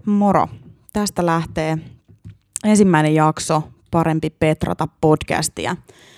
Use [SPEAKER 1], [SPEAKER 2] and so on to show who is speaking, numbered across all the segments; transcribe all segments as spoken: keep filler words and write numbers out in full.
[SPEAKER 1] Moro! Tästä lähtee ensimmäinen jakso Parempi petrata podcastia.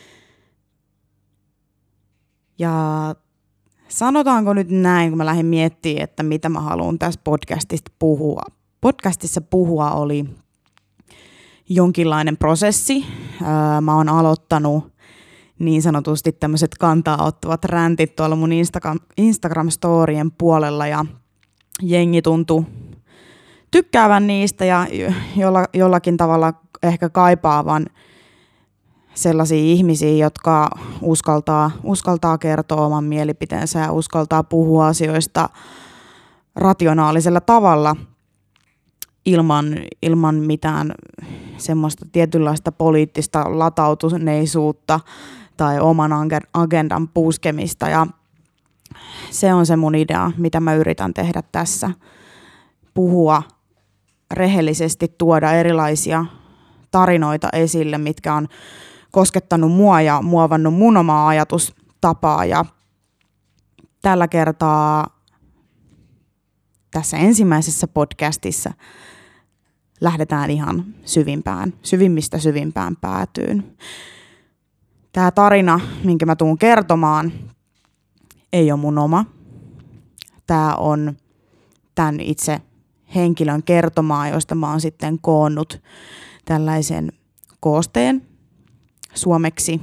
[SPEAKER 1] Ja sanotaanko nyt näin, kun mä lähdin miettimään, että mitä mä haluan tässä podcastista puhua. Podcastissa puhua oli jonkinlainen prosessi. Mä oon aloittanut niin sanotusti tämmöiset kantaa ottavat räntit tuolla mun Instagram, Instagram-storien puolella ja jengi tuntui tykkäävän niistä ja jolla, jollakin tavalla ehkä kaipaavan sellaisia ihmisiä, jotka uskaltaa, uskaltaa kertoa oman mielipiteensä ja uskaltaa puhua asioista rationaalisella tavalla ilman, ilman mitään semmoista tietynlaista poliittista latautuneisuutta tai oman agendan puskemista. Ja se on se mun idea, mitä mä yritän tehdä tässä. Puhua rehellisesti, tuoda erilaisia tarinoita esille, mitkä on koskettanut mua ja muovannut mun omaa ajatustapaa. Ja tällä kertaa tässä ensimmäisessä podcastissa lähdetään ihan syvimpään, syvimmistä syvimpään päätyyn. Tämä tarina, minkä mä tuun kertomaan, ei ole mun oma. Tämä on tämän itse henkilön kertomaa, josta mä oon sitten koonnut tällaisen koosteen suomeksi,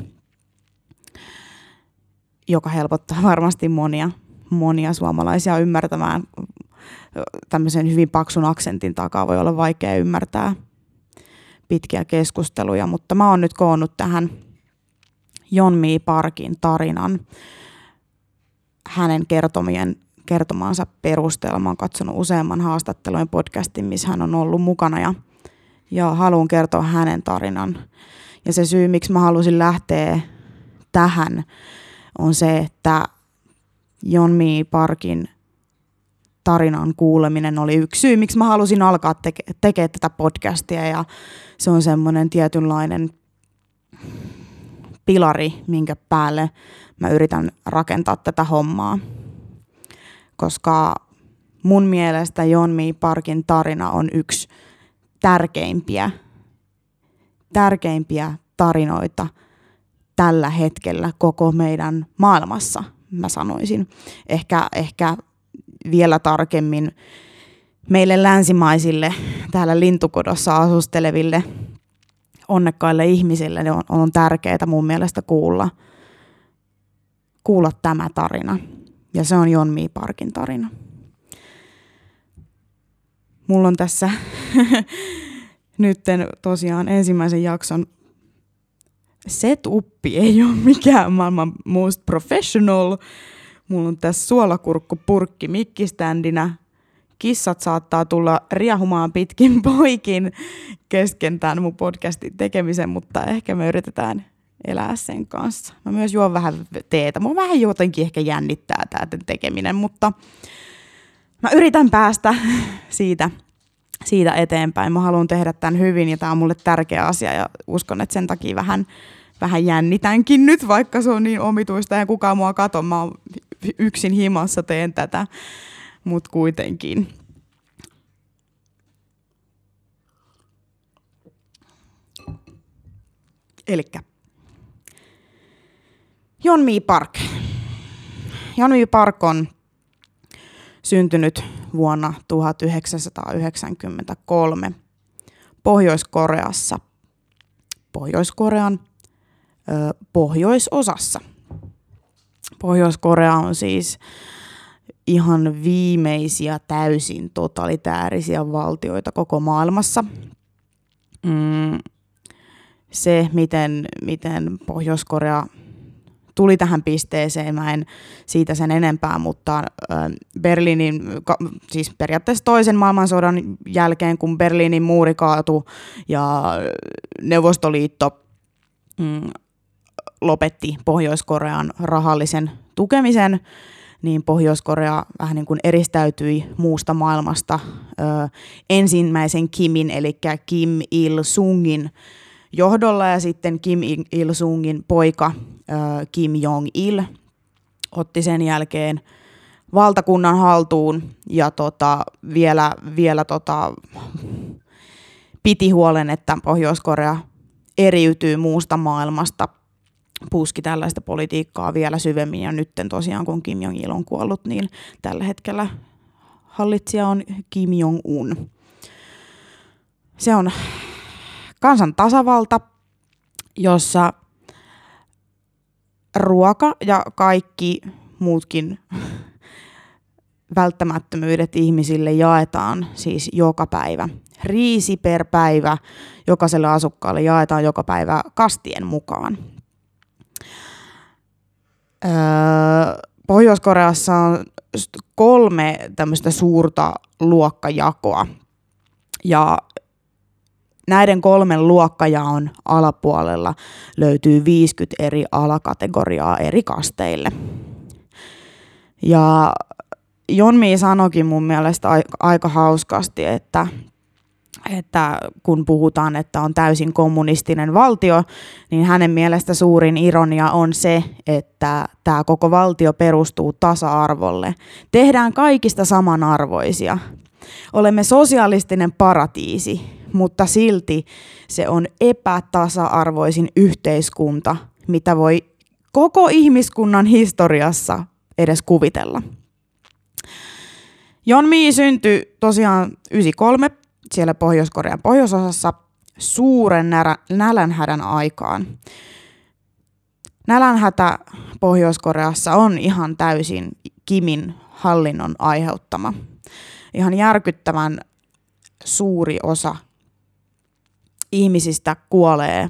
[SPEAKER 1] joka helpottaa varmasti monia, monia suomalaisia ymmärtämään. Tämmöisen hyvin paksun aksentin takaa voi olla vaikea ymmärtää pitkiä keskusteluja, mutta mä oon nyt koonnut tähän Yeonmi Parkin tarinan hänen kertomien kertomansa perusteella. Mä oon katsonut useamman haastattelujen podcastin, missä hän on ollut mukana ja, ja haluan kertoa hänen tarinan. Ja se syy, miksi mä halusin lähteä tähän, on se, että Yeonmi Parkin tarinan kuuleminen oli yksi syy, miksi mä halusin alkaa teke- tekemään tätä podcastia. Ja se on semmoinen tietynlainen pilari, minkä päälle mä yritän rakentaa tätä hommaa. Koska mun mielestä Yeonmi Parkin tarina on yksi tärkeimpiä, tärkeimpiä tarinoita tällä hetkellä koko meidän maailmassa, mä sanoisin. Ehkä, ehkä vielä tarkemmin meille länsimaisille, täällä lintukodossa asusteleville onnekkaille ihmisille on, on tärkeää mun mielestä kuulla, kuulla tämä tarina. Ja se on Yeonmi Parkin tarina. Mulla on tässä nytten tosiaan ensimmäisen jakson setuppi ei ole mikään maailman most professional. Mulla on tässä suolakurkkupurkki mikkiständinä. Kissat saattaa tulla riehumaan pitkin poikin kesken tämän mun podcastin tekemisen, mutta ehkä me yritetään elää sen kanssa. Mä myös juon vähän teetä. Mua vähän jotenkin ehkä jännittää tämä tekeminen, mutta mä yritän päästä siitä, siitä eteenpäin. Mä haluan tehdä tämän hyvin ja tämä on mulle tärkeä asia ja uskon, että sen takia vähän, vähän jännitänkin nyt, vaikka se on niin omituista ja kukaan mua katso. Mä oon yksin himassa teen tätä, mutta kuitenkin. Elikkä Yeonmi Park. Yeonmi Park on syntynyt vuonna tuhatyhdeksänsataayhdeksänkymmentäkolme Pohjois-Koreassa, Pohjois-Korean ö, pohjoisosassa. Pohjois-Korea on siis ihan viimeisiä täysin totalitäärisiä valtioita koko maailmassa. Mm, se, miten, miten Pohjois-Korea tuli tähän pisteeseen, mä en siitä sen enempää, mutta Berliinin, siis periaatteessa toisen maailmansodan jälkeen, kun Berliinin muuri kaatui ja Neuvostoliitto mm, lopetti Pohjois-Korean rahallisen tukemisen, niin Pohjois-Korea vähän niin kuin eristäytyi muusta maailmasta ö, ensimmäisen Kimin, eli Kim Il-sungin johdolla, ja sitten Kim Il-sungin poika ö, Kim Jong-il otti sen jälkeen valtakunnan haltuun ja tota, vielä, vielä tota, piti huolen, että Pohjois-Korea eriytyy muusta maailmasta, puski tällaista politiikkaa vielä syvemmin ja nyt tosiaan kun Kim Jong-il on kuollut, niin tällä hetkellä hallitsija on Kim Jong-un. Se on kansan tasavalta, jossa ruoka ja kaikki muutkin välttämättömyydet ihmisille jaetaan siis joka päivä. Riisi per päivä jokaiselle asukkaalle jaetaan joka päivä kastien mukaan. Öö, Pohjois-Koreassa on kolme tämmöistä suurta luokkajakoa ja näiden kolmen luokkajaon alapuolella löytyy viisikymmentä eri alakategoriaa eri kasteille. Ja Yeonmi sanoikin mun mielestä aika hauskasti, että, että kun puhutaan, että on täysin kommunistinen valtio, niin hänen mielestä suurin ironia on se, että tämä koko valtio perustuu tasa-arvolle. Tehdään kaikista samanarvoisia. Olemme sosialistinen paratiisi, mutta silti se on epätasa-arvoisin yhteiskunta, mitä voi koko ihmiskunnan historiassa edes kuvitella. Yeonmi syntyi tosiaan yhdeksänkymmentäkolme siellä Pohjois-Korean pohjoisosassa suuren nälänhädän aikaan. Nälänhätä Pohjois-Koreassa on ihan täysin Kimin hallinnon aiheuttama. Ihan järkyttävän suuri osa ihmisistä kuolee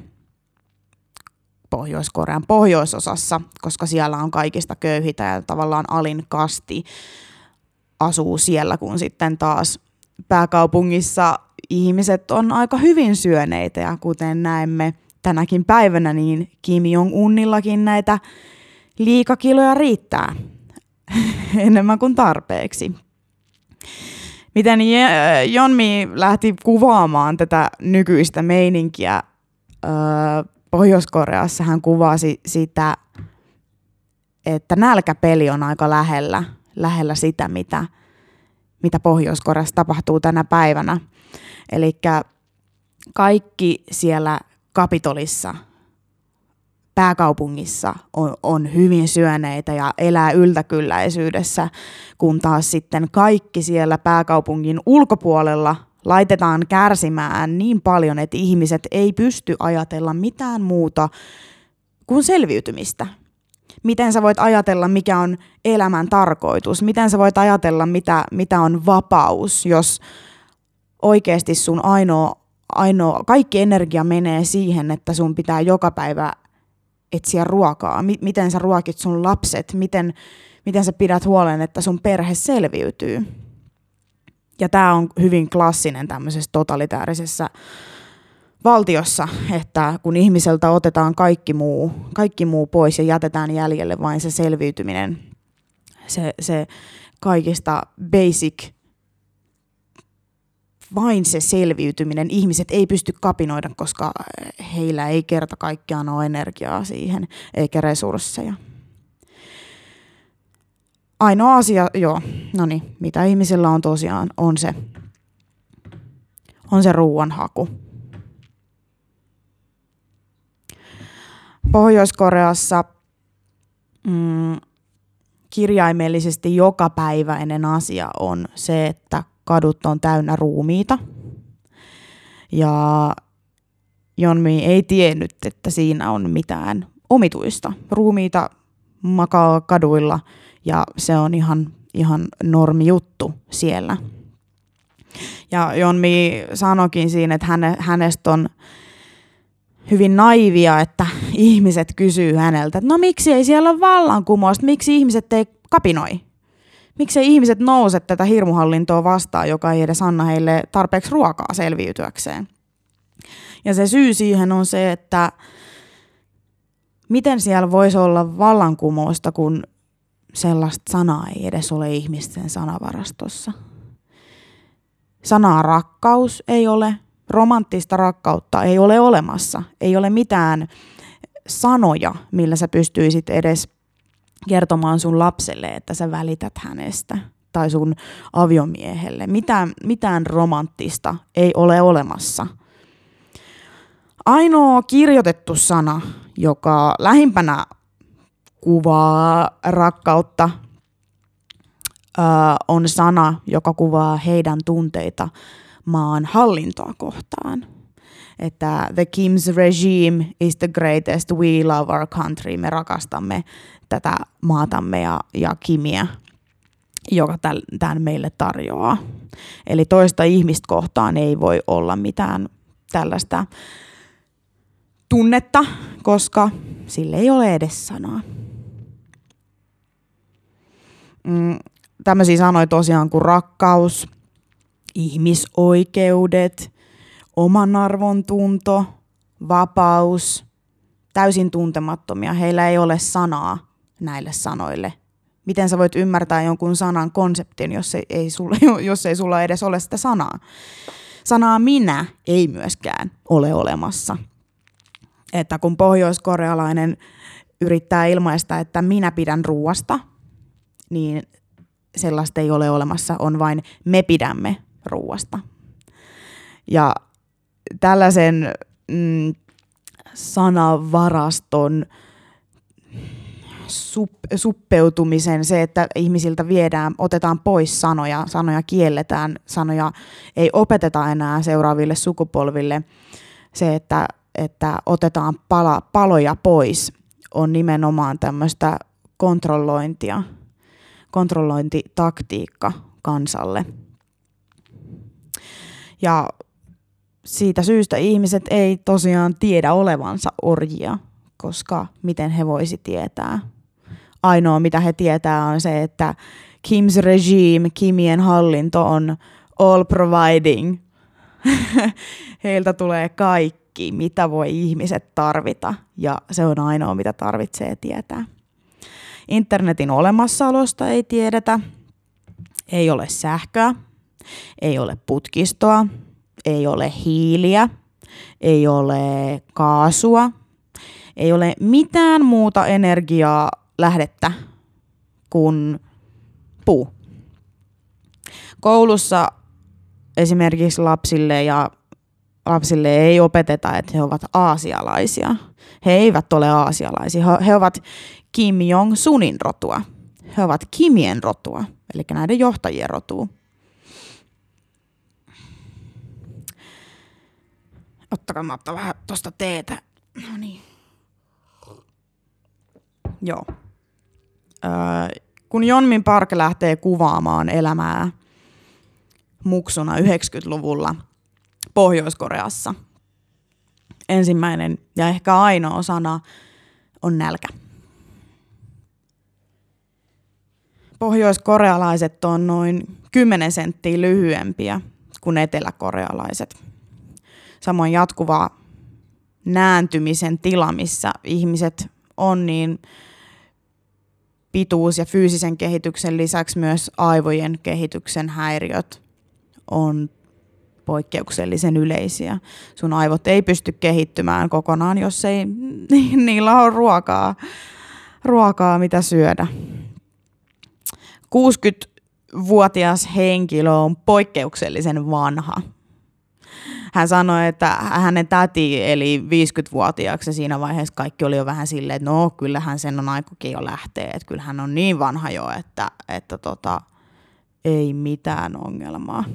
[SPEAKER 1] Pohjois-Korean pohjoisosassa, koska siellä on kaikista köyhitä ja tavallaan alin kasti asuu siellä, kun sitten taas pääkaupungissa ihmiset on aika hyvin syöneitä ja kuten näemme tänäkin päivänä, niin Kim Jong-unillakin näitä liikakiloja riittää enemmän kuin tarpeeksi. Miten Yeonmi lähti kuvaamaan tätä nykyistä meininkiä öö, Pohjois-Koreassa, hän kuvasi sitä, että nälkäpeli on aika lähellä, lähellä sitä, mitä, mitä Pohjois-Koreassa tapahtuu tänä päivänä. Eli kaikki siellä Kapitolissa, pääkaupungissa on, on hyvin syöneitä ja elää yltäkylläisyydessä, kun taas sitten kaikki siellä pääkaupungin ulkopuolella laitetaan kärsimään niin paljon, että ihmiset ei pysty ajatella mitään muuta kuin selviytymistä. Miten sä voit ajatella, mikä on elämän tarkoitus? Miten sä voit ajatella, mitä, mitä on vapaus, jos oikeasti sun ainoa, ainoa, kaikki energia menee siihen, että sun pitää joka päivä etsiä ruokaa? M- miten sä ruokit sun lapset? Miten, miten sä pidät huolen, että sun perhe selviytyy? Ja tämä on hyvin klassinen tämmöisessä totalitäärisessä valtiossa, että kun ihmiseltä otetaan kaikki muu, kaikki muu pois ja jätetään jäljelle vain se selviytyminen, se, se kaikista basic, vain se selviytyminen. Ihmiset ei pysty kapinoida, koska heillä ei kerta kaikkiaan ole energiaa siihen, eikä resursseja. Ainoa asia, joo, no niin, mitä ihmisillä on tosiaan, on se, on se ruoanhaku. Pohjois-Koreassa mm, kirjaimellisesti jokapäiväinen asia on se, että kadut on täynnä ruumiita. Ja Yeonmi ei tiennyt, että siinä on mitään omituista. Ruumiita makaa kaduilla ja se on ihan, ihan normi juttu siellä. Ja Yeonmi sanoikin siinä, että häne, hänestä on hyvin naivia, että ihmiset kysyy häneltä, että no miksi ei siellä ole vallankumousta, miksi ihmiset ei kapinoi? Miksi ei ihmiset nouse tätä hirmuhallintoa vastaan, joka ei edes anna heille tarpeeksi ruokaa selviytyäkseen? Ja se syy siihen on se, että miten siellä voisi olla vallankumousta, kun sellaista sanaa ei edes ole ihmisten sanavarastossa. Sanaa rakkaus ei ole, romanttista rakkautta ei ole olemassa. Ei ole mitään sanoja, millä sä pystyisit edes kertomaan sun lapselle, että sä välität hänestä tai sun aviomiehelle. Mitään, mitään romanttista ei ole olemassa. Ainoa kirjoitettu sana, joka lähimpänä kuvaa rakkautta, ää, on sana, joka kuvaa heidän tunteita maan hallintoa kohtaan. Että the Kim's regime is the greatest, we love our country. Me rakastamme tätä maatamme ja, ja Kimiä, joka tämän meille tarjoaa. Eli toista ihmistä kohtaan ei voi olla mitään tällaista tunnetta, koska sille ei ole edes sanaa. Mm, tämmöisiä sanoja tosiaan kuin rakkaus, ihmisoikeudet, oman arvon tunto, vapaus, täysin tuntemattomia. Heillä ei ole sanaa näille sanoille. Miten sä voit ymmärtää jonkun sanan konseptin, jos ei, ei, sulla, jos ei sulla edes ole sitä sanaa? Sanaa minä ei myöskään ole olemassa. Että kun pohjoiskorealainen yrittää ilmaista, että minä pidän ruuasta, niin sellaista ei ole olemassa, on vain me pidämme ruuasta. Ja tällaisen mm, sanavaraston sup, suppeutumisen, se, että ihmisiltä viedään, otetaan pois sanoja, sanoja kielletään, sanoja ei opeteta enää seuraaville sukupolville, se, että, että otetaan pala, paloja pois, on nimenomaan tämmöistä kontrollointia, kontrollointitaktiikka kansalle. Ja siitä syystä ihmiset ei tosiaan tiedä olevansa orjia, koska miten he voisi tietää. Ainoa mitä he tietää on se, että Kim's regime, Kimien hallinto on all providing. Heiltä tulee kaikki, mitä voi ihmiset tarvita, ja se on ainoa mitä tarvitsee tietää. Internetin olemassaolosta ei tiedetä, ei ole sähköä, ei ole putkistoa, ei ole hiiliä, ei ole kaasua, ei ole mitään muuta energiaa lähdettä kuin puu. Koulussa esimerkiksi lapsille ja lapsille ei opeteta, että he ovat aasialaisia. He eivät ole aasialaisia. He ovat Kim Jong-sunin rotua. He ovat Kimien rotua, eli näiden johtajien rotua. Ottakaa mä ottaa vähän tosta teetä. No niin. Joo. Öö, kun Yeonmin Park lähtee kuvaamaan elämää muksuna yhdeksänkymmentäluvulla Pohjois-Koreassa, ensimmäinen ja ehkä ainoa sana on nälkä. Pohjois-korealaiset on noin kymmenen senttiä lyhyempiä kuin eteläkorealaiset. Samoin jatkuva nääntymisen tila, missä ihmiset on, niin pituus- ja fyysisen kehityksen lisäksi myös aivojen kehityksen häiriöt on poikkeuksellisen yleisiä. Sun aivot ei pysty kehittymään kokonaan, jos ei niillä ole ruokaa, ruokaa mitä syödä. kuusikymmentävuotias henkilö on poikkeuksellisen vanha. Hän sanoi, että hänen täti eli viisikymmentävuotiaaksi ja siinä vaiheessa kaikki oli jo vähän silleen, että no kyllähän sen on aikakin jo lähteä, että kyllähän on niin vanha jo, että, että tota, ei mitään ongelmaa.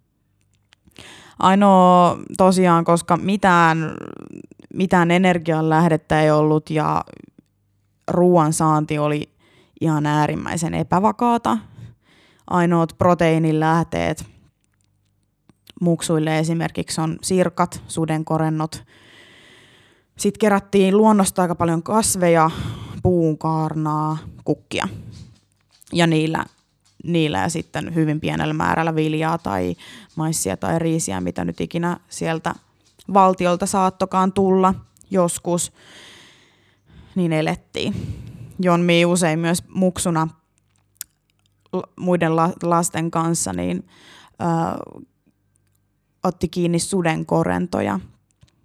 [SPEAKER 1] Ainoa tosiaan, koska mitään, mitään energian lähdettä ei ollut ja ruoan saanti oli ihan äärimmäisen epävakaata. Ainoat proteiinin lähteet muksuille esimerkiksi on sirkat, sudenkorennot. Sitten kerättiin luonnosta aika paljon kasveja, puunkaarnaa, kukkia. Ja niillä, niillä ja sitten hyvin pienellä määrällä viljaa tai maissia tai riisiä, mitä nyt ikinä sieltä valtiolta saattokaan tulla joskus, niin elettiin. Yeonmi usein myös muksuna muiden lasten kanssa niin äh, otti kiinni sudenkorentoja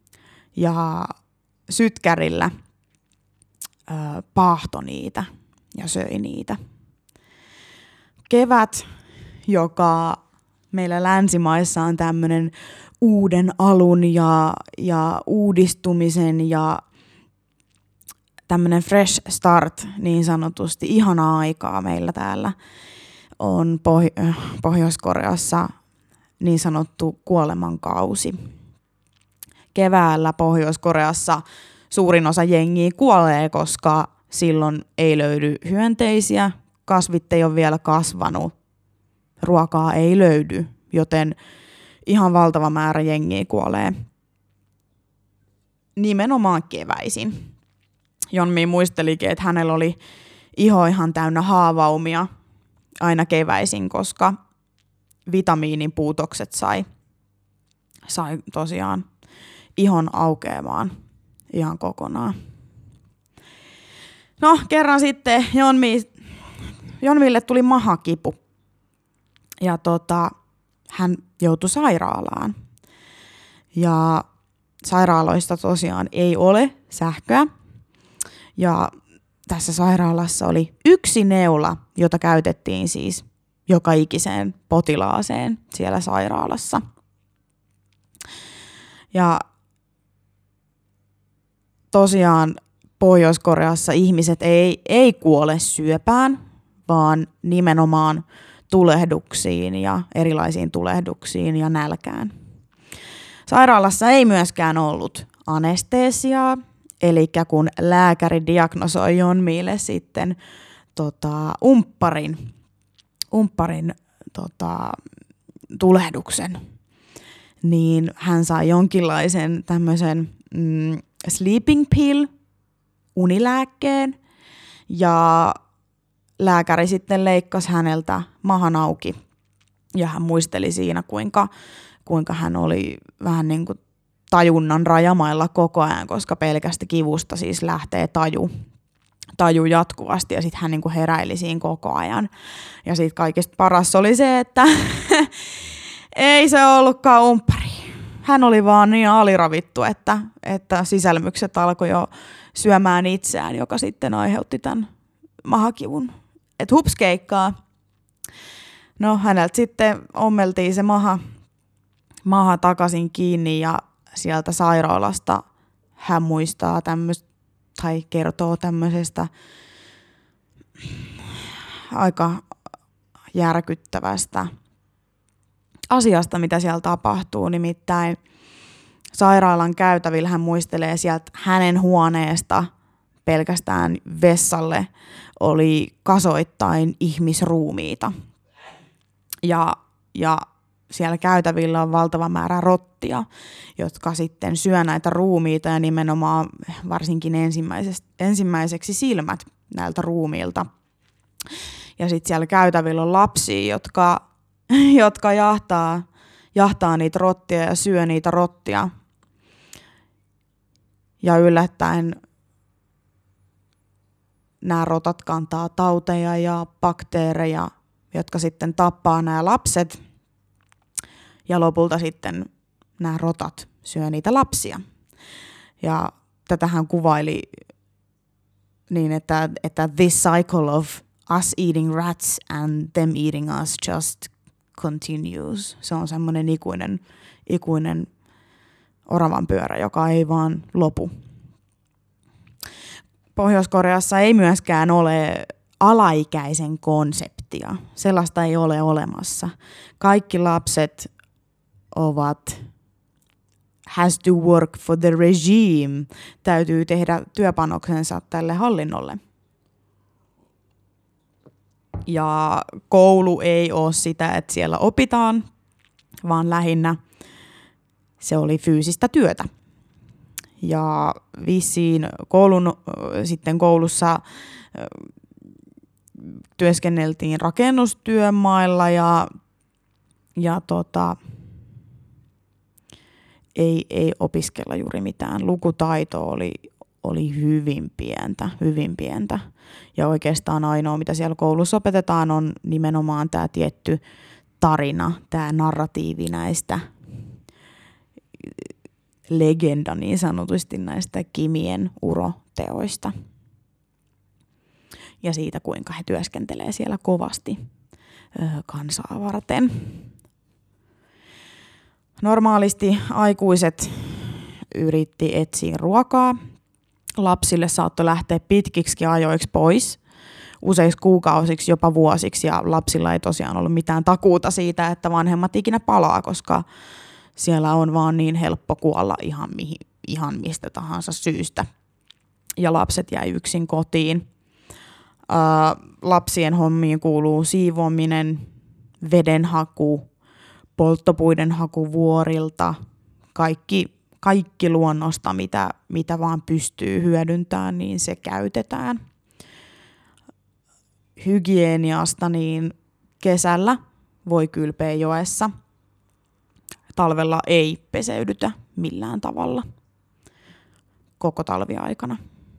[SPEAKER 1] ja sytkärillä äh, paahto niitä ja söi niitä. Kevät, joka meillä länsimaissa on tämmöinen uuden alun ja, ja uudistumisen ja tämmöinen fresh start niin sanotusti, ihanaa aikaa meillä täällä on Poh- Pohjois-Koreassa niin sanottu kuolemankausi. Keväällä Pohjois-Koreassa suurin osa jengiä kuolee, koska silloin ei löydy hyönteisiä, kasvit ei ole vielä kasvanut, ruokaa ei löydy, joten ihan valtava määrä jengiä kuolee nimenomaan keväisin. Jonmi muistelikin, että hänellä oli iho ihan täynnä haavaumia aina keväisin, koska vitamiinin puutokset sai, sai tosiaan ihon aukeamaan ihan kokonaan. No, kerran sitten Jonmi, Jonmille tuli mahakipu ja tota, hän joutui sairaalaan. Ja sairaaloista tosiaan ei ole sähköä. Ja tässä sairaalassa oli yksi neula, jota käytettiin siis joka ikiseen potilaaseen siellä sairaalassa. Ja tosiaan Pohjois-Koreassa ihmiset ei, ei kuole syöpään, vaan nimenomaan tulehduksiin ja erilaisiin tulehduksiin ja nälkään. Sairaalassa ei myöskään ollut anestesiaa, eli kun lääkäri diagnosoi Jonmille sitten tota, umpparin, umpparin tota, tulehduksen, niin hän sai jonkinlaisen tämmöisen mm, sleeping pill, unilääkkeen, ja lääkäri sitten leikkasi häneltä mahan auki. Ja hän muisteli siinä, kuinka, kuinka hän oli vähän niin kuin tajunnan rajamailla koko ajan, koska pelkästä kivusta siis lähtee taju, taju jatkuvasti ja sitten hän niin kuin heräili siinä koko ajan. Ja sitten kaikista paras oli se, että ei se ollutkaan umppari. Hän oli vaan niin aliravittu, että, että sisälmykset alkoi jo syömään itseään, joka sitten aiheutti tämän mahakivun. Et hups keikkaa. No häneltä sitten ommeltiin se maha, maha takaisin kiinni ja sieltä sairaalasta hän muistaa tämmöistä, tai kertoo tämmöisestä aika järkyttävästä asiasta, mitä siellä tapahtuu. Nimittäin sairaalan käytävillä hän muistelee sieltä hänen huoneesta pelkästään vessalle oli kasoittain ihmisruumiita. Ja, ja siellä käytävillä on valtava määrä rottia, jotka sitten syö näitä ruumiita ja nimenomaan varsinkin ensimmäiseksi silmät näiltä ruumiilta. Ja sitten siellä käytävillä on lapsia, jotka, jotka jahtaa, jahtaa niitä rottia ja syö niitä rottia. Ja yllättäen nämä rotat kantaa tauteja ja bakteereja, jotka sitten tappaa nämä lapset. Ja lopulta sitten nämä rotat syö niitä lapsia. Ja tätähän kuvaili niin, että, että this cycle of us eating rats and them eating us just continues. Se on semmoinen ikuinen, ikuinen oravan pyörä, joka ei vaan lopu. Pohjois-Koreassa ei myöskään ole alaikäisen konseptia. Sellaista ei ole olemassa. Kaikki lapset ovat has to work for the regime. Täytyy tehdä työpanoksensa tälle hallinnolle. Ja koulu ei ole sitä, että siellä opitaan, vaan lähinnä se oli fyysistä työtä. Ja vissiin koulun, sitten koulussa työskenneltiin rakennustyömailla ja, ja tota, ei, ei opiskella juuri mitään. Lukutaito oli, oli hyvin pientä, hyvin pientä. Ja oikeastaan ainoa, mitä siellä koulussa opetetaan, on nimenomaan tämä tietty tarina, tämä narratiivi näistä legenda niin sanotusti näistä Kimien uroteoista. ja siitä, kuinka he työskentelee siellä kovasti ö, kansaa varten. Normaalisti aikuiset yritti etsiä ruokaa. Lapsille saattoi lähteä pitkiksi ajoiksi pois, useiksi kuukausiksi, jopa vuosiksi, ja lapsilla ei tosiaan ollut mitään takuuta siitä, että vanhemmat ikinä palaa, koska siellä on vaan niin helppo kuolla ihan, mihin, ihan mistä tahansa syystä. Ja lapset jäi yksin kotiin. Ää, lapsien hommiin kuuluu siivoaminen, vedenhaku, polttopuiden haku vuorilta, kaikki, kaikki luonnosta, mitä, mitä vaan pystyy hyödyntämään, niin se käytetään. Hygieniasta, niin kesällä voi kylpeä joessa. Talvella ei peseydytä millään tavalla koko talviaikana.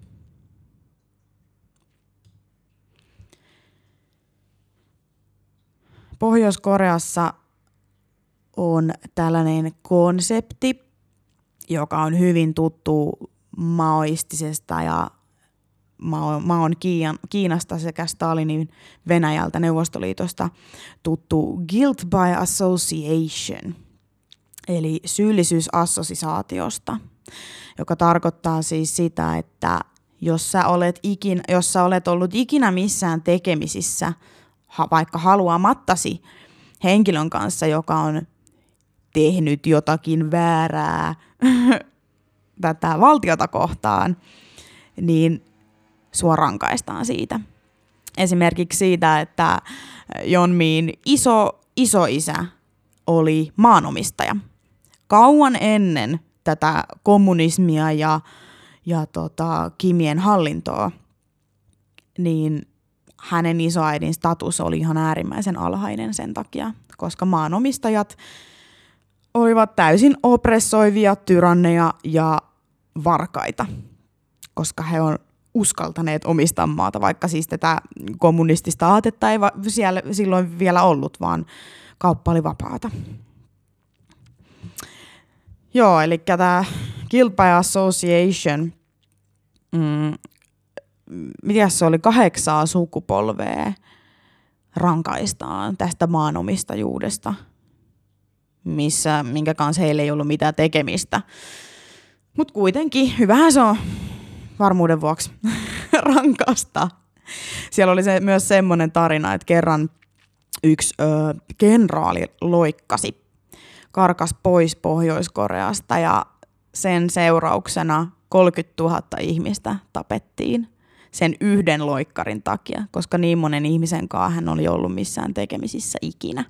[SPEAKER 1] Pohjois-Koreassa on tällainen konsepti, joka on hyvin tuttu maoistisesta ja Maon Kiinasta sekä Stalinin Venäjältä Neuvostoliitosta tuttu guilt by association, eli syyllisyysassosiaatiosta, joka tarkoittaa siis sitä, että jos sä olet, ikin, jos sä olet ollut ikinä missään tekemisissä, vaikka haluamattasi henkilön kanssa, joka on tehnyt jotakin väärää tätä valtiota kohtaan, niin sua rankaistaan siitä. Esimerkiksi siitä, että Yeonmin iso, isoisä oli maanomistaja. Kauan ennen tätä kommunismia ja, ja tota, Kimien hallintoa, niin hänen isoäidin status oli ihan äärimmäisen alhainen sen takia, koska maanomistajat olivat täysin oppressoivia, tyranneja ja varkaita, koska he on uskaltaneet omistaa maata, vaikka siis tätä kommunistista aatetta ei va- siellä silloin vielä ollut, vaan kauppa oli vapaata. Joo, eli tämä Guilt by Association, mm, mitä se oli, kahdeksaa sukupolvea rankaistaan tästä maanomistajuudesta, missä, minkä kanssa heillä ei ollut mitään tekemistä. Mutta kuitenkin, hyvähän se on varmuuden vuoksi rankasta. Siellä oli se, myös semmoinen tarina, että kerran yksi ö, kenraali loikkasi, karkas pois Pohjois-Koreasta ja sen seurauksena kolmekymmentätuhatta ihmistä tapettiin sen yhden loikkarin takia, koska niin monen ihmisen kanssa hän oli ollut missään tekemisissä ikinä.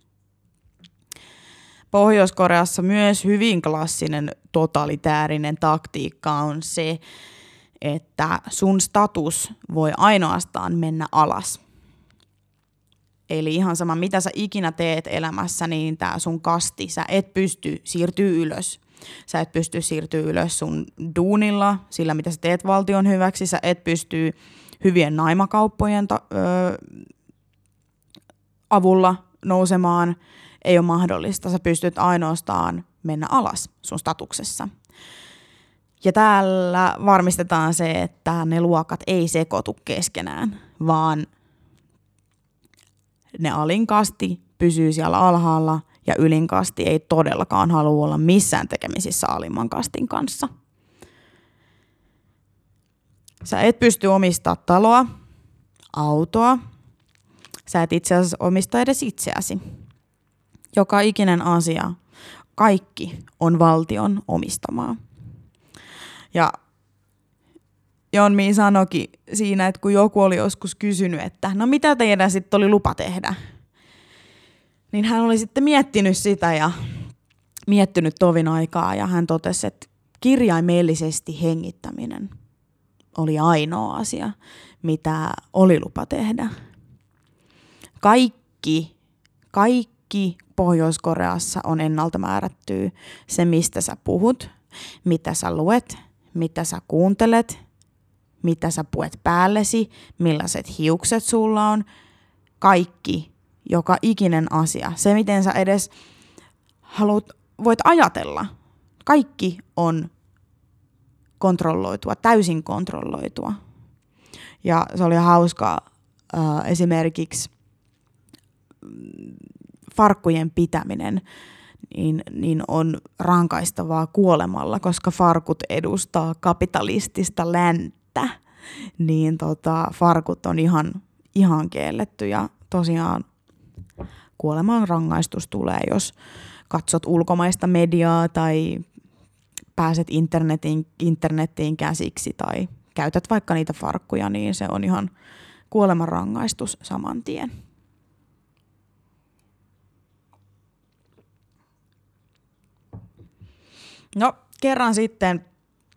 [SPEAKER 1] Pohjois-Koreassa myös hyvin klassinen totalitäärinen taktiikka on se, että sun status voi ainoastaan mennä alas. Eli ihan sama, mitä sä ikinä teet elämässä, niin tää sun kasti, sä et pysty siirtyä ylös. Sä et pysty siirtyä ylös sun duunilla, sillä mitä sä teet valtion hyväksi, sä et pysty hyvien naimakauppojen ta- ö, avulla nousemaan. Ei ole mahdollista, sä pystyt ainoastaan mennä alas sun statuksessa. Ja täällä varmistetaan se, että ne luokat ei sekoitu keskenään, vaan ne alinkasti pysyy siellä alhaalla ja ylinkasti ei todellakaan halua olla missään tekemisissä alimman kastin kanssa. Sä et pysty omistamaan taloa, autoa, sä et itse asiassa omista edes itseäsi. Joka ikinen asia, kaikki on valtion omistamaa. Ja Yeonmi sanoikin siinä, että kun joku oli joskus kysynyt, että no mitä teidän sitten oli lupa tehdä, niin hän oli sitten miettinyt sitä ja miettinyt tovin aikaa ja hän totesi, että kirjaimellisesti hengittäminen oli ainoa asia, mitä oli lupa tehdä. Kaikki, kaikki Pohjois-Koreassa on ennalta määrättyä se, mistä sä puhut, mitä sä luet, mitä sä kuuntelet, mitä sä puet päällesi, millaiset hiukset sulla on, kaikki, joka ikinen asia. Se, miten sä edes haluat, voit ajatella, kaikki on kontrolloitua, täysin kontrolloitua. Ja se oli hauskaa. Esimerkiksi farkkujen pitäminen niin, niin on rankaistavaa kuolemalla, koska farkut edustaa kapitalistista länttä. Niin tota, farkut on ihan, ihan kielletty ja tosiaan kuoleman rangaistus tulee, jos katsot ulkomaista mediaa tai pääset internetin, internettiin käsiksi tai käytät vaikka niitä farkkuja, niin se on ihan kuolemanrangaistus saman tien. No, kerran sitten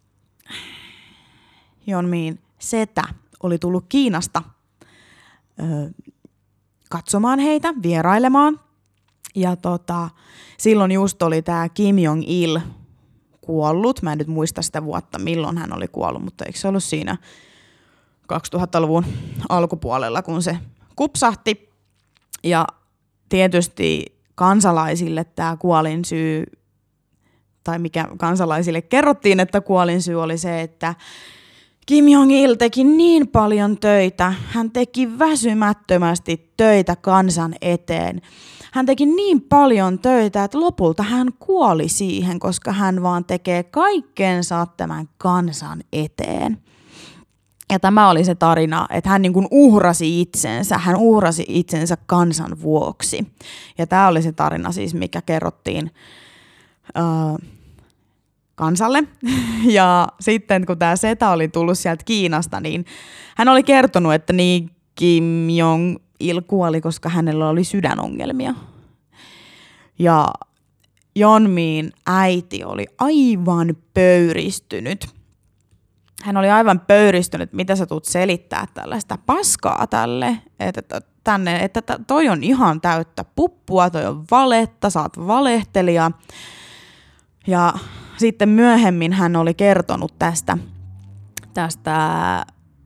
[SPEAKER 1] Yeonmin setä oli tullut Kiinasta ö, katsomaan heitä, vierailemaan. Ja tota, silloin just oli tämä Kim Jong-il kuollut. Mä en nyt muista sitä vuotta, milloin hän oli kuollut, mutta eikö se ollut siinä kaksituhattaluvun alkupuolella, kun se kupsahti. Ja tietysti kansalaisille tämä kuolinsyy, tai mikä kansalaisille kerrottiin, että kuolinsyy oli se, että Kim Jong-il teki niin paljon töitä, hän teki väsymättömästi töitä kansan eteen. Hän teki niin paljon töitä, että lopulta hän kuoli siihen, koska hän vaan tekee kaikkensa tämän kansan eteen. Ja tämä oli se tarina, että hän niin kuin uhrasi itsensä, hän uhrasi itsensä kansan vuoksi. Ja tämä oli se tarina siis, mikä kerrottiin äh, kansalle. Ja sitten kun tämä setä oli tullut sieltä Kiinasta, niin hän oli kertonut, että niin Kim Jong-il kuoli, koska hänellä oli sydänongelmia. Ja Yeonmin äiti oli aivan pöyristynyt. Hän oli aivan pöyristynyt, mitä sä tulet selittää tällaista paskaa tälle, että, tänne, että toi on ihan täyttä puppua, toi on valetta, sä oot valehtelija. Ja sitten myöhemmin hän oli kertonut tästä, tästä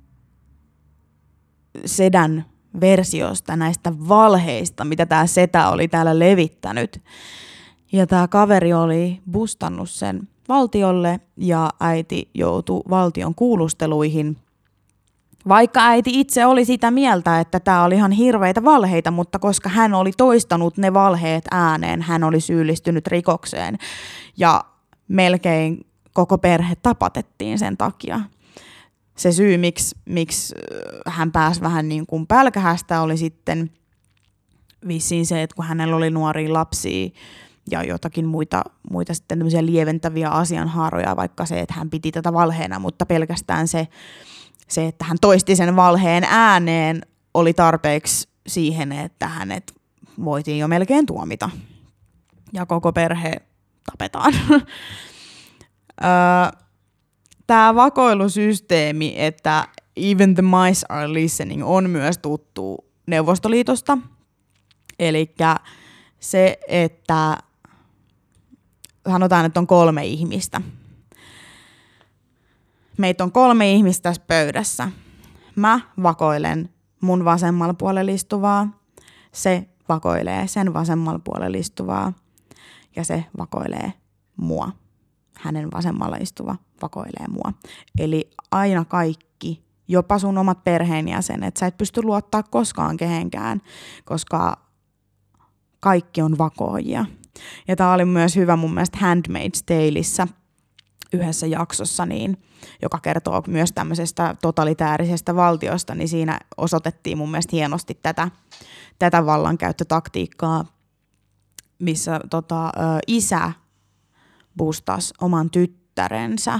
[SPEAKER 1] sedän versiosta, näistä valheista, mitä tämä setä oli täällä levittänyt. Ja tämä kaveri oli bustannut sen valtiolle ja äiti joutui valtion kuulusteluihin. Vaikka äiti itse oli sitä mieltä, että tämä oli ihan hirveitä valheita, mutta koska hän oli toistanut ne valheet ääneen, hän oli syyllistynyt rikokseen. Ja melkein koko perhe tapatettiin sen takia. Se syy, miksi, miksi hän pääsi vähän niin kuin pälkähästä, oli sitten vissiin se, että kun hänellä oli nuoria lapsia ja jotakin muita, muita sitten tämmöisiä lieventäviä asianhaaroja, vaikka se, että hän piti tätä valheena, mutta pelkästään se, se, että hän toisti sen valheen ääneen, oli tarpeeksi siihen, että hänet voitiin jo melkein tuomita. Ja koko perhe tapetaan. Tämä vakoilusysteemi, että even the mice are listening, on myös tuttu Neuvostoliitosta. Eli se, että sanotaan, että on kolme ihmistä. Meitä on kolme ihmistä tässä pöydässä. Mä vakoilen mun vasemmalla puolella istuvaa. Se vakoilee sen vasemmalla puolella istuvaa. Ja se vakoilee mua. Hänen vasemmalla istuva vakoilee mua. Eli aina kaikki, jopa sun omat perheenjäsenet, sä et pysty luottaa koskaan kehenkään, koska kaikki on vakoojia. Ja tää oli myös hyvä mun mielestä Handmaid's Taleissa yhdessä jaksossa, niin, joka kertoo myös tämmöisestä totalitäärisestä valtiosta, niin siinä osoitettiin mun mielestä hienosti tätä, tätä vallankäyttötaktiikkaa, missä tota, ö, isä boostasi oman tyttärensä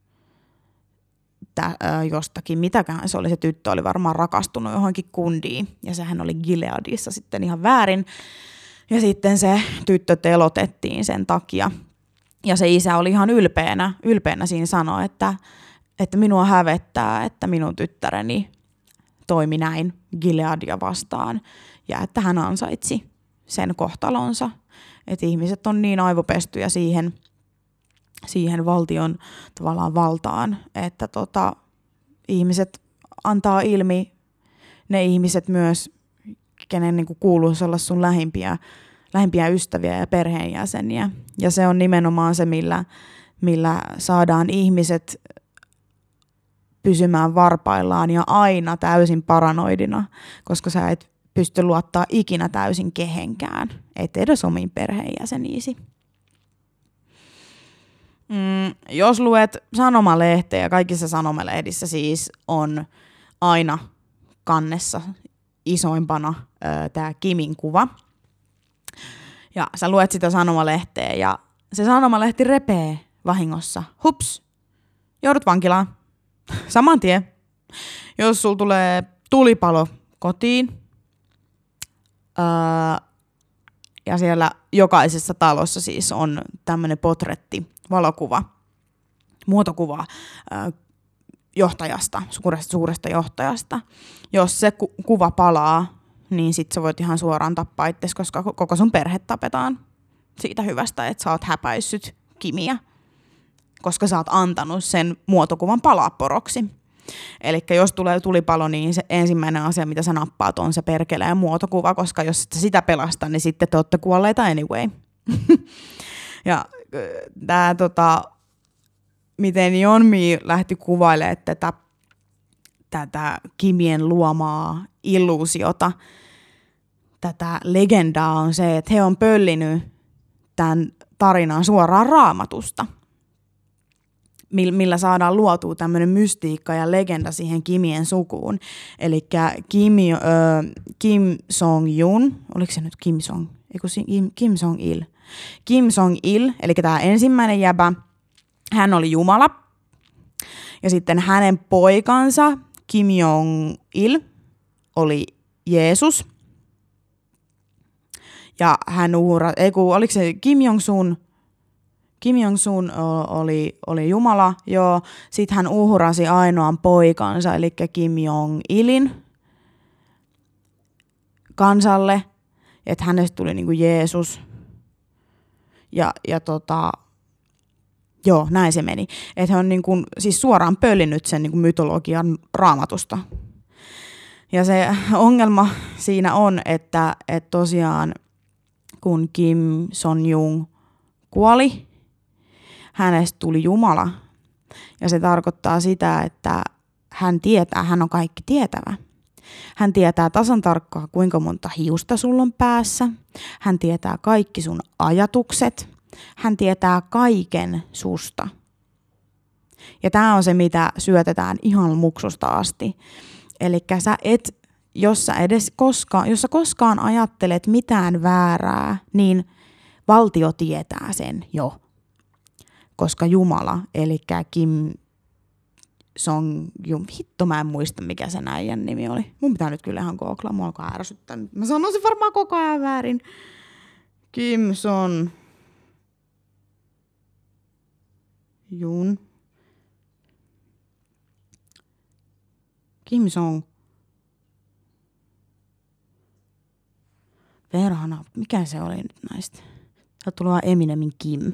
[SPEAKER 1] tä, ö, jostakin, mitäkään se oli, se tyttö oli varmaan rakastunut johonkin kundiin, ja sehän oli Gileadissa sitten ihan väärin, ja sitten se tyttö telotettiin sen takia, ja se isä oli ihan ylpeänä, ylpeänä siinä sanoi, että, että minua hävettää, että minun tyttäreni toimi näin Gileadia vastaan, ja että hän ansaitsi sen kohtalonsa, että ihmiset on niin aivopestyjä siihen, siihen valtion tavallaan valtaan, että tota, ihmiset antaa ilmi ne ihmiset myös, kenen niin kuin kuuluisi olla sun lähimpiä, lähimpiä ystäviä ja perheenjäseniä. Ja se on nimenomaan se, millä, millä saadaan ihmiset pysymään varpaillaan ja aina täysin paranoidina, koska sä et pysty luottaa ikinä täysin kehenkään, et edes omiin perheenjäseniisi. Mm, jos luet sanomalehteä, kaikissa sanomalehdissä siis on aina kannessa isoimpana tämä Kimin kuva. Ja sä luet sitä sanomalehteä ja se sanomalehti repee vahingossa. Hups, joudut vankilaan. Saman tien. Jos sul tulee tulipalo kotiin öö, ja siellä jokaisessa talossa siis on tämmönen potretti, valokuva, muotokuva öö, johtajasta, suuresta, suuresta johtajasta. Jos se ku- kuva palaa, niin sit sä voit ihan suoraan tappaa itsesi, koska koko sun perhe tapetaan siitä hyvästä, että sä oot häpäissyt Kimiä, koska sä oot antanut sen muotokuvan palaa poroksi. Eli jos tulee tulipalo, niin se ensimmäinen asia, mitä sä nappaat, on se perkeleen muotokuva, koska jos et sitä pelasta, niin sitten te ootte kuolleita anyway. Ja tää tota, miten Yeonmi lähti kuvailemaan tätä, tätä Kimien luomaa illuusiota, tätä legendaa on se, että he on pöllinyt tämän tarinan suoraan Raamatusta, millä saadaan luotua tämmöinen mystiikka ja legenda siihen Kimien sukuun. Eli Kim, äh, Kim Song-jun, oliko se nyt Kim Song? Eiku, Kim, Kim Song-il. Kim Song-il, eli tämä ensimmäinen jäbä, hän oli Jumala. Ja sitten hänen poikansa Kim Jong-il oli Jeesus. Ja hän uhra, ei kun, oliko se Kim Jong-sun, Kim Jong-sun oli, oli Jumala, joo. Sitten hän uhrasi ainoan poikansa, eli Kim Jong-ilin kansalle, että hänestä tuli niinku Jeesus. Ja, ja tota, joo, näin se meni. Että hän on niinku, siis suoraan pöllinyt sen niinku mytologian Raamatusta. Ja se ongelma siinä on, että, että tosiaan kun Kim Son-jung kuoli, hänestä tuli Jumala. Ja se tarkoittaa sitä, että hän tietää, hän on kaikki tietävä. Hän tietää tasan tarkkaan, kuinka monta hiusta sulla on päässä. Hän tietää kaikki sun ajatukset. Hän tietää kaiken susta. Ja tämä on se, mitä syötetään ihan muksusta asti. Eli sä et, jos sä edes koskaan, jos sä koskaan ajattelet mitään väärää, niin valtio tietää sen jo. Koska Jumala, eli Kim Song-jun, hitto mä en muista mikä sen äijän nimi oli. Mun pitää nyt kyllä ihan googlaa, mua alkaa ärsyttää. Mä sanoisin varmaan koko ajan väärin. Kim Song-jun. Kim Song. Verhana, mikä se oli nyt näistä? Täällä tulee vaan Eminemin Kim.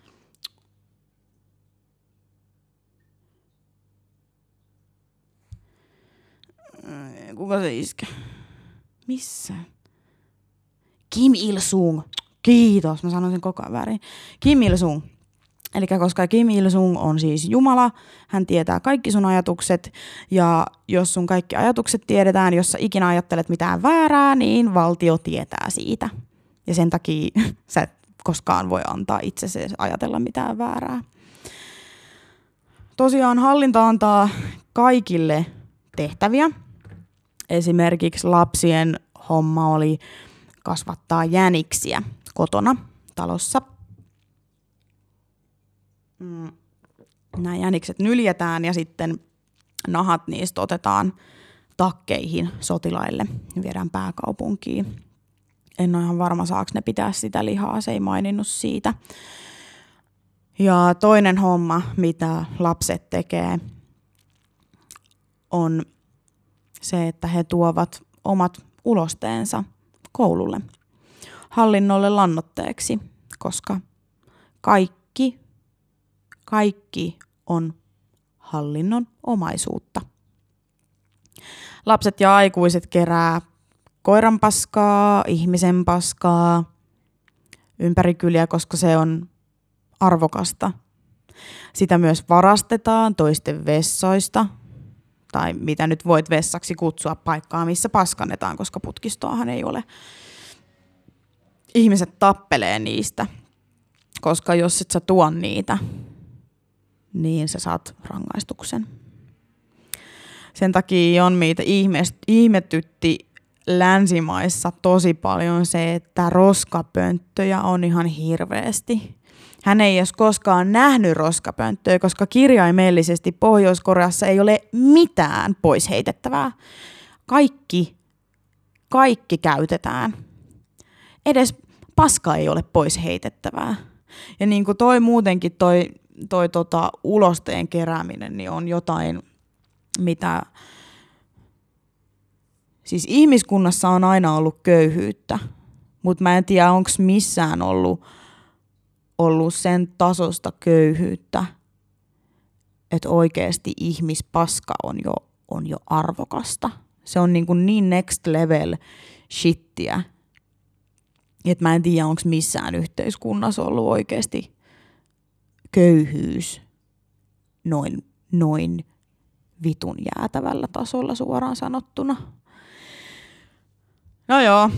[SPEAKER 1] Kuka se iskä? Missä? Kim Il-sung. Kiitos, mä sanoin sen koko ajan väärin. Kim Il-sung. Eli koska Kim Il-sung on siis Jumala, hän tietää kaikki sun ajatukset, ja jos sun kaikki ajatukset tiedetään, jos sä ikinä ajattelet mitään väärää, niin valtio tietää siitä. Ja sen takia sä et koskaan voi antaa itsesi ajatella mitään väärää. Tosiaan hallinta antaa kaikille tehtäviä. Esimerkiksi lapsien homma oli kasvattaa jäniksiä kotona, talossa. Nämä jänikset nyljetään ja sitten nahat niistä otetaan takkeihin sotilaille ja viedään pääkaupunkiin. En ole ihan varma, saako ne pitää sitä lihaa, se ei maininnut siitä. Ja toinen homma, mitä lapset tekee, on se, että he tuovat omat ulosteensa koululle, hallinnolle lannoitteeksi, koska kaikki, kaikki on hallinnon omaisuutta. Lapset ja aikuiset kerää koiran paskaa, ihmisen paskaa ympäri kyliä, koska se on arvokasta. Sitä myös varastetaan toisten vessoista, tai mitä nyt voit vessaksi kutsua paikkaa, missä paskannetaan, koska putkistoahan ei ole. Ihmiset tappelee niistä, koska jos et sä tuo niitä, niin sä saat rangaistuksen. Sen takia on meitä ihmetytti länsimaissa tosi paljon se, että roskapönttöjä on ihan hirveästi. Hän ei edes koskaan nähnyt roskapönttöjä, koska kirjaimellisesti Pohjois-Koreassa ei ole mitään pois heitettävää. Kaikki, kaikki käytetään. Edes paska ei ole pois heitettävää. Ja niin kuin toi muutenkin toi, toi tota ulosteen kerääminen niin on jotain, mitä... Siis ihmiskunnassa on aina ollut köyhyyttä, mutta mä en tiedä, onko missään ollut, ollut sen tasosta köyhyyttä, että oikeasti ihmispaska on jo, on jo arvokasta. Se on niin, kuin niin next level shittiä, että mä en tiedä, onko missään yhteiskunnassa ollut oikeasti köyhyys noin, noin vitun jäätävällä tasolla suoraan sanottuna. No joo,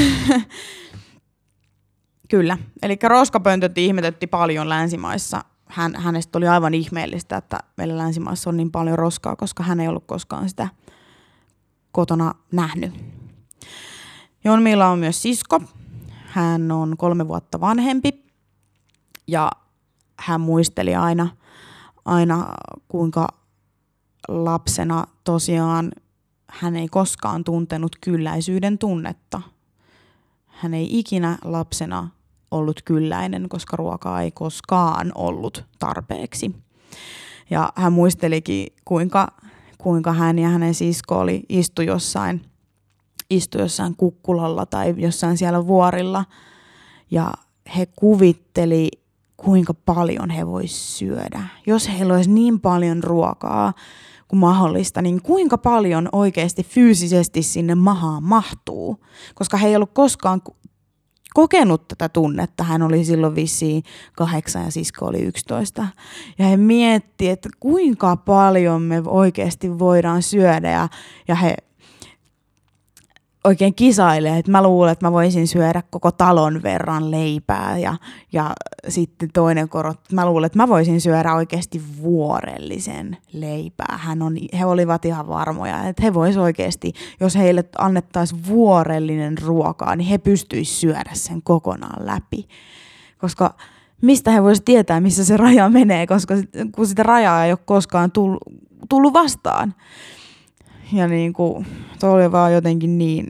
[SPEAKER 1] kyllä. Eli roskapöntöt ihmetytti paljon länsimaissa. Hän, hänestä oli aivan ihmeellistä, että meillä länsimaissa on niin paljon roskaa, koska hän ei ollut koskaan sitä kotona nähnyt. Jonmilla on myös sisko. Hän on kolme vuotta vanhempi ja hän muisteli aina, aina kuinka lapsena tosiaan hän ei koskaan tuntenut kylläisyyden tunnetta. Hän ei ikinä lapsena ollut kylläinen, koska ruokaa ei koskaan ollut tarpeeksi. Ja hän muistelikin, kuinka, kuinka hän ja hänen sisko oli istu jossain, istu jossain kukkulalla tai jossain siellä vuorilla. Ja he kuvitteli, kuinka paljon he vois syödä. Jos heillä olisi niin paljon ruokaa kuin mahdollista, niin kuinka paljon oikeasti fyysisesti sinne mahaan mahtuu. Koska he ei ollut koskaan kokenut tätä tunnetta. Hän oli silloin vissiin kahdeksan ja sisko oli yksitoista. Ja he miettii, että kuinka paljon me oikeasti voidaan syödä. Ja, ja he oikein kisailee, että mä luulen, että mä voisin syödä koko talon verran leipää. Ja, ja sitten toinen korot, mä luulen, että mä voisin syödä oikeasti vuorellisen leipää. Hän on, he olivat ihan varmoja, että he vois oikeasti, jos heille annettaisiin vuorellinen ruokaa, niin he pystyisivät syödä sen kokonaan läpi. Koska mistä he voisivat tietää, missä se raja menee, koska kun sitä rajaa ei ole koskaan tullut vastaan. Ja niin kuin, toi oli vaan jotenkin niin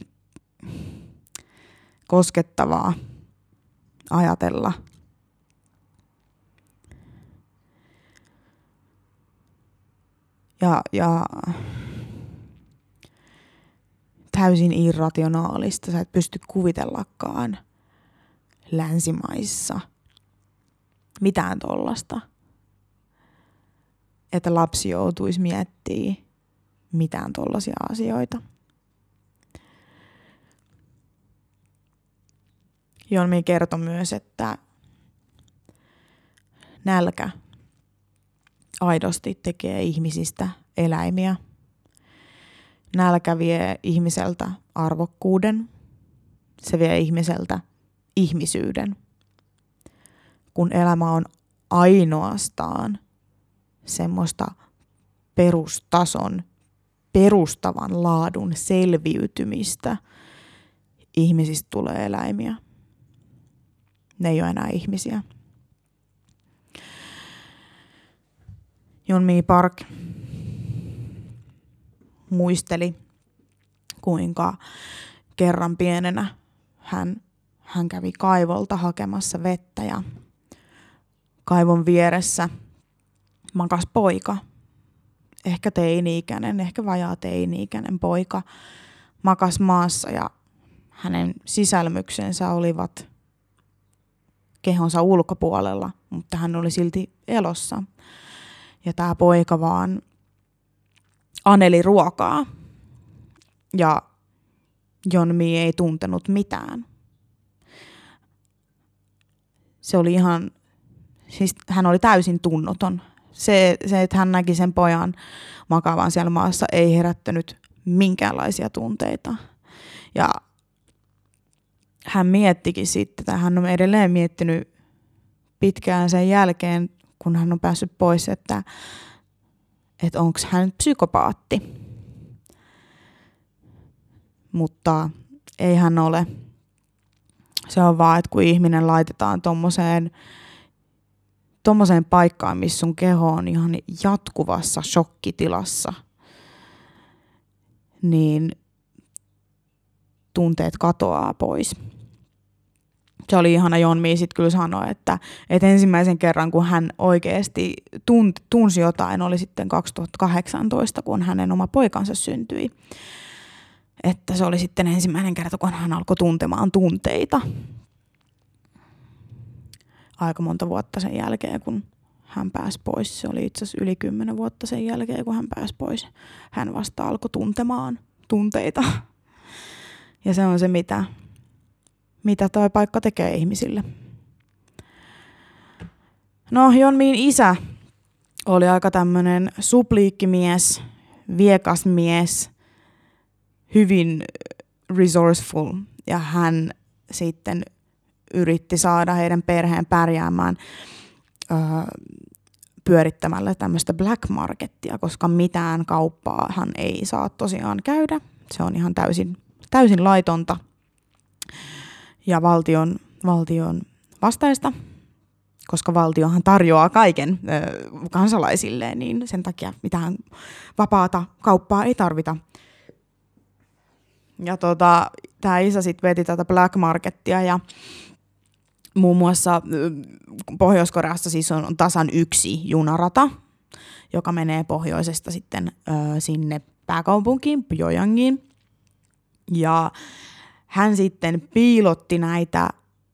[SPEAKER 1] koskettavaa ajatella. Ja, ja täysin irrationaalista. Sä et pysty kuvitellakaan länsimaissa mitään tollasta. Että lapsi joutuisi miettimään mitään tollaisia asioita. Jonmi kertoi myös, että nälkä aidosti tekee ihmisistä eläimiä. Nälkä vie ihmiseltä arvokkuuden. Se vie ihmiseltä ihmisyyden. Kun elämä on ainoastaan semmoista perustason perustavan laadun selviytymistä, ihmisistä tulee eläimiä. Ne ei ole enää ihmisiä. Yeonmi Park muisteli, kuinka kerran pienenä hän, hän kävi kaivolta hakemassa vettä ja kaivon vieressä makas poika. Ehkä teini-ikäinen, ehkä vajaa teini-ikäinen poika makas maassa ja hänen sisälmyksensä olivat kehonsa ulkopuolella, mutta hän oli silti elossa. Ja tämä poika vaan aneli ruokaa ja Yeonmi ei tuntenut mitään. Se oli ihan, siis hän oli täysin tunnoton. Se, se, että hän näki sen pojan makaavan siellä maassa, ei herättänyt minkäänlaisia tunteita. Ja hän miettikin sitten, tai hän on edelleen miettinyt pitkään sen jälkeen, kun hän on päässyt pois, että, että onko hän psykopaatti. Mutta ei hän ole. Se on vaan, että kun ihminen laitetaan tommoseen, tommoseen paikkaan, missä sun keho on ihan jatkuvassa shokkitilassa, niin tunteet katoaa pois. Se oli ihana, Jonmi sitten kyllä sanoi, että, että ensimmäisen kerran, kun hän oikeasti tunt, tunsi jotain, oli sitten kaksituhattakahdeksantoista, kun hänen oma poikansa syntyi. Että se oli sitten ensimmäinen kerta, kun hän alkoi tuntemaan tunteita. Aika monta vuotta sen jälkeen, kun hän pääsi pois. Se oli itse asiassa yli kymmenen vuotta sen jälkeen, kun hän pääsi pois. Hän vasta alkoi tuntemaan tunteita. Ja se on se, mitä, mitä toi paikka tekee ihmisille. No, Jonmin isä oli aika tämmönen supliikkimies, viekas mies, hyvin resourceful, ja hän sitten yritti saada heidän perheen pärjäämään öö, pyörittämällä tämmöistä black markettia, koska mitään kauppaa hän ei saa tosiaan käydä. Se on ihan täysin, täysin laitonta ja valtion, valtion vastaista, koska valtiohan tarjoaa kaiken ö, kansalaisilleen, niin sen takia mitään vapaata kauppaa ei tarvita. Ja tota, tämä isä sitten veti tätä black markettia ja muun muassa Pohjois-Koreassa siis on tasan yksi junarata, joka menee pohjoisesta sitten ö, sinne pääkaupunkiin, Pjöngjangiin. Ja hän sitten piilotti näitä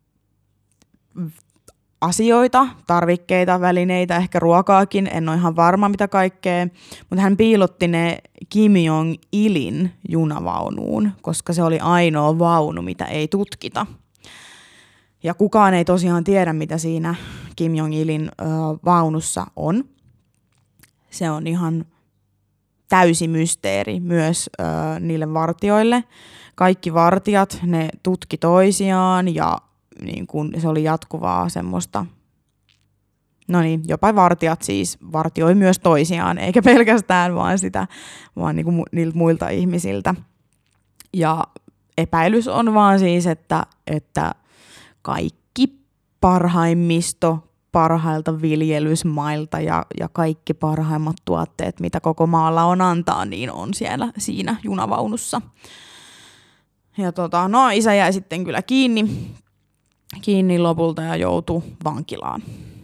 [SPEAKER 1] asioita, tarvikkeita, välineitä, ehkä ruokaakin, en ole ihan varma mitä kaikkea, mutta hän piilotti ne Kim Jong-ilin junavaunuun, koska se oli ainoa vaunu, mitä ei tutkita. Ja kukaan ei tosiaan tiedä, mitä siinä Kim Jong-ilin ö, vaunussa on. Se on ihan täysi mysteeri myös ö, niille vartijoille. Kaikki vartijat, ne tutki toisiaan ja niin kun se oli jatkuvaa semmoista, no niin, jopa vartijat siis vartioi myös toisiaan, eikä pelkästään vaan sitä, vaan niin kuin niiltä muilta ihmisiltä. Ja epäilys on vaan siis, että, että kaikki parhaimmisto parhailta viljelysmailta ja, ja kaikki parhaimmat tuotteet, mitä koko maalla on antaa, niin on siellä siinä junavaunussa. Ja tota, no isä jäi sitten kyllä kiinni. kiinni lopulta ja joutui vankilaan.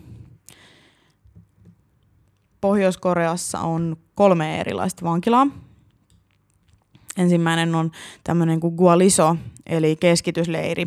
[SPEAKER 1] Pohjois-Koreassa on kolme erilaista vankilaa. Ensimmäinen on tämmöinen kuin Gualiso, eli keskitysleiri.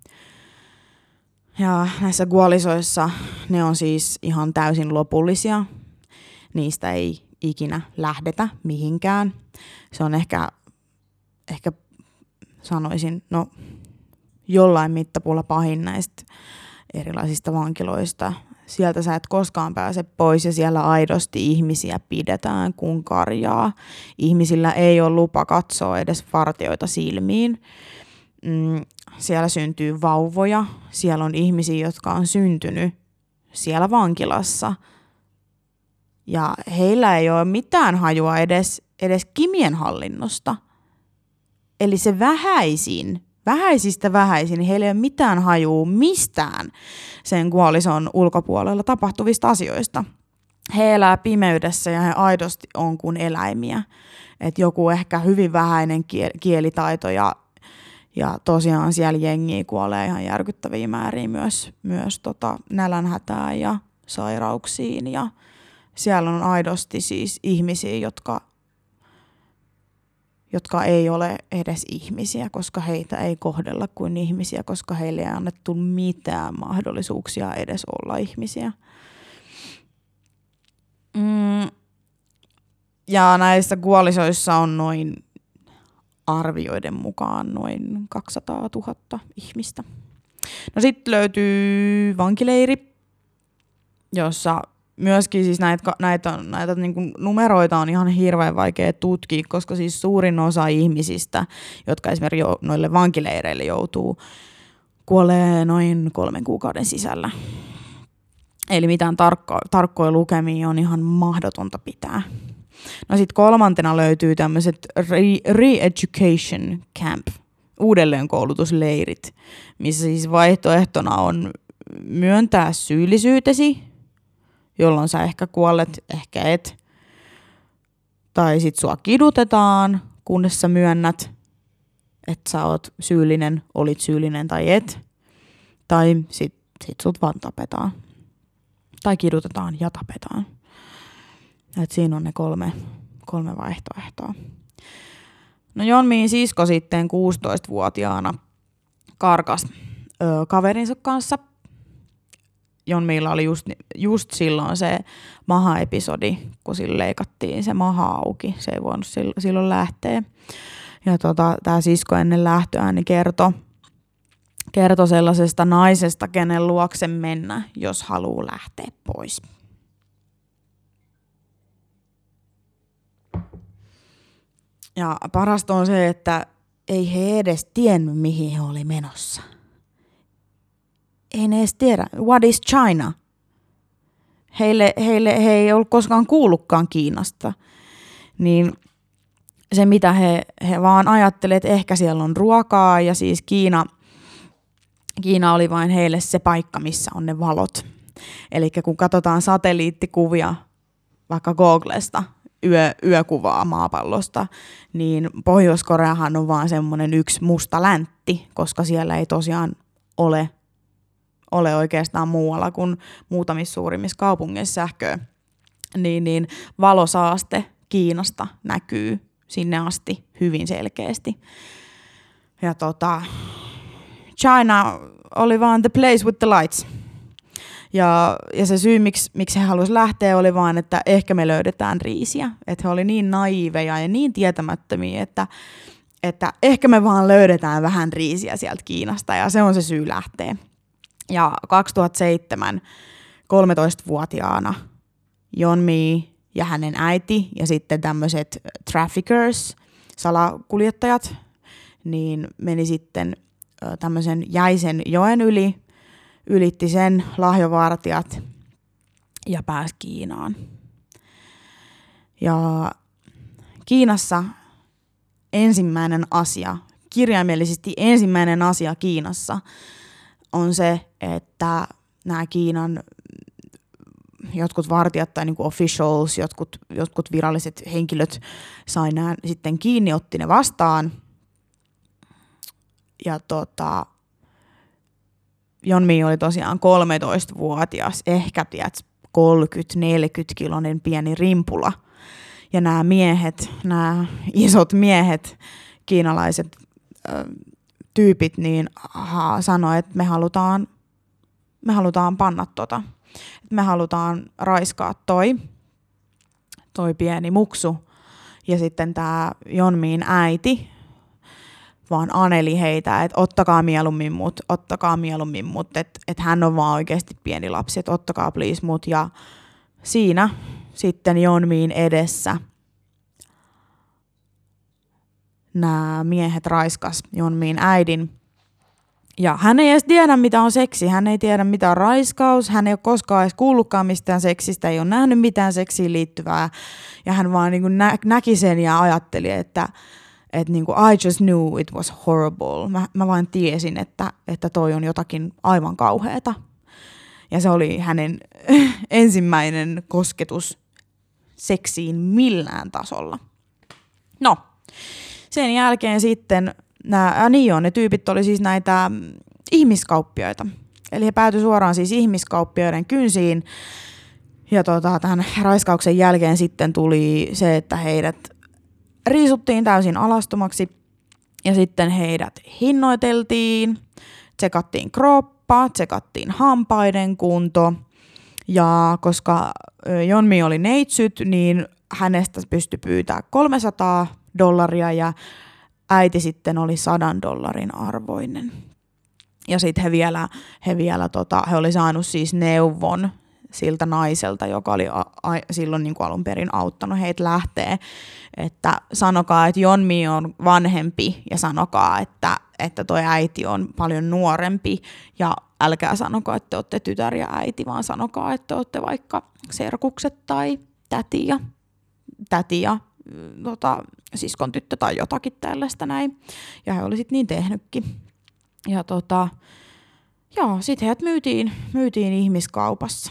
[SPEAKER 1] Ja näissä Gualisoissa ne on siis ihan täysin lopullisia. Niistä ei ikinä lähdetä mihinkään. Se on ehkä, ehkä sanoisin, no jollain mittapuulla pahin näistä erilaisista vankiloista. Sieltä sä et koskaan pääse pois ja siellä aidosti ihmisiä pidetään kuin karjaa. Ihmisillä ei ole lupa katsoa edes vartijoita silmiin. Mm, siellä syntyy vauvoja. Siellä on ihmisiä, jotka on syntynyt siellä vankilassa. Ja heillä ei ole mitään hajua edes, edes Kimien hallinnosta. Eli se vähäisin, vähäisistä vähäisin, niin heillä ei ole mitään hajua mistään sen Gualison ulkopuolella tapahtuvista asioista. He elää pimeydessä ja he aidosti on kuin eläimiä. Et joku ehkä hyvin vähäinen kielitaito ja, ja tosiaan siellä jengiä kuolee ihan järkyttäviä määriä myös, myös tota nälänhätään ja sairauksiin. Ja siellä on aidosti siis ihmisiä, jotka jotka ei ole edes ihmisiä, koska heitä ei kohdella kuin ihmisiä, koska heille ei annettu mitään mahdollisuuksia edes olla ihmisiä. Mm. Ja näissä Gualisoissa on noin arvioiden mukaan noin kaksisataatuhatta ihmistä. No sitten löytyy vankileiri, jossa myöskin siis näitä, näitä, näitä niin kuin numeroita on ihan hirveän vaikea tutkia, koska siis suurin osa ihmisistä, jotka esimerkiksi jo, noille vankileireille joutuu, kuolee noin kolmen kuukauden sisällä. Eli mitään tarkko, tarkkoja lukemia on ihan mahdotonta pitää. No sitten kolmantena löytyy tämmöiset re- re-education camp, uudelleenkoulutusleirit, missä siis vaihtoehtona on myöntää syyllisyytesi, jolloin sä ehkä kuollet, ehkä et. Tai sit sua kidutetaan, kunnes sä myönnät, että sä oot syyllinen, olit syyllinen tai et. Tai sit, sit sut vaan tapetaan. Tai kidutetaan ja tapetaan. Et siinä on ne kolme, kolme vaihtoehtoa. No Yeonmin sisko sitten kuusitoistavuotiaana karkas ö, kaverinsa kanssa. Yeonmilla oli just, just silloin se maha-episodi, kun sille leikattiin se maha auki. Se ei voinut silloin lähteä. Ja tota, tämä sisko ennen lähtöään niin kertoi kerto sellaisesta naisesta, kenen luokse mennä, jos haluaa lähteä pois. Ja parasta on se, että ei he edes tiennyt, mihin he oli menossa. Ei ne edes tiedä. What is China? Heille, heille, he ei ollut koskaan kuullutkaan Kiinasta. Niin se, mitä he, he vaan ajattelevat, että ehkä siellä on ruokaa, ja siis Kiina, Kiina oli vain heille se paikka, missä on ne valot. Eli kun katsotaan satelliittikuvia vaikka Googlesta, yö, yökuvaa maapallosta, niin Pohjois-Koreahan on vaan semmoinen yksi musta läntti, koska siellä ei tosiaan ole, ole oikeastaan muualla kuin muutamissa suurimmissa kaupungeissa sähköä. Niin, niin valosaaste Kiinasta näkyy sinne asti hyvin selkeästi. Ja tota, China oli vaan the place with the lights. Ja, ja se syy, miksi, miksi he halusivat lähteä, oli vaan, että ehkä me löydetään riisiä. Että he oli niin naiiveja ja niin tietämättömiä, että, että ehkä me vaan löydetään vähän riisiä sieltä Kiinasta. Ja se on se syy lähteä. Ja kaksituhattaseitsemän kolmetoistavuotiaana Yeonmi ja hänen äiti ja sitten tämmöiset traffickers, salakuljettajat, niin meni sitten tämmöisen jäisen joen yli, ylitti sen lahjovartijat ja pääsi Kiinaan. Ja Kiinassa ensimmäinen asia, kirjaimellisesti ensimmäinen asia Kiinassa on se, että nämä Kiinan jotkut vartijat tai niin kuin officials, jotkut, jotkut viralliset henkilöt sai nämä sitten kiinni, otti ne vastaan. Ja tota, Yeonmi oli tosiaan kolmetoistavuotias, ehkä tiedät, kolmekymmentä neljäkymmentä kiloinen pieni rimpula. Ja nämä miehet, nämä isot miehet, kiinalaiset ö, tyypit, niin sanoi, että me halutaan, me halutaan panna tota. Me halutaan raiskaa toi, toi pieni muksu. Ja sitten tämä Yeonmin äiti vaan aneli heitä, että ottakaa mieluummin mut, ottakaa mieluummin mut, että et hän on vaan oikeasti pieni lapsi, että ottakaa please mut. Ja siinä sitten Yeonmin edessä nämä miehet raiskas Yeonmin äidin. Ja hän ei edes tiedä, mitä on seksi, hän ei tiedä, mitä on raiskaus, hän ei ole koskaan edes kuullutkaan mistään seksistä, ei ole nähnyt mitään seksiin liittyvää. Ja hän vaan niin kuin nä- näki sen ja ajatteli, että, että niin kuin, I just knew it was horrible. Mä, mä vain tiesin, että, että toi on jotakin aivan kauheata. Ja se oli hänen ensimmäinen kosketus seksiin millään tasolla. No, sen jälkeen sitten nämä, niin joo, ne tyypit oli siis näitä ihmiskauppioita. Eli he päätyi suoraan siis ihmiskauppioiden kynsiin. Ja tota, tämän raiskauksen jälkeen sitten tuli se, että heidät riisuttiin täysin alastomaksi. Ja sitten heidät hinnoiteltiin, tsekattiin kroppa, tsekattiin hampaiden kunto. Ja koska Yeonmi oli neitsyt, niin hänestä pystyi pyytämään kolmesataa dollaria ja äiti sitten oli sadan dollarin arvoinen. Ja sitten he vielä, he vielä tota, he oli saanut siis neuvon siltä naiselta, joka oli a- a- silloin niin kuin alun perin auttanut heitä lähtee, että sanokaa, että Yeonmi on vanhempi ja sanokaa, että, että toi äiti on paljon nuorempi ja älkää sanokaa, että te olette tytär ja äiti, vaan sanokaa, että te olette vaikka serkukset tai täti ja, täti ja tota, siskon tyttö tai jotakin tällaista näin. Ja he olisivat niin tehnytkin. Ja tota, joo, sitten heidät myytiin, myytiin ihmiskaupassa.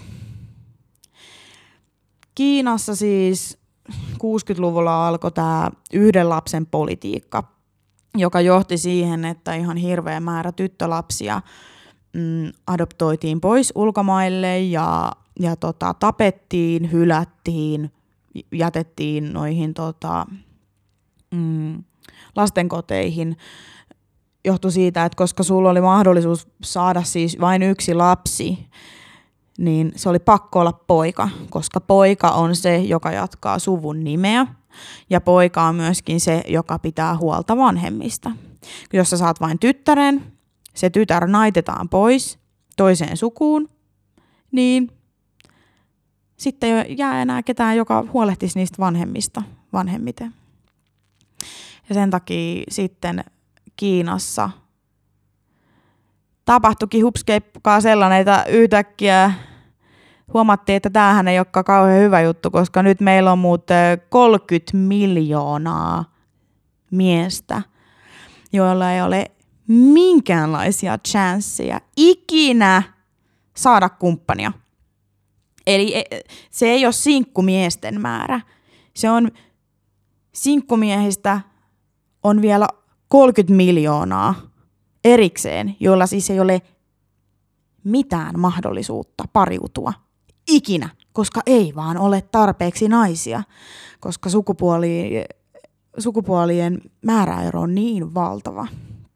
[SPEAKER 1] Kiinassa siis kuusikymmentäluvulla alkoi tämä yhden lapsen politiikka, joka johti siihen, että ihan hirveä määrä tyttölapsia mm, adoptoitiin pois ulkomaille ja, ja tota, tapettiin, hylättiin, jätettiin noihin tota, mm, lastenkoteihin. Johtui siitä, että koska sulla oli mahdollisuus saada siis vain yksi lapsi, niin se oli pakko olla poika, koska poika on se, joka jatkaa suvun nimeä, ja poika on myöskin se, joka pitää huolta vanhemmista. Jos sä saat vain tyttären, se tytär naitetaan pois toiseen sukuun, niin sitten ei jää enää ketään, joka huolehtisi niistä vanhemmista vanhemmiten. Ja sen takia sitten Kiinassa tapahtuikin hupskeippukaa sellainen, että yhtäkkiä huomattiin, että tämähän ei olekaan kauhean hyvä juttu, koska nyt meillä on muuten kolmekymmentä miljoonaa miestä, joilla ei ole minkäänlaisia chanceja ikinä saada kumppania. Eli se ei ole sinkkumiesten määrä. Se on sinkkumiehistä on vielä kolmekymmentä miljoonaa erikseen, joilla siis ei ole mitään mahdollisuutta pariutua ikinä, koska ei vaan ole tarpeeksi naisia, koska sukupuoli, sukupuolien määräero on niin valtava.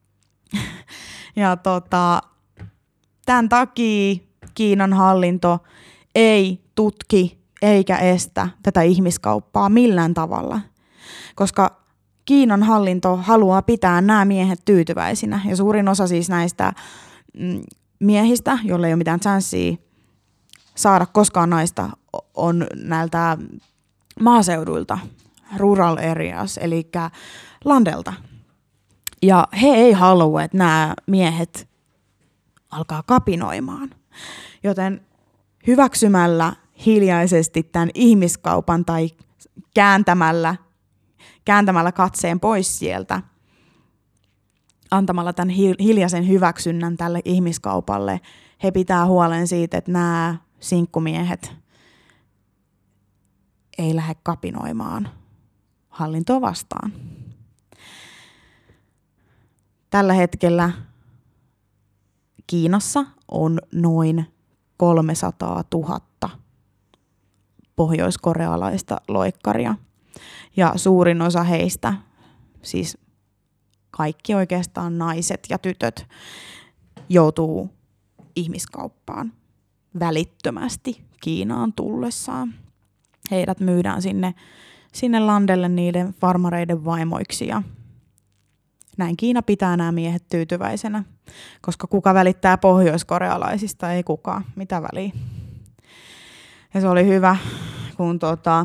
[SPEAKER 1] Ja tota, tämän takia Kiinan hallinto ei tutki eikä estä tätä ihmiskauppaa millään tavalla, koska Kiinan hallinto haluaa pitää nämä miehet tyytyväisinä. Ja suurin osa siis näistä mm, miehistä, joilla ei ole mitään chanssiä saada koskaan naista, on näiltä maaseuduilta, rural areas, eli landelta. Ja he ei halua, että nämä miehet alkaa kapinoimaan. Joten hyväksymällä hiljaisesti tämän ihmiskaupan tai kääntämällä kääntämällä katseen pois sieltä, antamalla tämän hiljaisen hyväksynnän tälle ihmiskaupalle, he pitää huolen siitä, että nämä sinkkumiehet ei lähde kapinoimaan hallintoa vastaan. Tällä hetkellä Kiinassa on noin kolmesataatuhatta pohjoiskorealaista loikkaria. Ja suurin osa heistä, siis kaikki oikeastaan naiset ja tytöt, joutuu ihmiskauppaan välittömästi Kiinaan tullessaan. Heidät myydään sinne, sinne landelle niiden farmareiden vaimoiksi ja näin Kiina pitää nämä miehet tyytyväisenä, koska kuka välittää pohjoiskorealaisista, ei kukaan, mitä väliä. Ja se oli hyvä, kun tota,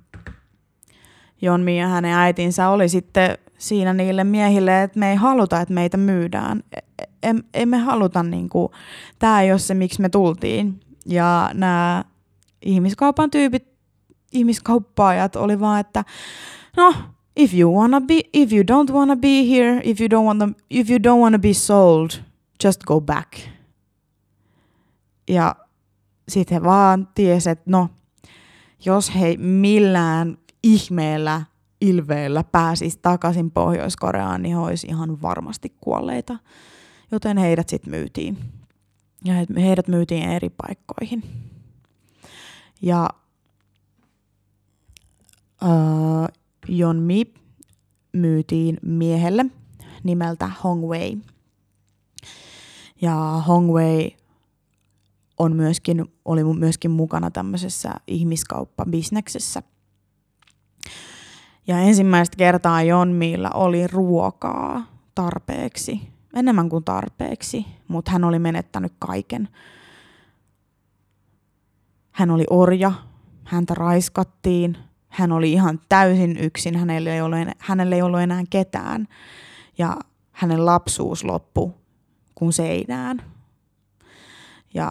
[SPEAKER 1] Yeonmi ja hänen äitinsä oli sitten siinä niille miehille, että me ei haluta, että meitä myydään. Em, emme haluta, niin kuin, tämä ei ole se, miksi me tultiin. Ja nämä ihmiskaupan tyypit, ihmiskauppaajat oli vaan, että no, if you wanna be, if you don't wanna be here, if you don't wanna, if you don't wanna be sold, just go back. Ja sitten he vaan tiesi, että no, jos he millään ihmeellä, ilveellä pääsisi takaisin Pohjois-Koreaan, niin he olisi ihan varmasti kuolleita. Joten heidät sitten myytiin. Ja heidät myytiin eri paikkoihin. Ja uh, Yeonmi myytiin miehelle nimeltä Hong Wei. Ja Hong Wei on myöskin, oli myöskin mukana tämmöisessä ihmiskauppabisneksessä. Ja ensimmäistä kertaa Yeonmilla oli ruokaa tarpeeksi, enemmän kuin tarpeeksi, mutta hän oli menettänyt kaiken. Hän oli orja, häntä raiskattiin, hän oli ihan täysin yksin, hänellä ei ollut enää, hänellä ei ollut enää ketään ja hänen lapsuus loppui kuin seinään. Ja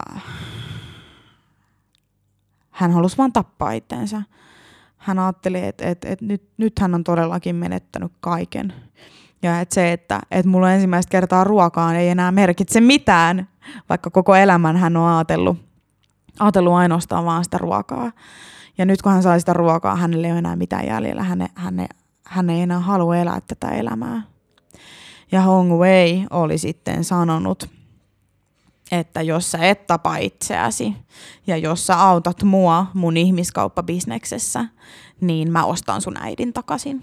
[SPEAKER 1] hän halusi vaan tappaa itsensä. Hän ajatteli, että, että, että nyt, nyt hän on todellakin menettänyt kaiken. Ja että se, että, että mulla ensimmäistä kertaa ruokaan ei enää merkitse mitään, vaikka koko elämän hän on ajatellut, ajatellut ainoastaan vaan sitä ruokaa. Ja nyt kun hän sai sitä ruokaa, hänelle ei ole enää mitään jäljellä. Hän, hän, hän ei enää halua elää tätä elämää. Ja Hong Wei oli sitten sanonut, että jos sä et tapa itseäsi ja jos sä autat mua mun ihmiskauppabisneksessä, niin mä ostan sun äidin takaisin.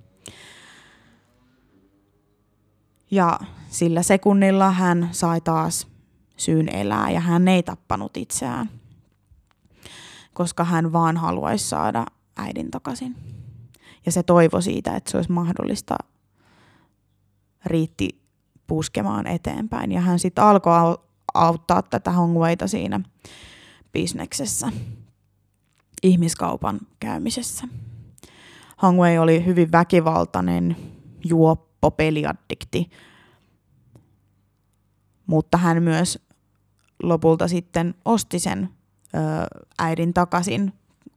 [SPEAKER 1] Ja sillä sekunnilla hän sai taas syyn elää ja hän ei tappanut itseään, koska hän vaan haluaisi saada äidin takaisin. Ja se toivo siitä, että se olisi mahdollista, riitti puskemaan eteenpäin. Ja hän sitten alkoi auttaa tätä Hong Weita siinä bisneksessä, ihmiskaupan käymisessä. Hong Wei oli hyvin väkivaltainen, juoppo, peliaddikti, mutta hän myös lopulta sitten osti sen ö, äidin takaisin,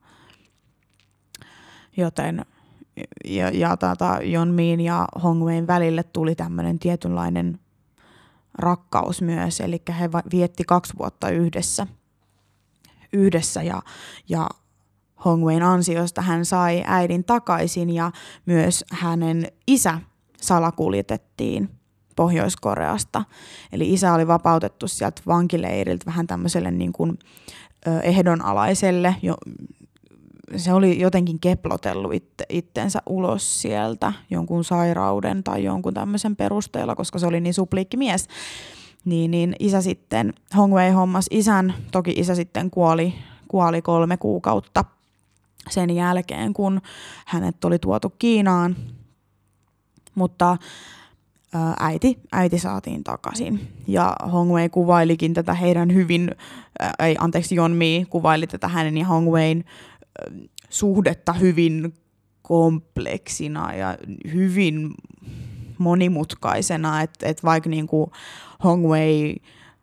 [SPEAKER 1] joten ja, ja tata, Yeonmin ja Hong Wein välille tuli tämmöinen tietynlainen rakkaus myös, eli he vietti kaksi vuotta yhdessä, yhdessä ja, ja Hong Wein ansiosta hän sai äidin takaisin ja myös hänen isä salakuljetettiin Pohjois-Koreasta. Eli isä oli vapautettu sieltä vankileiriltä vähän tämmöiselle niin kuin ö, ehdonalaiselle. Jo, se oli jotenkin keplotellut itte, itsensä ulos sieltä jonkun sairauden tai jonkun tämmöisen perusteella, koska se oli niin supliikki mies. Niin, niin isä sitten, Hong Wei hommas isän, toki isä sitten kuoli, kuoli kolme kuukautta sen jälkeen, kun hänet oli tuotu Kiinaan. Mutta äiti, äiti saatiin takaisin. Ja Hong Wei kuvailikin tätä heidän hyvin, ei anteeksi, Yeonmi kuvaili tätä hänen ja Hong Wein suhdetta hyvin kompleksina ja hyvin monimutkaisena, että et vaikka niinku Hong Wei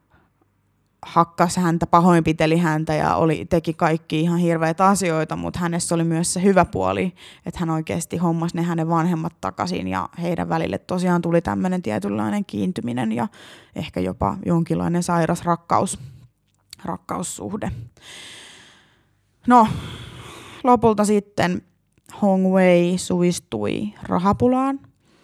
[SPEAKER 1] hakkasi häntä, pahoinpiteli häntä ja oli, teki kaikki ihan hirveitä asioita, mutta hänessä oli myös se hyvä puoli, että hän oikeasti hommasi ne hänen vanhemmat takaisin ja heidän välille tosiaan tuli tämmöinen tietynlainen kiintyminen ja ehkä jopa jonkinlainen sairas rakkaus, rakkaussuhde. No, lopulta sitten Hong Wei suistui rahapulaan.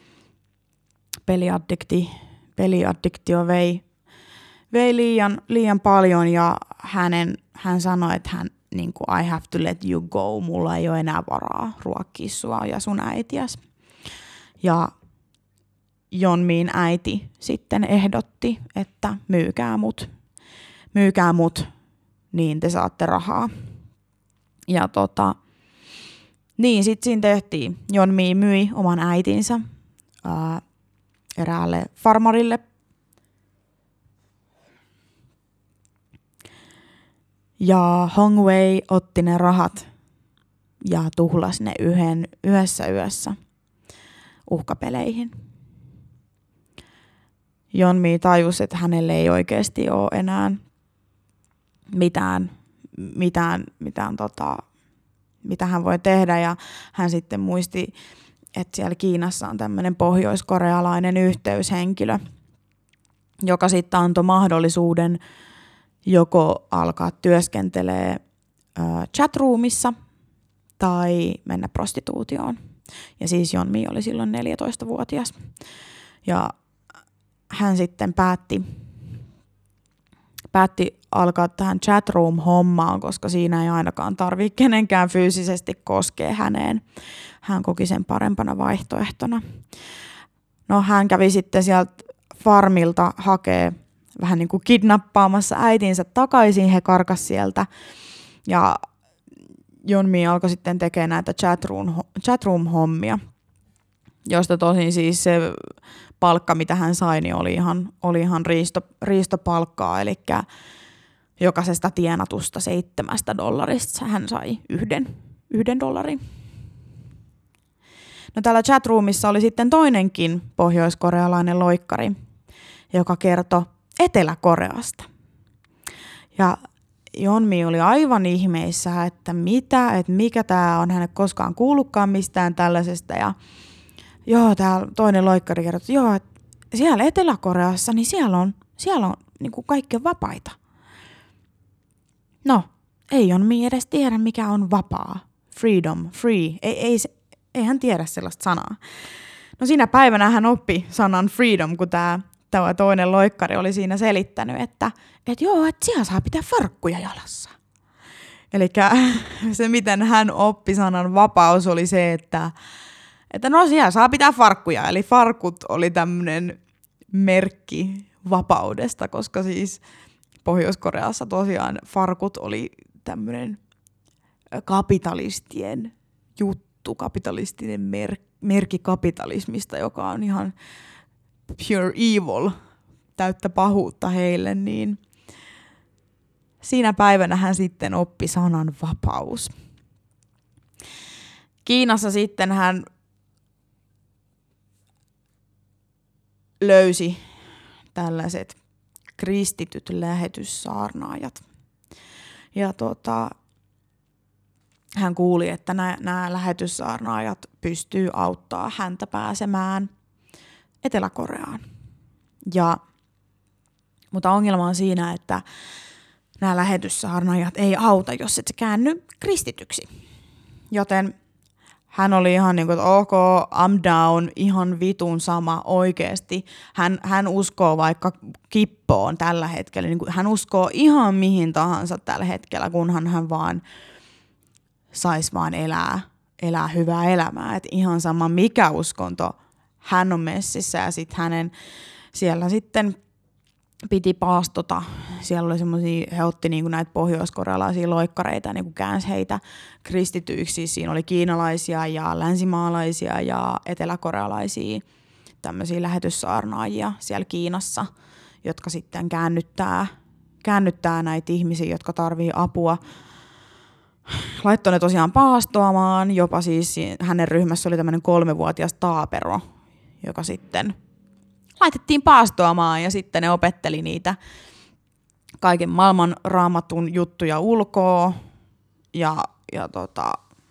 [SPEAKER 1] Peliaddikti, peliaddiktio vei vei liian, liian paljon ja hänen, hän sanoi, että hän niin kuin, I have to let you go, mulla ei ole enää varaa ruokkia sua ja sun äitiäs. Ja Yeonmin äiti sitten ehdotti, että myykää mut, myykää mut, niin te saatte rahaa. Ja tota, niin sitten siinä tehtiin. Yeonmi myi oman äitinsä ää, eräälle farmarille. Ja Hong Wei otti ne rahat ja tuhlasi ne yhden, yhdessä yössä uhkapeleihin. Yeonmi tajusi, että hänelle ei oikeasti ole enää mitään, mitään, mitään tota, mitä hän voi tehdä. Ja hän sitten muisti, että siellä Kiinassa on tämmöinen pohjoiskorealainen yhteyshenkilö, joka sitten antoi mahdollisuuden joko alkaa työskentelee äh, chatroomissa tai mennä prostituutioon. Ja siis Yeonmi oli silloin neljätoistavuotias. Ja hän sitten päätti, päätti alkaa tähän chatroom-hommaan, koska siinä ei ainakaan tarvitse kenenkään fyysisesti koskea häneen. Hän koki sen parempana vaihtoehtona. No hän kävi sitten sieltä farmilta hakee vähän niin kuin kidnappaamassa äitinsä takaisin, he karkas sieltä ja Yeonmi alkoi sitten tekemään näitä chatroom, chatroom-hommia, josta tosin siis se palkka, mitä hän sai, niin oli ihan, oli ihan riisto, riistopalkkaa, eli jokaisesta tienatusta seitsemästä dollarista hän sai yhden, yhden dollarin. No täällä chatroomissa oli sitten toinenkin pohjoiskorealainen loikkari, joka kertoi Etelä-Koreasta. Ja Yeonmi oli aivan ihmeissä, että mitä, että mikä tää on, hän ei koskaan kuullutkaan mistään tällaisesta. Ja joo, täällä toinen loikkari kertoi, että joo, että siellä Etelä-Koreassa, niin siellä on, siellä on niin kuin kaikki on vapaita. No, ei Yeonmi edes tiedä, mikä on vapaa. Freedom, free, ei, ei, ei hän tiedä sellaista sanaa. No siinä päivänä hän oppi sanan freedom, kun tämä Tämä toinen loikkari oli siinä selittänyt, että, että joo, että siellä saa pitää farkkuja jalassa. Eli se, miten hän oppi sanan vapaus, oli se, että, että no siellä saa pitää farkkuja. Eli farkut oli tämmöinen merkki vapaudesta, koska siis Pohjois-Koreassa tosiaan farkut oli tämmöinen kapitalistien juttu, kapitalistinen mer- merkki kapitalismista, joka on ihan pure evil, täyttä pahuutta heille, niin siinä päivänä hän sitten oppi sanan vapaus. Kiinassa sitten hän löysi tällaiset kristityt lähetyssaarnaajat. Ja tota, hän kuuli, että nämä lähetyssaarnaajat pystyy auttaa häntä pääsemään Etelä-Koreaan. Ja, mutta ongelma on siinä, että nämä lähetyssaarnaajat ei auta, jos et se käänny kristityksi. Joten hän oli ihan niin kuin, että ok, I'm down, ihan vitun sama oikeasti. Hän, hän uskoo vaikka kippoon tällä hetkellä. Niin kuin, hän uskoo ihan mihin tahansa tällä hetkellä, kunhan hän vaan saisi vaan elää, elää hyvää elämää. Et ihan sama mikä uskonto hän on messissä ja sitten hänen siellä sitten piti paastota. Siellä oli semmoisia, he otti niinku näitä pohjoiskorealaisia loikkareita ja niinku käänsi heitä kristityiksi. Siinä oli kiinalaisia ja länsimaalaisia ja eteläkorealaisia tämmöisiä lähetyssaarnaajia siellä Kiinassa, jotka sitten käännyttää, käännyttää näitä ihmisiä, jotka tarvii apua. Laittoi ne tosiaan paastoamaan, jopa siis hänen ryhmässä oli tämmöinen kolmevuotias taapero, joka sitten laitettiin paastoamaan ja sitten ne opetteli niitä kaiken maailman raamatun juttuja ulkoa ja, ja tota,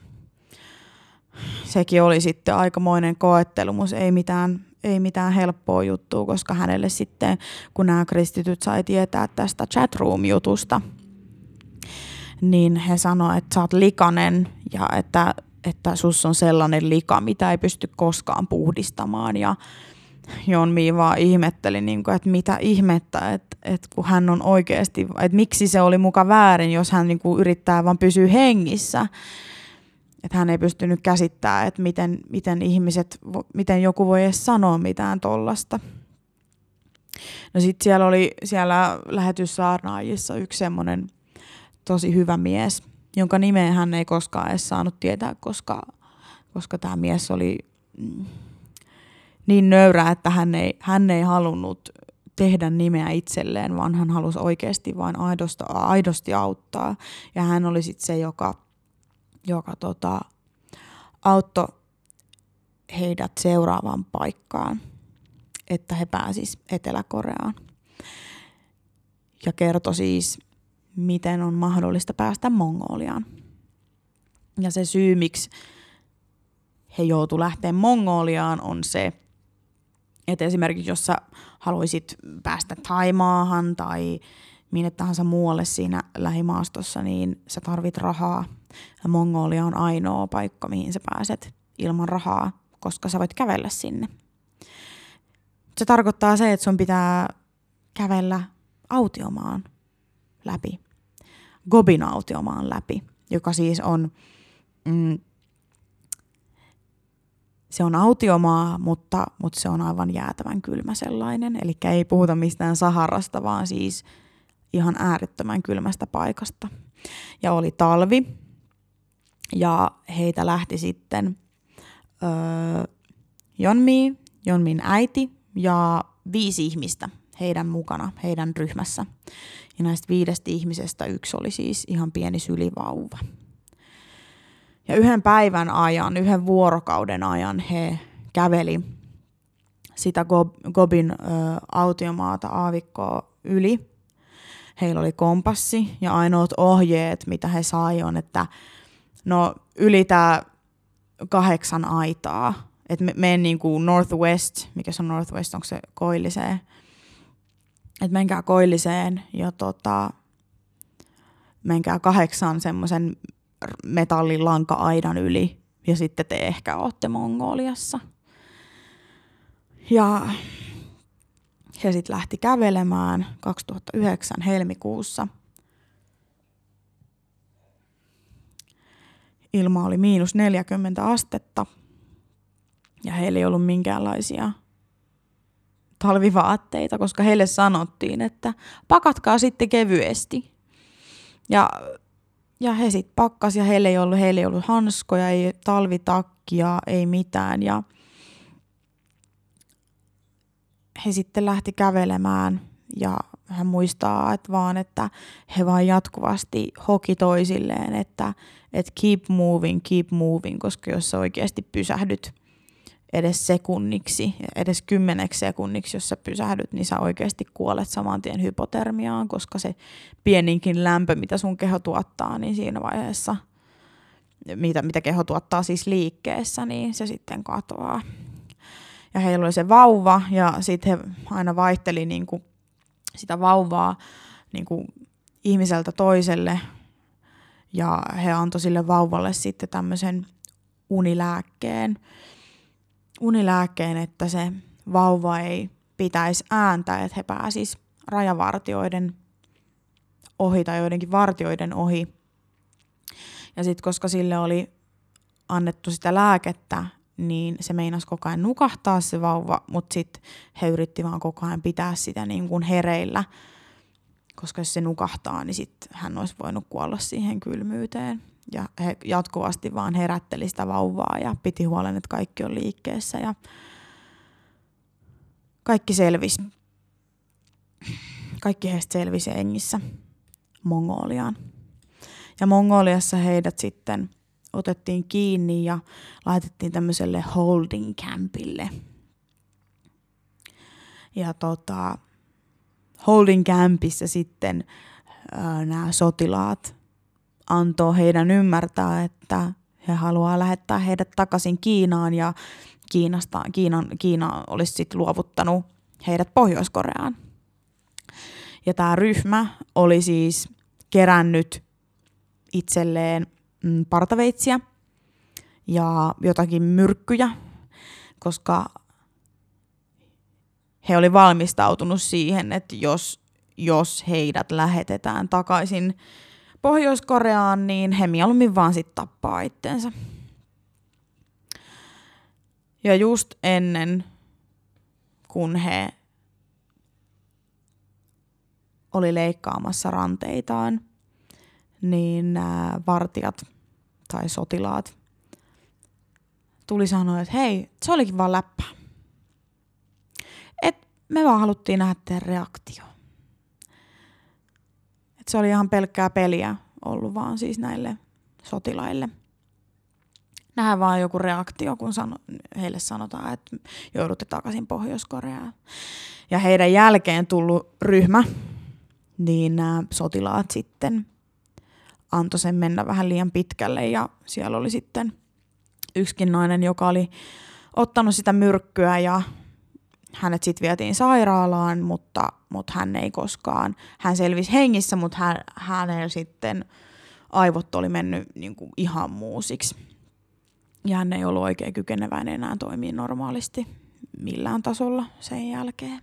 [SPEAKER 1] sekin oli sitten aikamoinen koettelemus, ei mitään, ei mitään helppoa juttua, koska hänelle sitten, kun nämä kristityt sai tietää tästä chatroom-jutusta, niin he sanoivat, että sä oot likainen ja että, että sus on sellainen lika, mitä ei pysty koskaan puhdistamaan. Ja Yeonmi vaan ihmetteli, niin kuin, että mitä ihmettä, että, että kun hän on oikeasti, että miksi se oli muka väärin, jos hän niin kuin yrittää vaan pysyä hengissä. Että hän ei pystynyt käsittämään, että miten, miten ihmiset, miten joku voi edes sanoa mitään tollasta. No sit siellä oli siellä lähetyssaarnaajissa yksi semmoinen tosi hyvä mies, jonka nimeä hän ei koskaan edes saanut tietää, koska, koska tämä mies oli mm, niin nöyrä, että hän ei, hän ei halunnut tehdä nimeä itselleen, vaan hän halusi oikeasti vain aidosti, aidosti auttaa. Ja hän oli sitten se, joka, joka tota, auttoi heidät seuraavaan paikkaan, että he pääsisivät Etelä-Koreaan. Ja kertoi siis, miten on mahdollista päästä Mongoliaan. Ja se syy, miksi he joutu lähteä Mongoliaan, on se, että esimerkiksi jos sä haluaisit päästä Taimaahan tai minne tahansa muualle siinä lähimaastossa, niin sä tarvit rahaa. Ja Mongolia on ainoa paikka, mihin sä pääset ilman rahaa, koska sä voit kävellä sinne. Se tarkoittaa se, että sun pitää kävellä autiomaan läpi. Gobin autiomaan läpi, joka siis on, mm, se on autiomaa, mutta, mutta se on aivan jäätävän kylmä sellainen. Eli ei puhuta mistään Saharasta, vaan siis ihan äärettömän kylmästä paikasta. Ja oli talvi, ja heitä lähti sitten öö, Yeonmi, Yeonmin äiti ja viisi ihmistä heidän mukana, heidän ryhmässä. Ja näistä viidestä ihmisestä yksi oli siis ihan pieni sylivauva. Ja yhden päivän ajan, yhden vuorokauden ajan he käveli sitä Gobin ö, autiomaata aavikkoa yli. Heillä oli kompassi ja ainoat ohjeet, mitä he sai, on, että no ylitä kahdeksan aitaa. Että mene niin kuin northwest, mikä se on northwest, onko se koilliseen? Että menkää koilliseen ja tota, menkää kahdeksan semmoisen metallilanka-aidan yli ja sitten te ehkä ootte Mongoliassa. Ja he sitten lähti kävelemään kaksituhattayhdeksän helmikuussa. Ilma oli miinus neljäkymmentä astetta ja heillä ei ollut minkäänlaisia talvivaatteita, koska heille sanottiin, että pakatkaa sitten kevyesti. Ja, ja he sitten pakkas ja heillä ei ollut, heillä ei ollut hanskoja, ei talvitakkia, ei mitään. Ja he sitten lähti kävelemään ja hän muistaa, että vaan, että he vaan jatkuvasti hoki toisilleen, että, että keep moving, keep moving, koska jos sä oikeasti pysähdyt edes sekunniksi, edes kymmeneksi sekunniksi, jos sä pysähdyt, niin sä oikeasti kuolet saman tien hypotermiaan, koska se pieninkin lämpö, mitä sun keho tuottaa, niin siinä vaiheessa, mitä, mitä keho tuottaa siis liikkeessä, niin se sitten katoaa. Ja heillä oli se vauva, ja sitten he aina vaihteli niin kuin sitä vauvaa niin kuin ihmiseltä toiselle, ja he antoi sille vauvalle sitten tämmöisen unilääkkeen, unilääkkeen, että se vauva ei pitäisi ääntä, että he pääsisivät rajavartioiden ohi tai joidenkin vartioiden ohi. Ja sitten koska sille oli annettu sitä lääkettä, niin se meinasi koko ajan nukahtaa se vauva, mutta sitten he yritti vaan koko ajan pitää sitä niin kuin hereillä, koska jos se nukahtaa, niin sitten hän olisi voinut kuolla siihen kylmyyteen. Ja he jatkuvasti vaan herätteli sitä vauvaa ja piti huolen, että kaikki on liikkeessä ja kaikki selvisi. Kaikki heistä selvisi hengissä Mongoliaan. Ja Mongoliassa heidät sitten otettiin kiinni ja laitettiin tämmöiselle holding campille. Ja tota, holding campissa sitten ää, nämä sotilaat antoi heidän ymmärtää, että he haluaa lähettää heidät takaisin Kiinaan ja Kiinasta, Kiinan, Kiina olisi sitten luovuttanut heidät Pohjois-Koreaan. Ja tämä ryhmä oli siis kerännyt itselleen mm, partaveitsiä ja jotakin myrkkyjä, koska he oli valmistautunut siihen, että jos, jos heidät lähetetään takaisin Pohjois-Koreaan, niin he mieluummin vaan sit tappaa itsensä. Ja just ennen, kun he oli leikkaamassa ranteitaan, niin nämä vartijat tai sotilaat tuli sanoa, että hei, se olikin vaan läppä. Et me vaan haluttiin nähdä teidän reaktio. Et se oli ihan pelkkää peliä ollut vaan siis näille sotilaille. Nähdään vaan joku reaktio, kun sano, heille sanotaan, että joudutte takaisin Pohjois-Koreaan. Ja heidän jälkeen tullut ryhmä, niin nämä sotilaat sitten antoi sen mennä vähän liian pitkälle. Ja siellä oli sitten yksikin nainen, joka oli ottanut sitä myrkkyä ja hänet sitten vietiin sairaalaan, mutta, mutta hän ei koskaan, hän selvisi hengissä, mutta hän, hänellä sitten aivot oli mennyt niin kuin ihan muusiksi. Ja hän ei ollut oikein kykeneväinen enää toimia normaalisti millään tasolla sen jälkeen.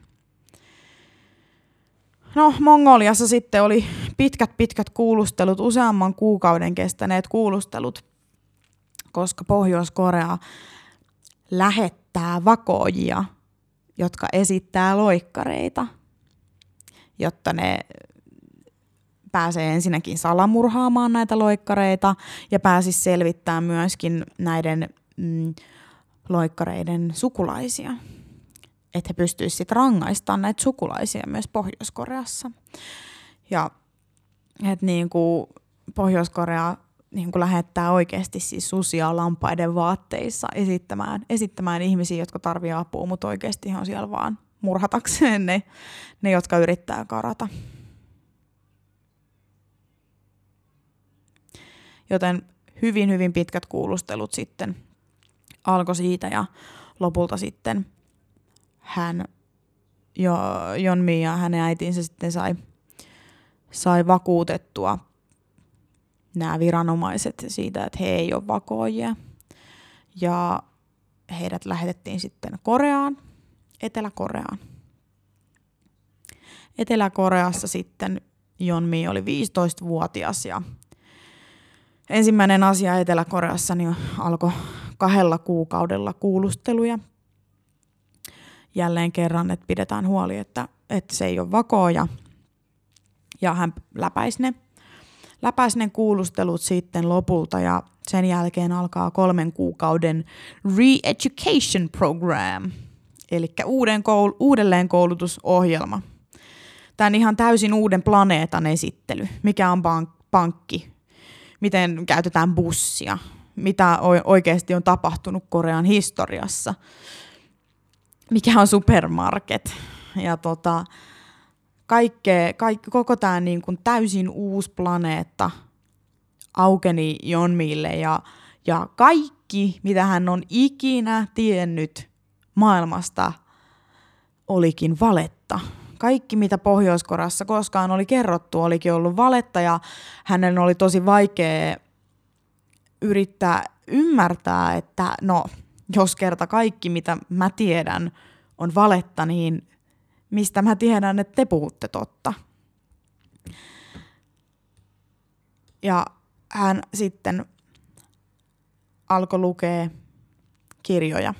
[SPEAKER 1] No, Mongoliassa sitten oli pitkät pitkät kuulustelut, useamman kuukauden kestäneet kuulustelut, koska Pohjois-Korea lähettää vakoojia, jotka esittää loikkareita, jotta ne pääsee ensinnäkin salamurhaamaan näitä loikkareita ja pääsisi selvittämään myöskin näiden mm, loikkareiden sukulaisia. että he pystyisivät sitten rangaistamaan näitä sukulaisia myös Pohjois-Koreassa. Ja että niin kuin Pohjois-Korea niin kuin lähettää oikeasti siis susia lampaiden vaatteissa esittämään, esittämään ihmisiä, jotka tarvitsevat apua, mutta oikeasti on siellä vaan murhatakseen ne, ne jotka yrittää karata. Joten hyvin, hyvin pitkät kuulustelut sitten alkoi siitä ja lopulta sitten hän, jo, Yeonmi ja hänen äitinsä sitten sai, sai vakuutettua nämä viranomaiset siitä, että he ei ole vakoojia. Ja heidät lähetettiin sitten Koreaan, Etelä-Koreaan. Etelä-Koreassa sitten Yeonmi oli viisitoistavuotias ja ensimmäinen asia Etelä-Koreassa niin alkoi kahdella kuukaudella kuulusteluja. Jälleen kerran, että pidetään huoli, että, että se ei ole vakooja. Ja hän läpäisi ne, läpäisi ne kuulustelut sitten lopulta ja sen jälkeen alkaa kolmen kuukauden re-education program, eli uuden koul- uudelleenkoulutusohjelma. Tämä on ihan täysin uuden planeetan esittely, mikä on bank- pankki, miten käytetään bussia, mitä oikeasti on tapahtunut Korean historiassa, mikä on supermarket. Ja tota, kaikke, kaikki, koko tämä niin kuin täysin uusi planeetta aukeni Yeonmille ja, ja kaikki, mitä hän on ikinä tiennyt maailmasta, olikin valetta. Kaikki, mitä Pohjois-Koreassa koskaan oli kerrottu, olikin ollut valetta ja hänen oli tosi vaikea yrittää ymmärtää, että no, jos kerta kaikki, mitä mä tiedän, on valetta, niin mistä mä tiedän, että te puhutte totta. Ja hän sitten alkoi lukea kirjoja.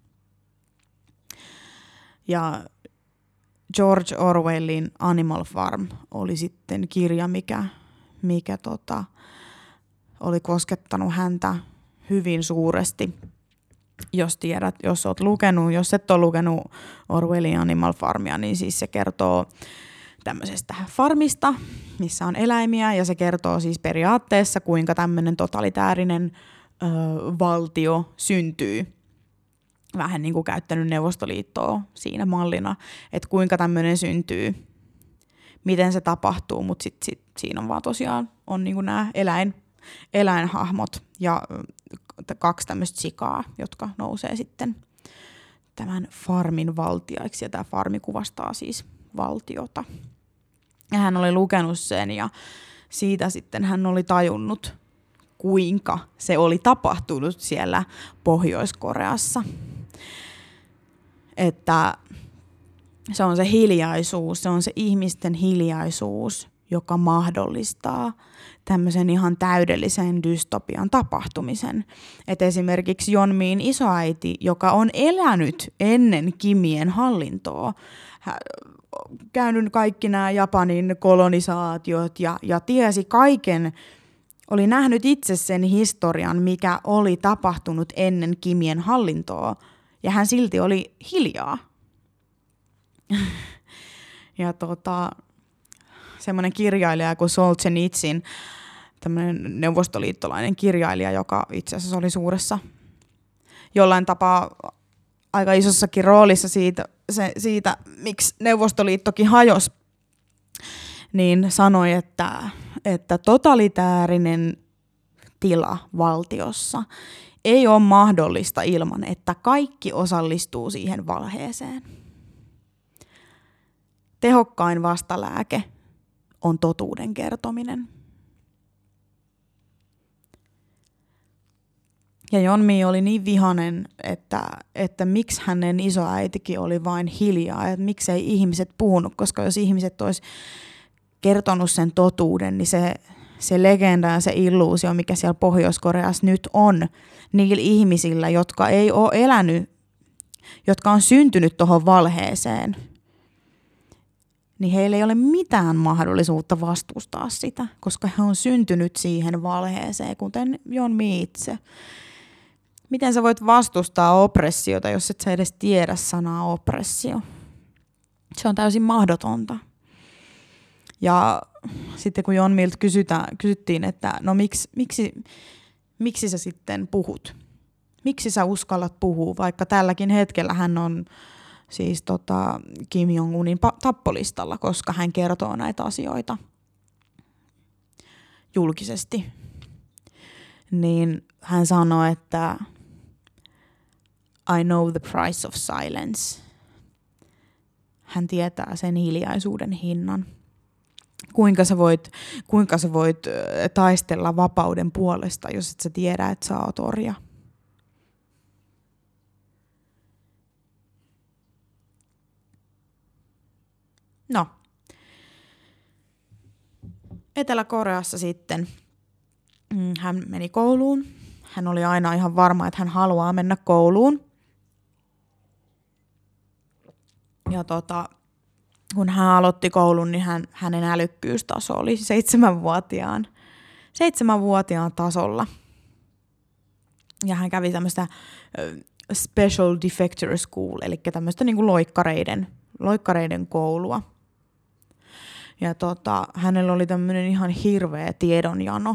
[SPEAKER 1] Ja George Orwellin Animal Farm oli sitten kirja, mikä, mikä tota, oli koskettanut häntä hyvin suuresti. Jos tiedät, jos olet lukenut, jos et ole lukenut Orwellin Animal Farmia, niin siis se kertoo tämmöisestä farmista, missä on eläimiä, ja se kertoo siis periaatteessa, kuinka tämmöinen totalitäärinen ö, valtio syntyy. Vähän niin kuin käyttänyt Neuvostoliittoa siinä mallina, että kuinka tämmöinen syntyy, miten se tapahtuu, mutta sitten sit, siinä on vaan tosiaan on niin kuin nämä eläin, eläinhahmot ja kaksi tämmöistä sikaa, jotka nousee sitten tämän farmin valtiaiksi, ja tämä farmi kuvastaa siis valtiota. Ja hän oli lukenut sen, ja siitä sitten hän oli tajunnut, kuinka se oli tapahtunut siellä Pohjois-Koreassa. Että se on se hiljaisuus, se on se ihmisten hiljaisuus, joka mahdollistaa tämmöisen ihan täydellisen dystopian tapahtumisen. Et esimerkiksi Yeonmin isoäiti, joka on elänyt ennen Kimien hallintoa, käynyt kaikki nämä Japanin kolonisaatiot ja, ja tiesi kaiken, oli nähnyt itse sen historian, mikä oli tapahtunut ennen Kimien hallintoa, ja hän silti oli hiljaa. Ja tota, semmoinen kirjailija kuin Solzhenitsyn, tämmöinen neuvostoliittolainen kirjailija, joka itse asiassa oli suuressa, jollain tapaa aika isossakin roolissa siitä, se, siitä miksi Neuvostoliittokin hajosi, niin sanoi, että, että totalitäärinen tila valtiossa ei ole mahdollista ilman, että kaikki osallistuu siihen valheeseen. Tehokkain vastalääke on totuuden kertominen. Ja Yeonmi oli niin vihainen, että, että miksi hänen isoäitikin oli vain hiljaa, että miksei ihmiset puhunut, koska jos ihmiset olisi kertonut sen totuuden, niin se, se legenda ja se illuusio, mikä siellä Pohjois-Koreassa nyt on niillä ihmisillä, jotka ei ole elänyt, jotka on syntynyt tuohon valheeseen, niin heillä ei ole mitään mahdollisuutta vastustaa sitä, koska he on syntynyt siihen valheeseen, kuten Yeonmi itse. Miten sä voit vastustaa oppressiota, jos et sä edes tiedä sanaa oppressio? Se on täysin mahdotonta. Ja sitten kun Jon Miltä kysyttiin, että no miksi, miksi, miksi sä sitten puhut? Miksi sä uskallat puhua, vaikka tälläkin hetkellä hän on siis tota Kim Jong-unin tappolistalla, koska hän kertoo näitä asioita julkisesti. Niin hän sanoi, että I know the price of silence. Hän tietää sen hiljaisuuden hinnan. Kuinka sä voit, kuinka sä voit taistella vapauden puolesta, jos et sä tiedä, että sä oot orja. No. Etelä-Koreassa sitten hän meni kouluun. Hän oli aina ihan varma, että hän haluaa mennä kouluun. Ja tota, kun hän aloitti koulun, niin hän, hänen älykkyystaso oli seitsemänvuotiaan, seitsemänvuotiaan tasolla. Ja hän kävi tämmöistä special defector school, eli tämmöistä niin kuin loikkareiden, loikkareiden koulua. Ja tota, hänellä oli tämmöinen ihan hirveä tiedonjano.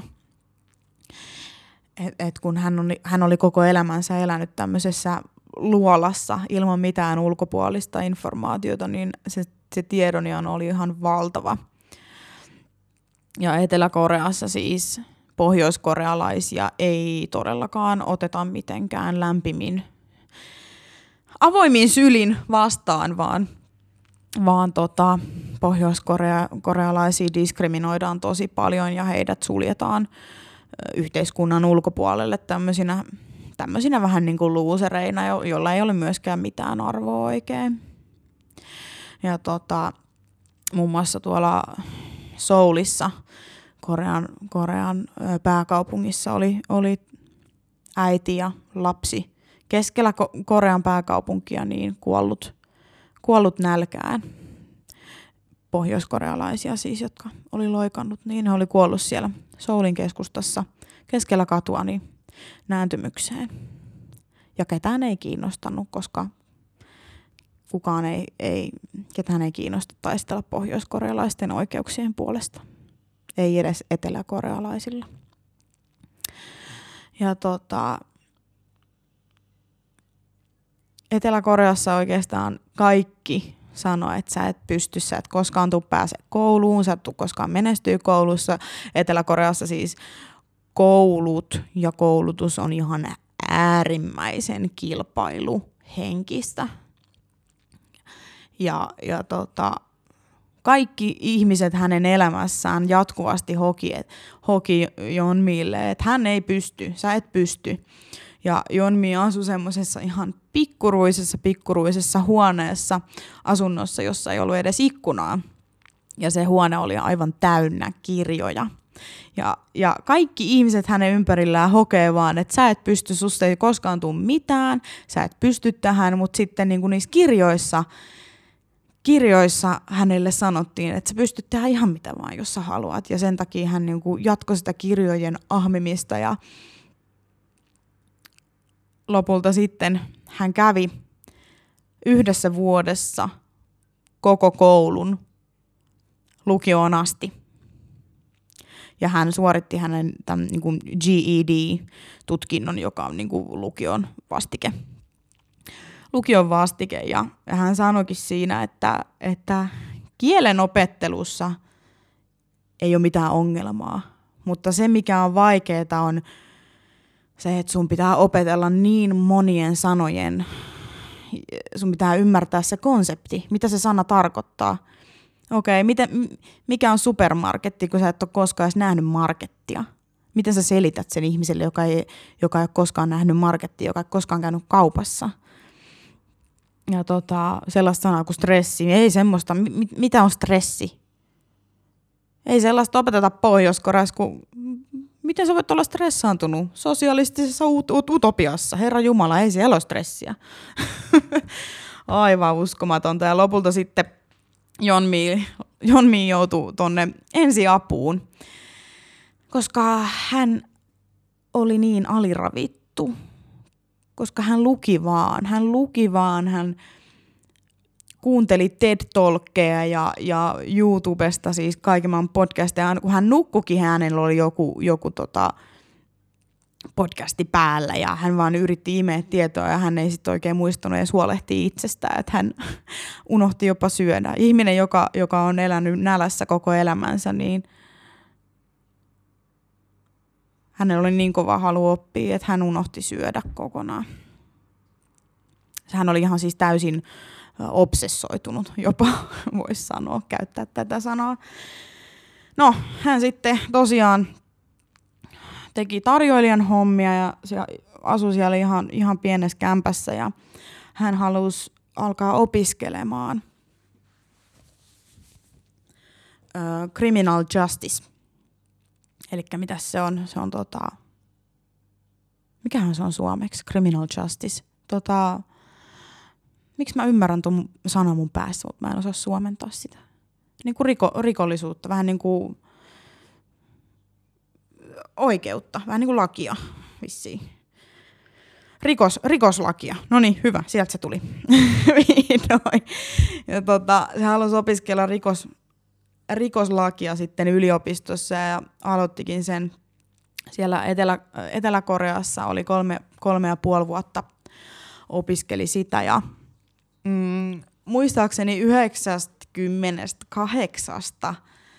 [SPEAKER 1] Et, et kun hän, on, hän oli koko elämänsä elänyt tämmöisessä luolassa ilman mitään ulkopuolista informaatiota, niin se, se tiedonjano oli ihan valtava. Ja Etelä-Koreassa siis pohjoiskorealaisia ei todellakaan oteta mitenkään lämpimin avoimin sylin vastaan, vaan, vaan tota, pohjoiskorealaisia diskriminoidaan tosi paljon ja heidät suljetaan yhteiskunnan ulkopuolelle tämmöisinä, tämmöisinä vähän niin kuin luusereina, joilla ei ole myöskään mitään arvoa oikein. Ja tota, muun muassa tuolla Soulissa, Korean, Korean pääkaupungissa oli, oli äiti ja lapsi keskellä Korean pääkaupunkia niin kuollut, kuollut nälkään. Pohjoiskorealaisia siis, jotka oli loikannut, niin he oli kuollut siellä Soulin keskustassa keskellä katua niin nääntymykseen. Ja ketään ei kiinnostanut, koska kukaan ei, ei, ketään ei kiinnosta taistella pohjoiskorealaisten oikeuksien puolesta. Ei edes eteläkorealaisilla. Ja tota, Etelä-Koreassa oikeastaan kaikki sanoi, että sä et pysty, sä et koskaan tule pääse kouluun, sä et tule koskaan menestyä koulussa. Etelä-Koreassa siis koulut ja koulutus on ihan äärimmäisen kilpailuhenkistä. Ja, ja tota, kaikki ihmiset hänen elämässään jatkuvasti hoki, et, hoki Yeonmille, että hän ei pysty, sä et pysty. Ja Yeonmi asui semmoisessa ihan pikkuruisessa, pikkuruisessa huoneessa asunnossa, jossa ei ollut edes ikkunaa. Ja se huone oli aivan täynnä kirjoja. Ja, ja kaikki ihmiset hänen ympärillään hokee vaan, että sä et pysty, susta ei koskaan tule mitään, sä et pysty tähän, mutta sitten niin kuin niissä kirjoissa, kirjoissa hänelle sanottiin, että sä pystyt tehdä ihan mitä vaan, jos sä haluat. Ja sen takia hän niin kuin jatkoi sitä kirjojen ahmimista ja lopulta sitten hän kävi yhdessä vuodessa koko koulun lukioon asti. Ja hän suoritti hänen tämän, niin kuin G E D-tutkinnon, joka on niin kuin lukion vastike. Lukion vastike. Ja, ja hän sanoikin siinä, että, että kielen opettelussa ei ole mitään ongelmaa. Mutta se, mikä on vaikeaa, on se, että sun pitää opetella niin monien sanojen, sun pitää ymmärtää se konsepti, mitä se sana tarkoittaa. Okei, miten, mikä on supermarketti, kun sä et ole koskaan edes nähnyt markettia? Miten sä selität sen ihmiselle, joka ei, joka ei ole koskaan nähnyt markettia, joka ei ole koskaan käynyt kaupassa? Ja tota, sellaista sanaa kuin stressi, ei semmoista, mi, mitä on stressi? Ei sellaista opeteta Pohjois-Koreassa, kun miten sä voit olla stressaantunut sosialistisessa ut- ut- utopiassa? Herra Jumala, ei siellä ole stressiä. Aivan uskomatonta. Ja lopulta sitten Yeonmi, Yeonmi joutui tonne ensiapuun, koska hän oli niin aliravittu. koska hän luki vaan. Hän luki vaan, hän kuunteli TED-talkkeja ja, ja YouTubesta siis kaiken maailman podcasteja. Kun hän nukkukin, hänellä oli joku, joku tota podcasti päällä ja hän vaan yritti imeä tietoa ja hän ei sitten oikein muistanut edes huolehtia itsestään, että hän unohti jopa syödä. Ihminen, joka, joka on elänyt nälässä koko elämänsä, niin hänellä oli niin kova halu oppia, että hän unohti syödä kokonaan. Hän oli ihan siis täysin obsessoitunut, jopa voisi sanoa, käyttää tätä sanaa. No, hän sitten tosiaan teki tarjoilijan hommia ja se asui siellä ihan, ihan pienessä kämpässä ja hän halusi alkaa opiskelemaan uh, criminal justice. Elikkä mitä se on? Se on tota, mikähän se on suomeksi? Criminal justice. Tota, miksi mä ymmärrän tuon sanan mun päässä, mutta mä en osaa suomentaa sitä. Niin kuin riko, rikollisuutta, vähän niin kuin oikeutta, vähän niin kuin lakia vissiin. Rikos, rikoslakia. No niin, hyvä, sieltä se tuli. ja tota, se halusi opiskella rikos, rikoslakia sitten yliopistossa ja aloittikin sen siellä Etelä, Etelä-Koreassa, oli kolme, kolme ja puoli vuotta opiskeli sitä ja mm, muistaakseni yhdeksänkymmentäkahdeksan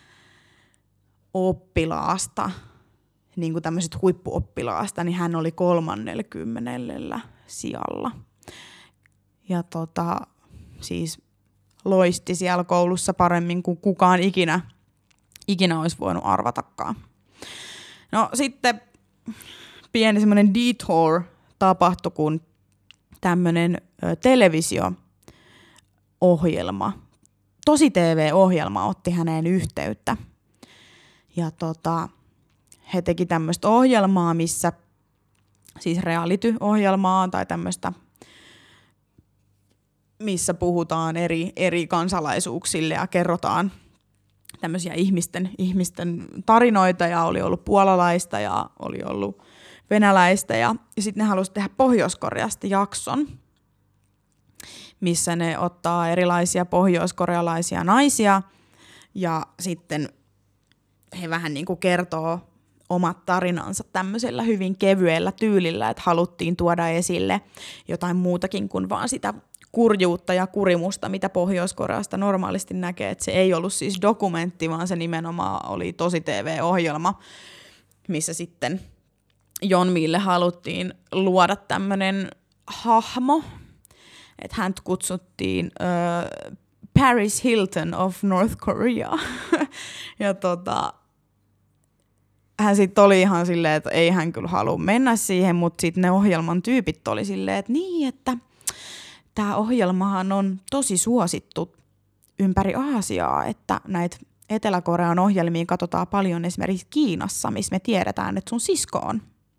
[SPEAKER 1] oppilaasta, niin kuin tämmöiset huippuoppilaasta, niin hän oli kolmannellakymmenennellä sijalla. Ja tota, siis loisti siellä koulussa paremmin kuin kukaan ikinä, ikinä olisi voinut arvatakaan. No sitten pieni semmoinen detour tapahtui, kun tämmöinen ö, televisio-ohjelma, Tosi T V-ohjelma otti häneen yhteyttä. Ja tota, he teki tämmöistä ohjelmaa, missä, siis reality-ohjelmaa tai tämmöistä, missä puhutaan eri, eri kansalaisuuksille ja kerrotaan tämmöisiä ihmisten, ihmisten tarinoita ja oli ollut puolalaista ja oli ollut venäläistä ja, ja sitten ne halusivat tehdä Pohjois-Koreasta jakson, missä ne ottaa erilaisia pohjoiskorealaisia naisia ja sitten he vähän niin kuin kertoo omat tarinansa tämmöisellä hyvin kevyellä tyylillä, että haluttiin tuoda esille jotain muutakin kuin vaan sitä kurjuutta ja kurimusta, mitä Pohjois-Koreasta normaalisti näkee. Että se ei ollut siis dokumentti, vaan se nimenomaan oli Tosi T V-ohjelma, missä sitten Yeonmille haluttiin luoda tämmöinen hahmo, että häntä kutsuttiin uh, Paris Hilton of North Korea. ja tota, hän sitten oli ihan silleen, että ei hän kyllä halua mennä siihen, mutta sitten ne ohjelman tyypit oli silleen, että niin, että tämä ohjelmahan on tosi suosittu ympäri Aasiaa, että näitä Etelä-Korean ohjelmia katsotaan paljon esimerkiksi Kiinassa, missä me tiedetään, että sun sisko on.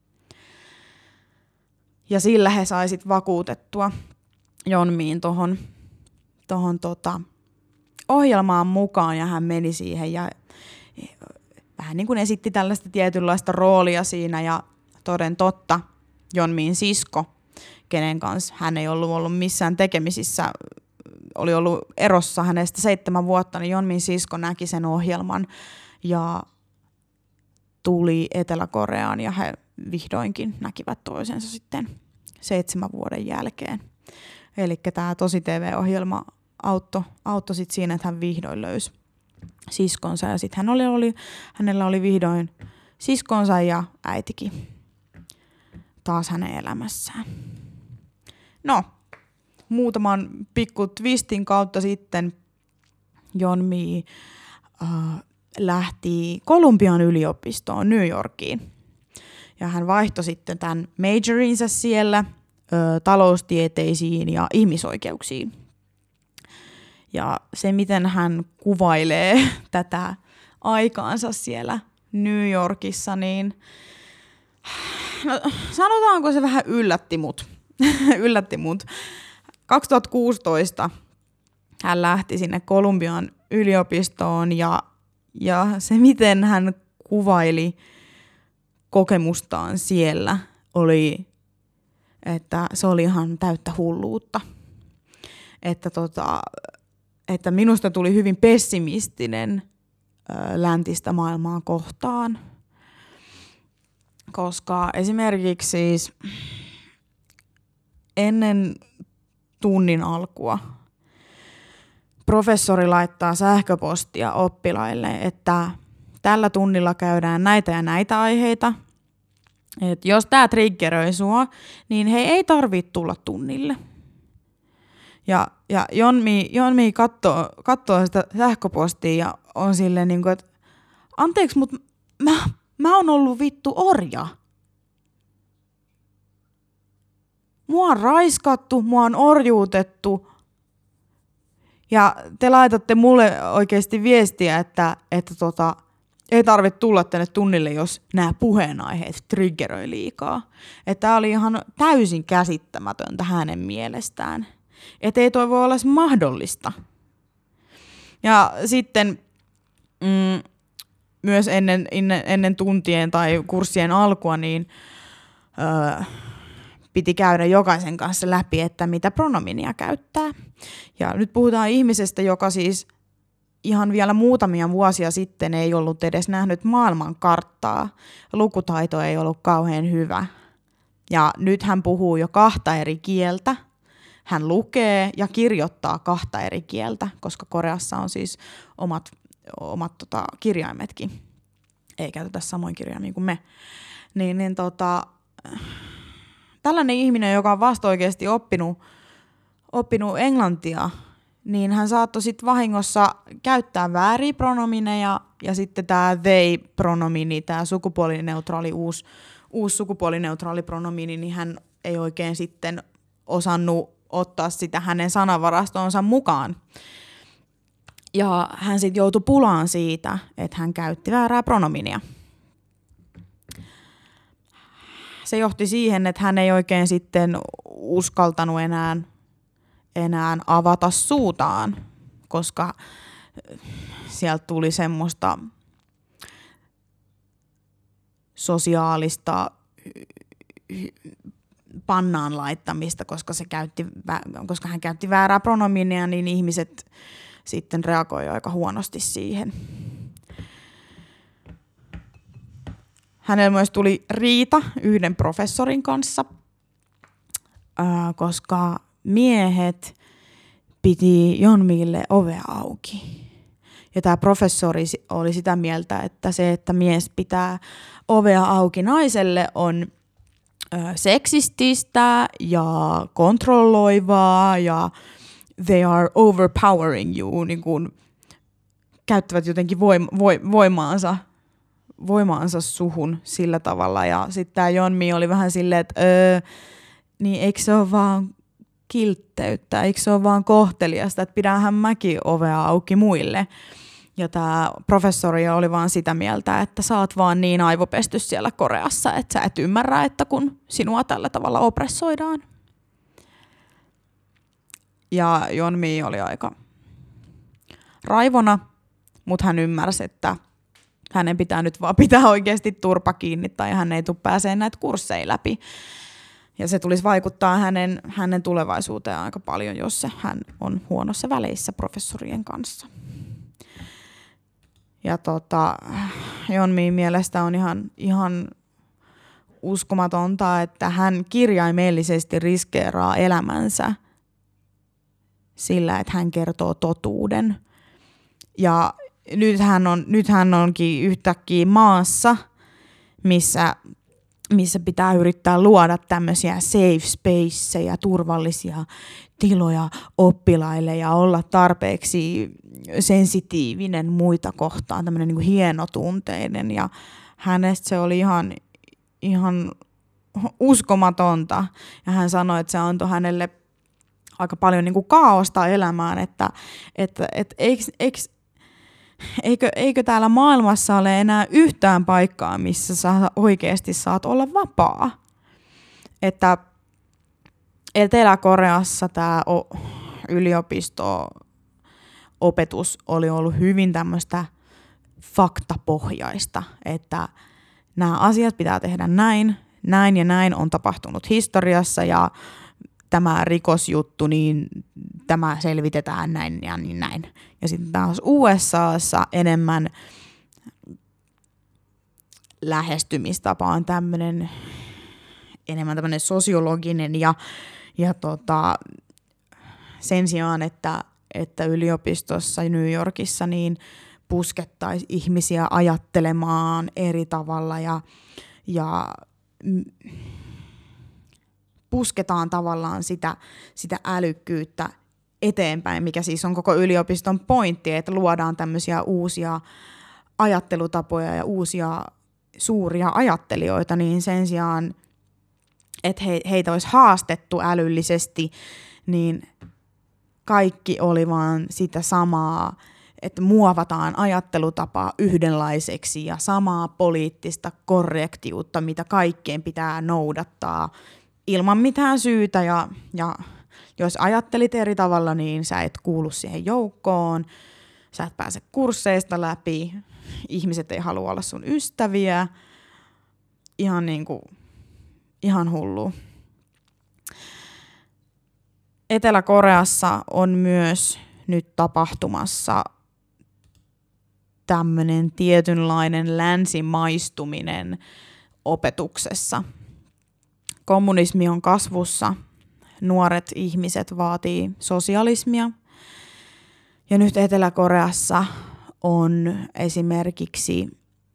[SPEAKER 1] Ja sillä he sai sitten vakuutettua Yeonmiin tohon, tohon tota ohjelmaan mukaan ja hän meni siihen ja vähän niin kuin esitti tällaista tietynlaista roolia siinä ja toden totta Yeonmin sisko, kenen kanssa hän ei ollut ollut missään tekemisissä, oli ollut erossa hänestä seitsemän vuotta, niin Yeonmin sisko näki sen ohjelman ja tuli Etelä-Koreaan ja he vihdoinkin näkivät toisensa sitten seitsemän vuoden jälkeen. Eli tämä Tosi T V-ohjelma auttoi, auttoi sit siinä, että hän vihdoin löysi siskonsa ja sitten hän oli, oli, hänellä oli vihdoin siskonsa ja äitikin taas hänen elämässään. No, muutaman pikku twistin kautta sitten Yeonmi äh, lähti Kolumbian yliopistoon New Yorkiin. Ja hän vaihtoi sitten tämän majorinsa siellä ö, taloustieteisiin ja ihmisoikeuksiin. Ja se, miten hän kuvailee tätä aikaansa siellä New Yorkissa, niin no, sanotaanko se vähän yllätti mut. yllätti mut. kaksituhattakuusitoista hän lähti sinne Kolumbian yliopistoon ja, ja se, miten hän kuvaili kokemustaan siellä, oli, että se oli ihan täyttä hulluutta. Että, tota, että minusta tuli hyvin pessimistinen ö, läntistä maailmaa kohtaan, koska esimerkiksi siis ennen tunnin alkua professori laittaa sähköpostia oppilaille, että tällä tunnilla käydään näitä ja näitä aiheita. Et jos tämä triggeröi sua, niin he ei tarvitse tulla tunnille. Ja, ja Jonmi, Jonmi katsoo, katsoo sitä sähköpostia ja on silleen, niin kuin, että anteeksi, mutta mä, mä oon ollut vittu orja. Mua on raiskattu, mua on orjuutettu. Ja te laitatte mulle oikeasti viestiä, että, että tota, ei tarvitse tulla tänne tunnille, jos nämä puheenaiheet triggeröi liikaa. Että tämä oli ihan täysin käsittämätöntä hänen mielestään. Että ei toi voi olla mahdollista. Ja sitten mm, myös ennen, ennen, ennen tuntien tai kurssien alkua, niin öö, piti käydä jokaisen kanssa läpi, että mitä pronominia käyttää. Ja nyt puhutaan ihmisestä, joka siis ihan vielä muutamia vuosia sitten ei ollut edes nähnyt maailman karttaa. Lukutaito ei ollut kauhean hyvä. Ja nyt hän puhuu jo kahta eri kieltä. Hän lukee ja kirjoittaa kahta eri kieltä, koska Koreassa on siis omat, omat tota, kirjaimetkin. Ei käytetä samoin kirjaimia kuin me. Niin, niin tota, tällainen ihminen, joka on vasta oikeasti oppinut, oppinut englantia, niin hän saattoi sitten vahingossa käyttää vääriä pronomineja ja sitten tämä they-pronomini, tämä sukupuolineutraali, uusi, uusi sukupuolineutraali pronomini, niin hän ei oikein sitten osannut ottaa sitä hänen sanavarastoonsa mukaan. Ja hän sitten joutui pulaan siitä, että hän käytti väärää pronominia. Se johti siihen, että hän ei oikein sitten uskaltanut enää, enää avata suutaan, koska sieltä tuli semmoista sosiaalista pannaan laittamista, koska, se käytti, koska hän käytti väärää pronominia, niin ihmiset sitten reagoivat aika huonosti siihen. Hänellä myös tuli riita yhden professorin kanssa, koska miehet piti Jonmille ovea auki. Ja tämä professori oli sitä mieltä, että se, että mies pitää ovea auki naiselle, on seksististä ja kontrolloivaa ja they are overpowering you, niin kuin käyttävät jotenkin voim- voim- voimaansa, voimaansa suhun sillä tavalla. Ja sitten tämä Jonmi oli vähän silleen, että öö, niin eikö se ole vaan kiltteyttä, eikö se ole vaan kohteliasta, että pidähän mäkin ovea auki muille. Ja tämä professori oli vaan sitä mieltä, että sä oot vaan niin aivopesty siellä Koreassa, että sä et ymmärrä, että kun sinua tällä tavalla opressoidaan. Ja Jonmi oli aika raivona, mutta hän ymmärsi, että hänen pitää nyt vaan pitää oikeasti turpa kiinni tai hän ei tule pääsee näitä kursseja läpi. Ja se tulisi vaikuttaa hänen, hänen tulevaisuuteen aika paljon, jos se, hän on huonossa väleissä professorien kanssa. Ja tota, Jonmin mielestä on ihan, ihan uskomatonta, että hän kirjaimellisesti riskeeraa elämänsä sillä, että hän kertoo totuuden. Ja nyt hän, on, nyt hän onkin yhtäkkiä maassa, missä, missä pitää yrittää luoda tämmöisiä safe spaceja, turvallisia tiloja oppilaille ja olla tarpeeksi sensitiivinen muita kohtaan, tämmöinen niin kuin hienotunteinen. Ja hänestä se oli ihan, ihan uskomatonta. Ja hän sanoi, että se antoi hänelle aika paljon niin kuin kaaosta elämään, että, että, että eikö, eikö, eikö, eikö täällä maailmassa ole enää yhtään paikkaa, missä sä oikeasti saat olla vapaa. Että Etelä-Koreassa tämä yliopisto-opetus oli ollut hyvin tämmöistä faktapohjaista, että nämä asiat pitää tehdä näin, näin ja näin on tapahtunut historiassa ja tämä rikosjuttu, niin tämä selvitetään näin ja niin näin. Ja sitten taas U S A:ssa enemmän lähestymistapa on tämmöinen enemmän tämmöinen sosiologinen ja, ja tota, sen sijaan, että, että yliopistossa New Yorkissa niin puskettaisiin ihmisiä ajattelemaan eri tavalla ja, ja pusketaan tavallaan sitä, sitä älykkyyttä eteenpäin, mikä siis on koko yliopiston pointti, että luodaan tämmöisiä uusia ajattelutapoja ja uusia suuria ajattelijoita, niin sen sijaan, että he, heitä olisi haastettu älyllisesti, niin kaikki oli vaan sitä samaa, että muovataan ajattelutapaa yhdenlaiseksi ja samaa poliittista korrektiutta, mitä kaikkeen pitää noudattaa ilman mitään syytä. Ja, ja jos ajattelit eri tavalla, niin sä et kuulu siihen joukkoon, sä et pääse kursseista läpi, ihmiset ei halua olla sun ystäviä, ihan niin kuin, ihan hullu. Etelä-Koreassa on myös nyt tapahtumassa tämmöinen tietynlainen länsimaistuminen opetuksessa. Kommunismi on kasvussa, nuoret ihmiset vaatii sosialismia. Ja nyt Etelä-Koreassa on esimerkiksi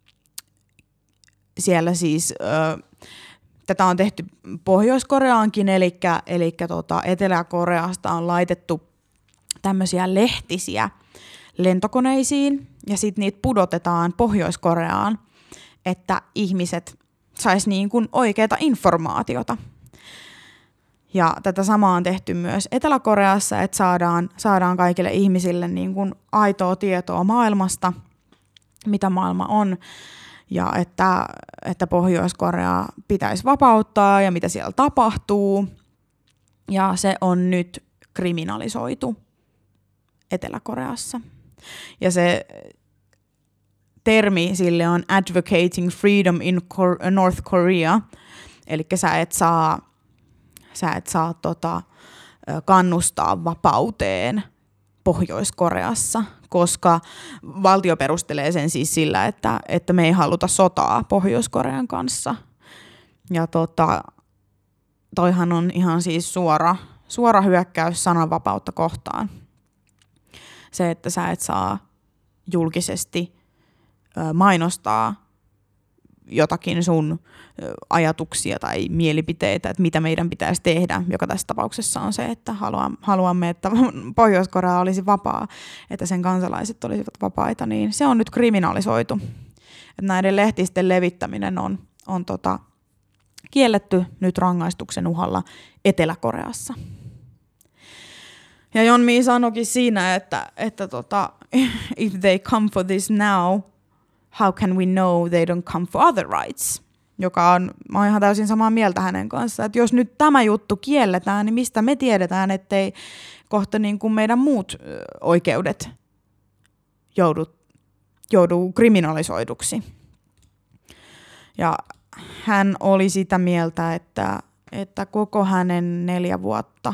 [SPEAKER 1] siellä siis, ö, tätä on tehty Pohjois-Koreaankin, eli, eli tota Etelä-Koreasta on laitettu tämmöisiä lehtisiä lentokoneisiin ja sitten niitä pudotetaan Pohjois-Koreaan, että ihmiset sais niin kuin oikeaa informaatiota. Ja tätä samaa on tehty myös Etelä-Koreassa, että saadaan, saadaan kaikille ihmisille niin kuin aitoa tietoa maailmasta, mitä maailma on, ja että, että Pohjois-Korea pitäisi vapauttaa ja mitä siellä tapahtuu. Ja se on nyt kriminalisoitu Etelä-Koreassa. Ja se termi sille on Advocating Freedom in North Korea, eli sä et saa, sä et saa tota, kannustaa vapauteen Pohjois-Koreassa, koska valtio perustelee sen siis sillä, että, että me ei haluta sotaa Pohjois-Korean kanssa. Ja tota, toihan on ihan siis suora, suora hyökkäys sananvapautta kohtaan. Se, että sä et saa julkisesti ö, mainostaa jotakin sun ö, ajatuksia tai mielipiteitä, että mitä meidän pitäisi tehdä, joka tässä tapauksessa on se, että haluamme, että Pohjois-Korea olisi vapaa, että sen kansalaiset olisivat vapaita, niin se on nyt kriminalisoitu. Että näiden lehtisten levittäminen on, on tota, kielletty nyt rangaistuksen uhalla Etelä-Koreassa. Ja Yeonmi sanoikin siinä, että, että tota, if they come for this now, how can we know they don't come for other rights? Joka on, mä oon ihan täysin samaa mieltä hänen kanssaan, että jos nyt tämä juttu kielletään, niin mistä me tiedetään, ettei kohta niin kuin meidän muut oikeudet joudu, joudu kriminalisoiduksi. Ja hän oli sitä mieltä, että, että koko hänen neljä vuotta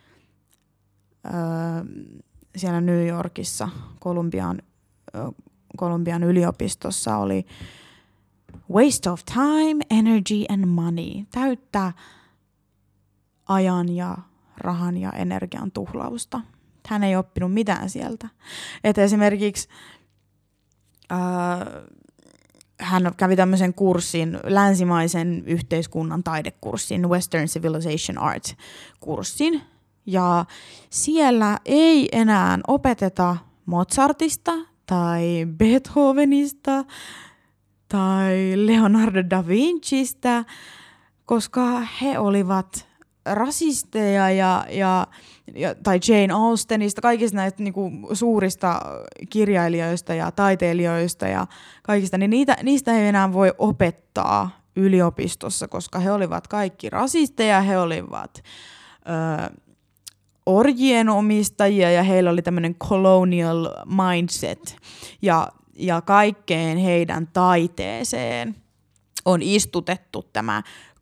[SPEAKER 1] siellä New Yorkissa Kolumbian, Kolumbian yliopistossa oli waste of time, energy and money. Täyttää ajan ja rahan ja energian tuhlausta. Hän ei oppinut mitään sieltä. Et esimerkiksi äh, hän kävi tämmöisen kurssin, länsimaisen yhteiskunnan taidekurssin, Western Civilization Art-kurssin. Ja siellä ei enää opeteta Mozartista tai Beethovenista tai Leonardo da Vincistä, koska he olivat rasisteja ja, ja, ja, tai Jane Austenista, kaikista näistä niinku suurista kirjailijoista ja taiteilijoista ja kaikista, niin niitä, niistä ei enää voi opettaa yliopistossa, koska he olivat kaikki rasisteja, he olivat Öö, orjien omistajia ja heillä oli tämmöinen colonial mindset ja, ja kaikkeen heidän taiteeseen on istutettu tämä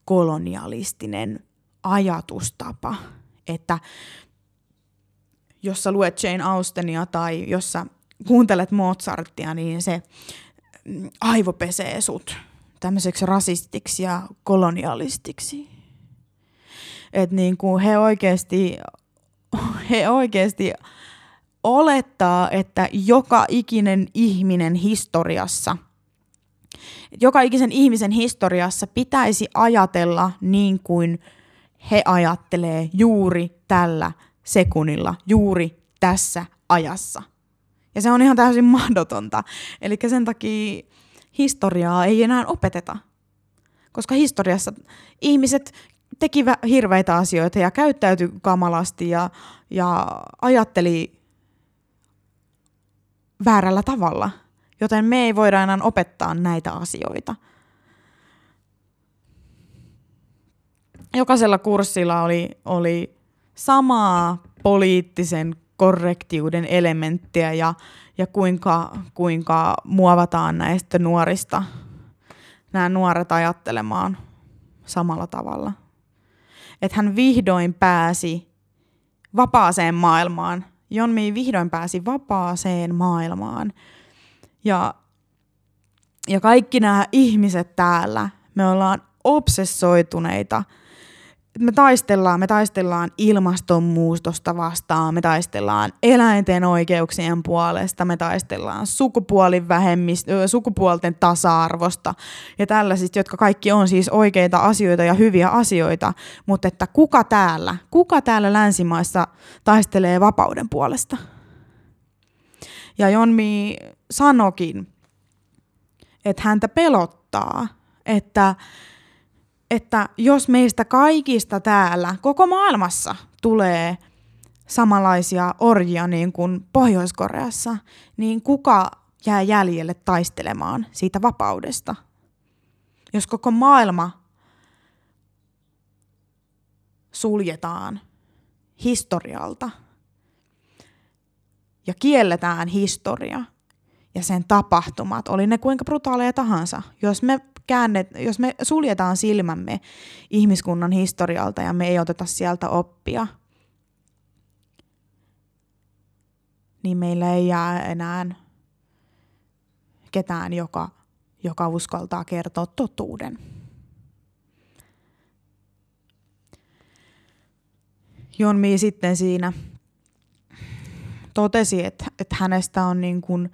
[SPEAKER 1] kolonialistinen ajatustapa, että jos sä luet Jane Austenia tai jos sä kuuntelet Mozartia, niin se aivopesee sut tämmöiseksi rasistiksi ja kolonialistiksi. Että niin kuin he oikeasti, he oikeasti olettaa, että joka ikinen ihminen historiassa, joka ikisen ihmisen historiassa pitäisi ajatella niin kuin he ajattelee juuri tällä sekunnilla, juuri tässä ajassa. Ja se on ihan täysin mahdotonta. Eli sen takia historiaa ei enää opeteta. Koska historiassa ihmiset teki hirveitä asioita ja käyttäytyi kamalasti ja, ja ajatteli väärällä tavalla. Joten me ei voida enää opettaa näitä asioita. Jokaisella kurssilla oli, oli samaa poliittisen korrektiuden elementtiä ja, ja kuinka, kuinka muovataan näistä nuorista, nämä nuoret ajattelemaan samalla tavalla. Että hän vihdoin pääsi vapaaseen maailmaan. Jonmi vihdoin pääsi vapaaseen maailmaan. Ja, ja kaikki nämä ihmiset täällä, me ollaan obsessoituneita. Me taistellaan, me taistellaan ilmastonmuutosta vastaan, me taistellaan eläinten oikeuksien puolesta, me taistellaan sukupuolten tasa-arvosta ja tällaisista, jotka kaikki on siis oikeita asioita ja hyviä asioita, mutta että kuka täällä, kuka täällä länsimaissa taistelee vapauden puolesta? Ja Jonmi sanokin, että häntä pelottaa, että että jos meistä kaikista täällä, koko maailmassa, tulee samanlaisia orjia niin kuin Pohjois-Koreassa, niin kuka jää jäljelle taistelemaan siitä vapaudesta? Jos koko maailma suljetaan historialta ja kielletään historia ja sen tapahtumat, oli ne kuinka brutaaleja tahansa, jos me Käännet, jos me suljetaan silmämme ihmiskunnan historialta ja me ei oteta sieltä oppia, niin meillä ei jää enää ketään, joka, joka uskaltaa kertoa totuuden. Jonmi sitten siinä totesi, että, että hänestä on niin kuin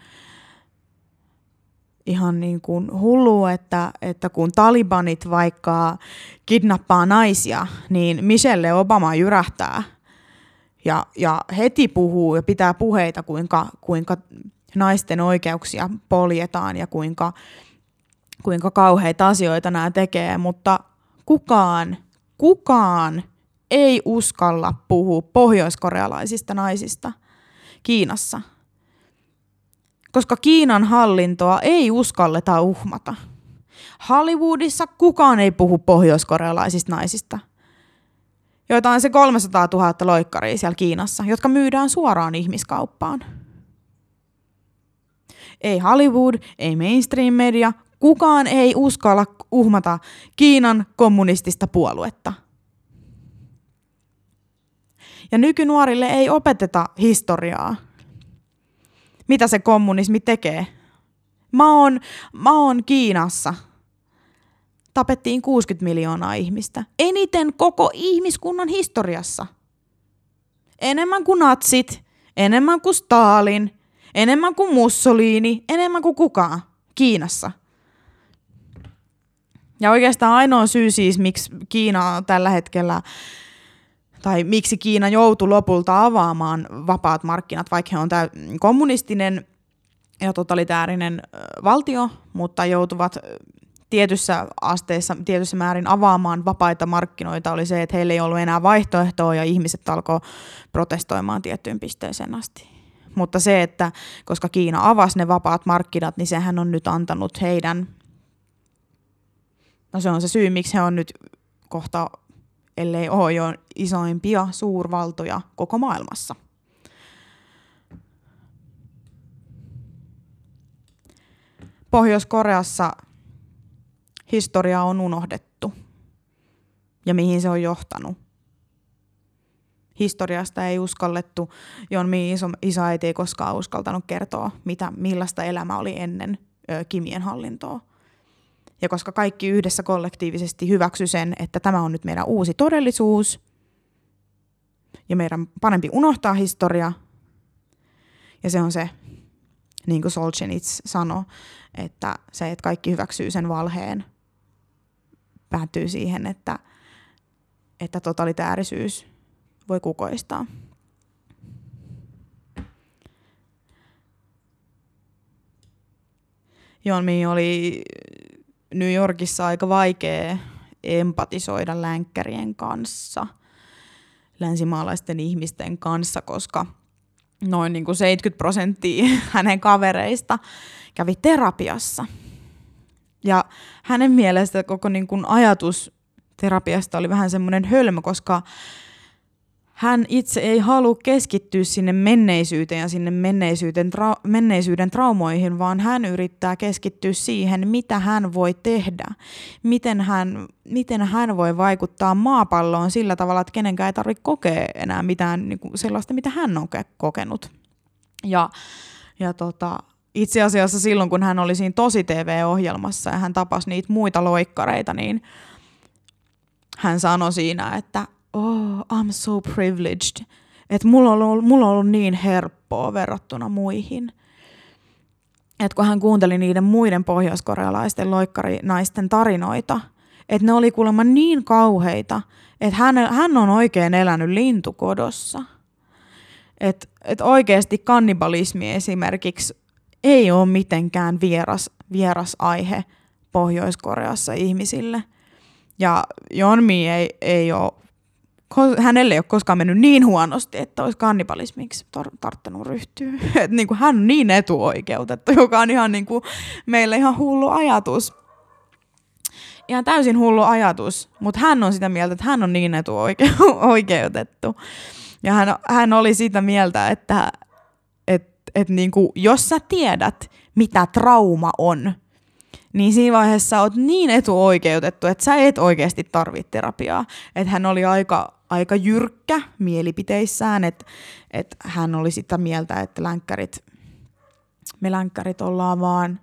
[SPEAKER 1] ihan niin kuin hullu, että, että kun talibanit vaikka kidnappaa naisia, niin Michelle Obama jyrähtää ja, ja heti puhuu ja pitää puheita, kuinka, kuinka naisten oikeuksia poljetaan ja kuinka, kuinka kauheita asioita nämä tekee, mutta kukaan, kukaan ei uskalla puhua pohjoiskorealaisista naisista Kiinassa. Koska Kiinan hallintoa ei uskalleta uhmata. Hollywoodissa kukaan ei puhu pohjoiskorealaisista naisista, joita on se kolmesataatuhatta loikkaria siellä Kiinassa, jotka myydään suoraan ihmiskauppaan. Ei Hollywood, ei mainstream media, kukaan ei uskalla uhmata Kiinan kommunistista puoluetta. Ja nykynuorille ei opeteta historiaa. Mitä se kommunismi tekee? Mä oon, mä oon Kiinassa. Tapettiin kuusikymmentä miljoonaa ihmistä. Eniten koko ihmiskunnan historiassa. Enemmän kuin natsit, enemmän kuin Stalin, enemmän kuin Mussolini, enemmän kuin kukaan Kiinassa. Ja oikeastaan ainoa syy siis, miksi Kiina on tällä hetkellä, tai miksi Kiina joutui lopulta avaamaan vapaat markkinat, vaikka he on tämä kommunistinen ja totalitäärinen valtio, mutta joutuvat tietyssä asteessa, tietyssä määrin avaamaan vapaita markkinoita, oli se, että heillä ei ollut enää vaihtoehtoa ja ihmiset alkoi protestoimaan tiettyyn pisteeseen asti. Mutta se, että koska Kiina avasi ne vapaat markkinat, niin sehän on nyt antanut heidän, no se on se syy, miksi he on nyt kohta, ellei ole jo isoimpia suurvaltoja koko maailmassa. Pohjois-Koreassa historia on unohdettu. ja mihin se on johtanut. Historiasta ei uskallettu, Yeonmin iso, isoäiti ei koskaan uskaltanut kertoa, mitä, millaista elämä oli ennen ö, Kimien hallintoa. Ja koska kaikki yhdessä kollektiivisesti hyväksy sen, että tämä on nyt meidän uusi todellisuus, ja meidän parempi unohtaa historia, ja se on se, niin kuin Solzhenitsyn sanoi, että se, että kaikki hyväksyy sen valheen, päättyy siihen, että, että totalitäärisyys voi kukoistaa. Yeonmi oli New Yorkissa aika vaikea empatisoida länkkärien kanssa, länsimaalaisten ihmisten kanssa, koska noin niin kuin seitsemänkymmentä prosenttia hänen kavereista kävi terapiassa. Ja hänen mielestä koko niin kuin ajatus terapiasta oli vähän semmoinen hölmö, koska hän itse ei halua keskittyä sinne menneisyyteen ja sinne menneisyyden, tra- menneisyyden traumoihin, vaan hän yrittää keskittyä siihen, mitä hän voi tehdä, miten hän, miten hän voi vaikuttaa maapalloon sillä tavalla, että kenenkään ei tarvitse kokea enää mitään niin kuin sellaista, mitä hän on kokenut. Ja, ja tota, itse asiassa silloin, kun hän oli siinä Tosi T V-ohjelmassa ja hän tapasi niitä muita loikkareita, niin hän sanoi siinä, että oh, I'm so privileged, että mulla on ollut, mulla on ollut niin herppoa verrattuna muihin. Että kun hän kuunteli niiden muiden pohjoiskorealaisten loikkarinaisten tarinoita, että ne oli kuulemma niin kauheita, että hän, hän on oikein elänyt lintukodossa. Että et oikeasti kannibalismi esimerkiksi ei ole mitenkään vieras, vieras aihe Pohjois-Koreassa ihmisille. Ja Yeonmi ei, ei ole, hänelle ei ole koskaan mennyt niin huonosti, että olisi kannibalismiksi tar- tarttunut ryhtyä. Että niin kuin hän on niin etuoikeutettu, joka on ihan niin kuin meille ihan hullu ajatus. Ihan täysin hullu ajatus, mutta hän on sitä mieltä, että hän on niin etuoikeutettu. Ja hän, hän oli sitä mieltä, että et, et niin kuin, jos sä tiedät, mitä trauma on, niin siinä vaiheessa oot niin etuoikeutettu, että sä et oikeasti tarvitse terapiaa. Että hän oli aika, aika jyrkkä mielipiteissään, että, että hän oli sitä mieltä, että länkkärit, me länkkärit ollaan vaan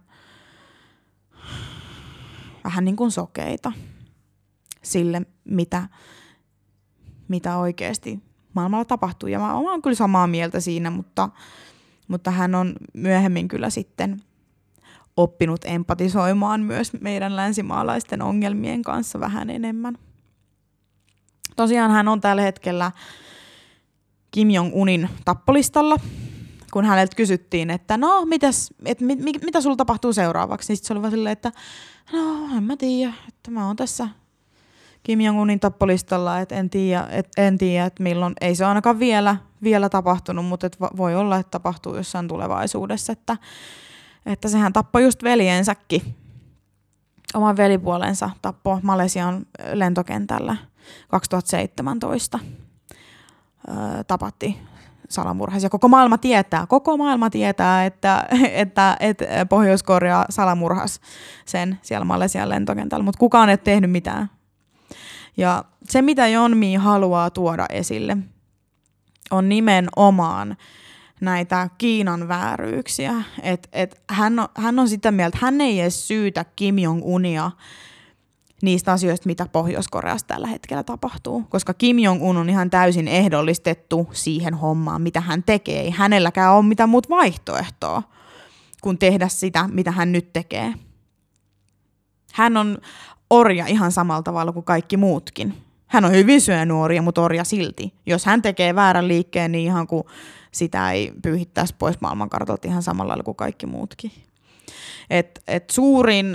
[SPEAKER 1] vähän niin kuin sokeita sille, mitä, mitä oikeasti maailmalla tapahtuu. Ja mä oon kyllä samaa mieltä siinä, mutta, mutta hän on myöhemmin kyllä sitten oppinut empatisoimaan myös meidän länsimaalaisten ongelmien kanssa vähän enemmän. Tosiaan hän on tällä hetkellä Kim Jong-unin tappolistalla, kun häneltä kysyttiin, että no, mitäs, et, mit, mit, mitä sulla tapahtuu seuraavaksi? Niin sitten se oli vaan silleen, että no, en mä tiedä, että mä oon tässä Kim Jong-unin tappolistalla, että en tiedä, et, en tiedä, että milloin, ei se ainakaan vielä, vielä tapahtunut, mutta et voi olla, että tapahtuu jossain tulevaisuudessa, että Että sehän tappoi just veljensäkin. Oman velipuolensa tappoi Malesian lentokentällä kaksituhattaseitsemäntoista. Öö, tapatti salamurhas. Ja koko maailma tietää, koko maailma tietää, että, että, että Pohjois-Korea salamurhas sen siellä Malesian lentokentällä. Mutta kukaan ei tehnyt mitään. Ja se, mitä Yeonmi haluaa tuoda esille, on nimenomaan näitä Kiinan vääryyksiä. Et, et hän, on, hän on sitä mieltä, että hän ei edes syytä Kim Jong-unia niistä asioista, mitä Pohjois-Koreassa tällä hetkellä tapahtuu. Koska Kim Jong-un on ihan täysin ehdollistettu siihen hommaan, mitä hän tekee. Ei hänelläkään ole mitään muuta vaihtoehtoa kuin tehdä sitä, mitä hän nyt tekee. Hän on orja ihan samalla tavalla kuin kaikki muutkin. Hän on hyvin syönyt orja, mutta orja silti. Jos hän tekee väärän liikkeen, niin ihan kuin sitä ei pyyhittäisi pois maailmankartalta ihan samalla lailla kuin kaikki muutkin. Et, et suurin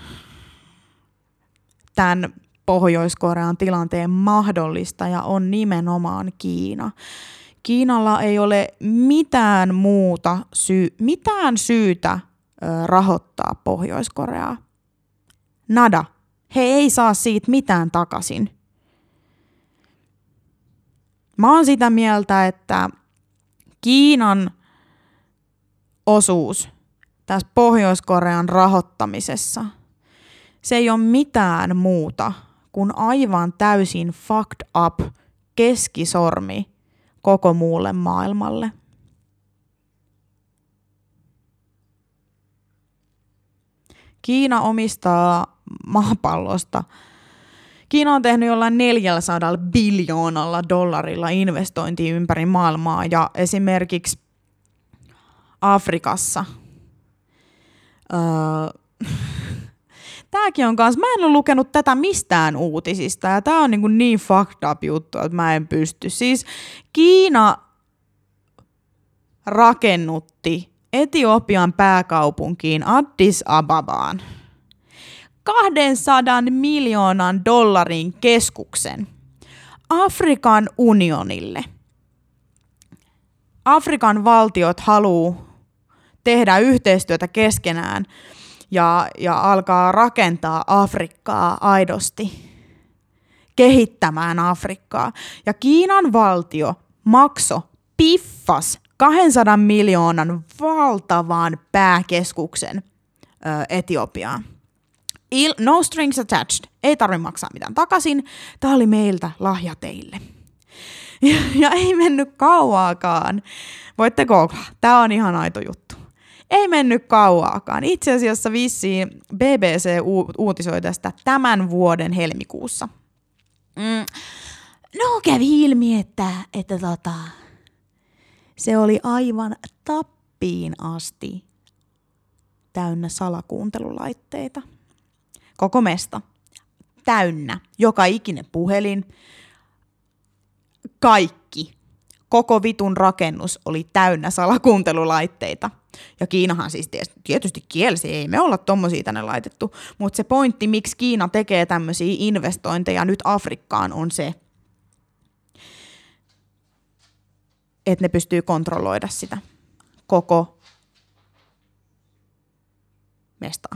[SPEAKER 1] tämän Pohjois-Korean tilanteen mahdollistaja on nimenomaan Kiina. Kiinalla ei ole mitään muuta syy, mitään syytä ö, rahoittaa Pohjois-Koreaa. Nada. He ei saa siitä mitään takaisin. Mä oon sitä mieltä, että Kiinan osuus tässä Pohjois-Korean rahoittamisessa, se ei ole mitään muuta kuin aivan täysin fucked up keskisormi koko muulle maailmalle. Kiina omistaa maapallosta. Kiina on tehnyt jollain neljäsataa biljoonalla dollarilla investointia ympäri maailmaa ja esimerkiksi Afrikassa. Öö, Tääkin on kans, mä en ole lukenut tätä mistään uutisista ja tää on niin, kuin niin fucked up juttu, että mä en pysty. Siis Kiina rakennutti Etiopian pääkaupunkiin Addis Ababaan kaksisataa miljoonan dollarin keskuksen Afrikan unionille. Afrikan valtiot haluu tehdä yhteistyötä keskenään ja, ja alkaa rakentaa Afrikkaa aidosti, kehittämään Afrikkaa. Ja Kiinan valtio maksoi, piffas kaksisataa miljoonan valtavan pääkeskuksen ö, Etiopiaan. Il, no strings attached. Ei tarvitse maksaa mitään takaisin. Tämä oli meiltä lahja teille. Ja, ja ei mennyt kauaakaan. Voitte googlaa. Tämä on ihan aito juttu. Ei mennyt kauaakaan. Itse asiassa vissiin B B C u- uutisoi tästä tämän vuoden helmikuussa. Mm. No kävi ilmi, että, että tota, se oli aivan tappiin asti täynnä salakuuntelulaitteita. Koko mesta. Täynnä. Joka ikinen puhelin. Kaikki. Koko vitun rakennus oli täynnä salakuuntelulaitteita. Ja Kiinahan siis tietysti kielsi, ei me olla tommosia tänne laitettu. Mutta se pointti, miksi Kiina tekee tämmöisiä investointeja nyt Afrikkaan, on se, että ne pystyy kontrolloida sitä koko mestaa.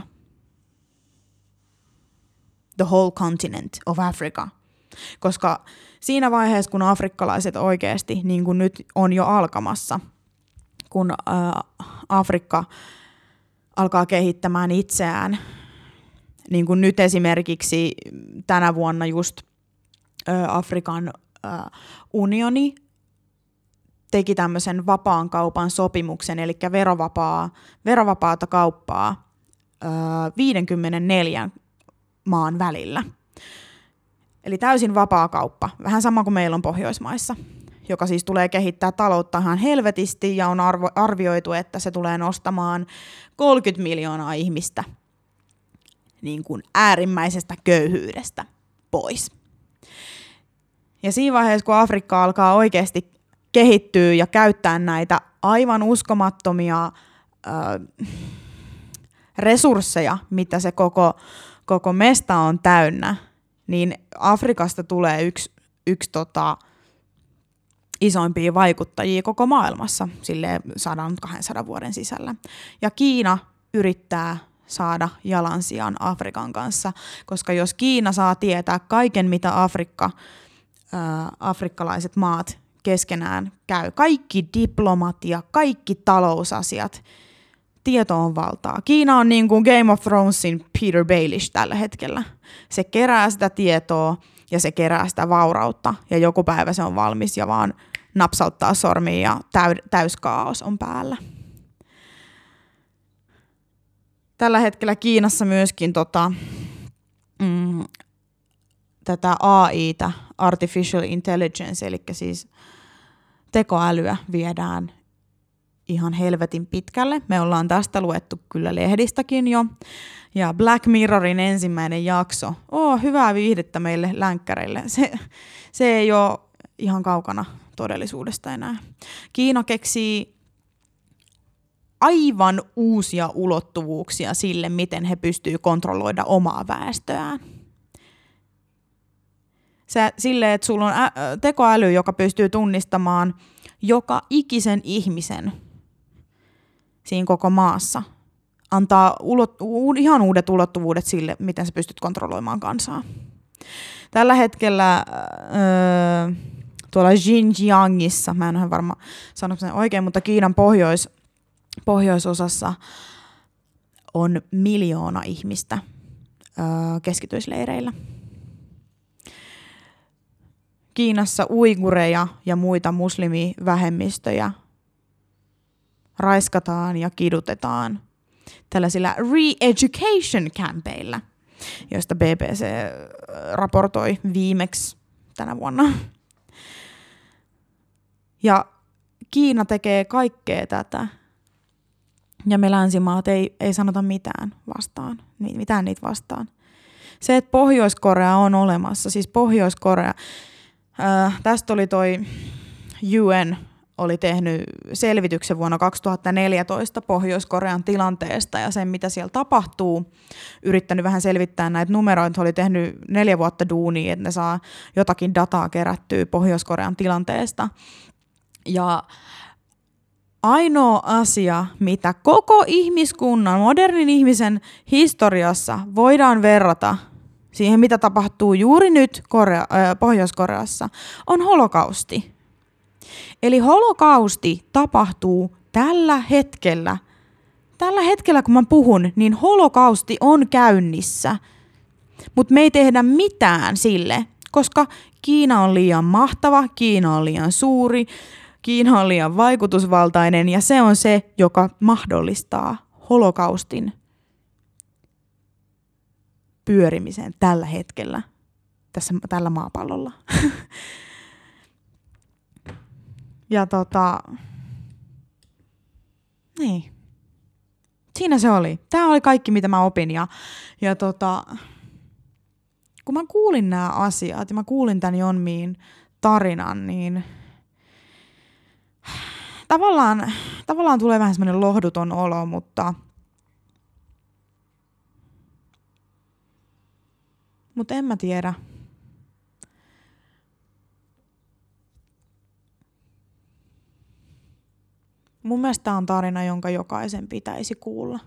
[SPEAKER 1] The whole continent of Africa. Koska siinä vaiheessa, kun afrikkalaiset oikeasti, niin kuin nyt on jo alkamassa, kun äh, Afrikka alkaa kehittämään itseään, niin kuin nyt esimerkiksi tänä vuonna just äh, Afrikan äh, unioni teki tämmöisen vapaan kaupan sopimuksen, eli verovapaa, verovapaata kauppaa äh, viisikymmentäneljä maan välillä. Eli täysin vapaa kauppa, vähän sama kuin meillä on Pohjoismaissa, joka siis tulee kehittää taloutta ihan helvetisti ja on arvo, arvioitu, että se tulee nostamaan kolmekymmentä miljoonaa ihmistä niin kuin äärimmäisestä köyhyydestä pois. Ja siinä vaiheessa, kun Afrikka alkaa oikeasti kehittyä ja käyttää näitä aivan uskomattomia äh, resursseja, mitä se koko, koko mesta on täynnä, niin Afrikasta tulee yksi, yksi tota, isoimpia vaikuttajia koko maailmassa silleen sata kaksisataa vuoden sisällä. Ja Kiina yrittää saada jalansijan Afrikan kanssa, koska jos Kiina saa tietää kaiken, mitä Afrikka, ää, afrikkalaiset maat keskenään käy, kaikki diplomatia, kaikki talousasiat, tieto on valtaa. Kiina on niin kuin Game of Thronesin Peter Baelish tällä hetkellä. Se kerää sitä tietoa ja se kerää sitä vaurautta ja joku päivä se on valmis ja vaan napsauttaa sormiin ja täy- täyskaos on päällä. Tällä hetkellä Kiinassa myöskin tota, mm, tätä A I:tä, Artificial Intelligence, eli siis tekoälyä viedään ihan helvetin pitkälle. Me ollaan tästä luettu kyllä lehdistäkin jo. Ja Black Mirrorin ensimmäinen jakso. Oo, hyvää viihdettä meille länkkäreille. Se, se ei ole ihan kaukana todellisuudesta enää. Kiina keksii aivan uusia ulottuvuuksia sille, miten he pystyy kontrolloida omaa väestöään. Se, silleen, että sulla on ä, tekoäly, joka pystyy tunnistamaan joka ikisen ihmisen siinä koko maassa. Antaa ulot, u, ihan uudet ulottuvuudet sille, miten sä pystyt kontrolloimaan kansaa. Tällä hetkellä öö, tuolla Xinjiangissa, mä en ole varma sanonko sen oikein, mutta Kiinan pohjois, pohjoisosassa on miljoona ihmistä öö, keskitysleireillä. Kiinassa uigureja ja muita muslimivähemmistöjä raiskataan ja kidutetaan tällaisilla re-education campeilla, joista B B C raportoi viimeksi tänä vuonna. Ja Kiina tekee kaikkea tätä. Ja me länsimaat ei, ei sanota mitään vastaan, mitään niitä vastaan. Se, että Pohjois-Korea on olemassa, siis Pohjois-Korea, ää, tästä oli toi U N oli tehnyt selvityksen vuonna kaksituhattaneljätoista Pohjois-Korean tilanteesta ja sen, mitä siellä tapahtuu. Yrittänyt vähän selvittää näitä numeroita. He oli tehnyt neljä vuotta duunia, että ne saa jotakin dataa kerättyä Pohjois-Korean tilanteesta. Ja ainoa asia, mitä koko ihmiskunnan, modernin ihmisen historiassa voidaan verrata siihen, mitä tapahtuu juuri nyt Korea, äh, Pohjois-Koreassa, on holokausti. Eli holokausti tapahtuu tällä hetkellä. Tällä hetkellä, kun mä puhun, niin holokausti on käynnissä. Mutta me ei tehdä mitään sille, koska Kiina on liian mahtava, Kiina on liian suuri, Kiina on liian vaikutusvaltainen ja se on se, joka mahdollistaa holokaustin pyörimisen tällä hetkellä, tässä, tällä maapallolla. Ja tota, niin, siinä se oli. Tämä oli kaikki, mitä mä opin. Ja, ja tota, kun mä kuulin nämä asiat ja mä kuulin tämän Yeonmin tarinan, niin tavallaan, tavallaan tulee vähän semmoinen lohduton olo, mutta, mutta en mä tiedä. Mun mielestä tämä on tarina, jonka jokaisen pitäisi kuulla.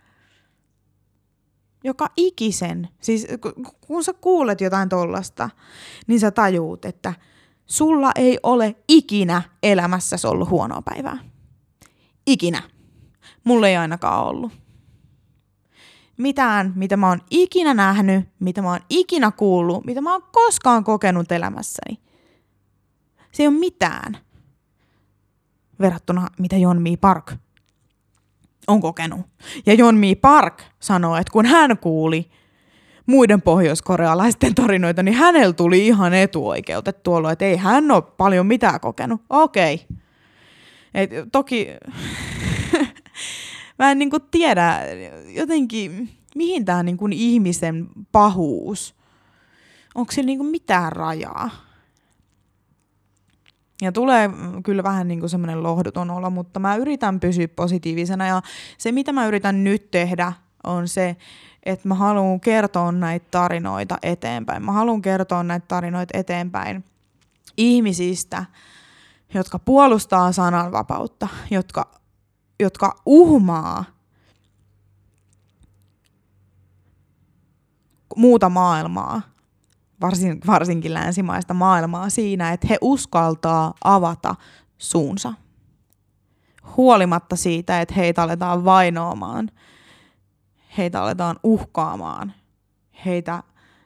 [SPEAKER 1] Joka ikisen. Siis kun sä kuulet jotain tollasta, niin sä tajuut, että sulla ei ole ikinä elämässäsi ollut huonoa päivää. Ikinä. Mulla ei ainakaan ollut. Mitään, mitä mä oon ikinä nähnyt, mitä mä oon ikinä kuullut, mitä mä oon koskaan kokenut elämässäni. Se ei ole mitään verrattuna mitä Yeonmi Park on kokenut. Ja Yeonmi Park sanoo, että kun hän kuuli muiden pohjoiskorealaisten tarinoita, niin hänellä tuli ihan etuoikeutettu olo, että ei hän ole paljon mitään kokenut. Okei. Et toki mä en niinku tiedä jotenkin, mihin tämä niinku ihmisen pahuus, onko sillä niinku mitään rajaa? Ja tulee kyllä vähän niin kuin semmoinen lohduton olo, mutta mä yritän pysyä positiivisena ja se, mitä mä yritän nyt tehdä, on se, että mä haluan kertoa näitä tarinoita eteenpäin. Mä haluan kertoa näitä tarinoita eteenpäin ihmisistä, jotka puolustaa sananvapautta, jotka, jotka uhmaa muuta maailmaa. Varsin, varsinkin länsimaista maailmaa siinä, että he uskaltaa avata suunsa. Huolimatta siitä, että heitä aletaan vainoamaan, heitä aletaan uhkaamaan, heitä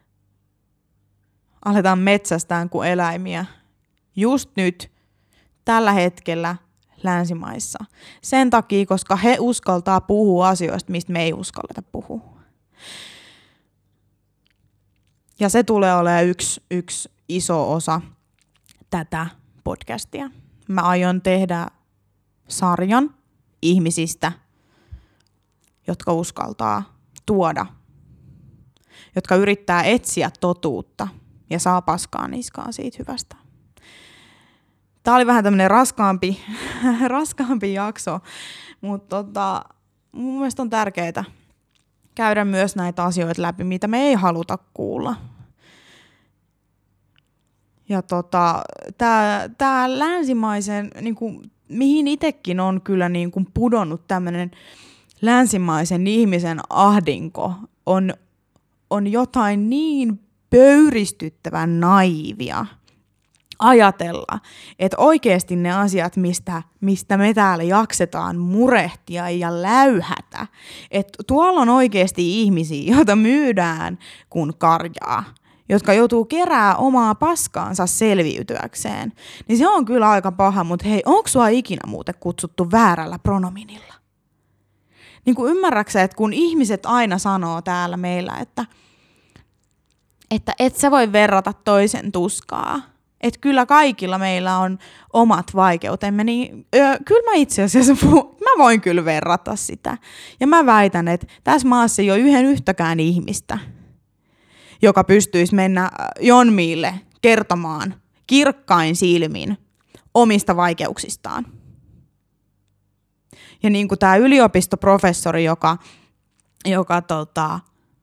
[SPEAKER 1] aletaan metsästään kuin eläimiä. Just nyt, tällä hetkellä länsimaissa. Sen takia, koska he uskaltaa puhua asioista, mistä me ei uskalleta puhua. Ja se tulee olemaan yksi, yksi iso osa tätä podcastia. Mä aion tehdä sarjan ihmisistä, jotka uskaltaa tuoda, jotka yrittää etsiä totuutta ja saa paskaa niskaan siitä hyvästä. Tää oli vähän tämmönen raskaampi, raskaampi jakso, mutta tota, mun mielestä on tärkeää käydä myös näitä asioita läpi, mitä me ei haluta kuulla. Ja tota, tää, tää länsimaisen, niinku, mihin itsekin on kyllä niinku pudonnut tämmönen länsimaisen ihmisen ahdinko, on, on jotain niin pöyristyttävän naivia ajatella, että oikeasti ne asiat, mistä, mistä me täällä jaksetaan murehtia ja läyhätä, että tuolla on oikeasti ihmisiä, joita myydään kuin karjaa, jotka joutuu kerää omaa paskaansa selviytyäkseen, niin se on kyllä aika paha, mutta hei, onko sua ikinä muuten kutsuttu väärällä pronominilla? Niin kuin ymmärräksä, että kun ihmiset aina sanoo täällä meillä, että, että et sä voi verrata toisen tuskaa, että kyllä kaikilla meillä on omat vaikeutemme, niin öö, kyllä mä itse asiassa mä voin kyllä verrata sitä. Ja mä väitän, että tässä maassa ei ole yhden yhtäkään ihmistä, joka pystyisi mennä Jonmiille kertomaan kirkkain silmin omista vaikeuksistaan. Ja niin kuin tämä yliopistoprofessori, joka, joka tota,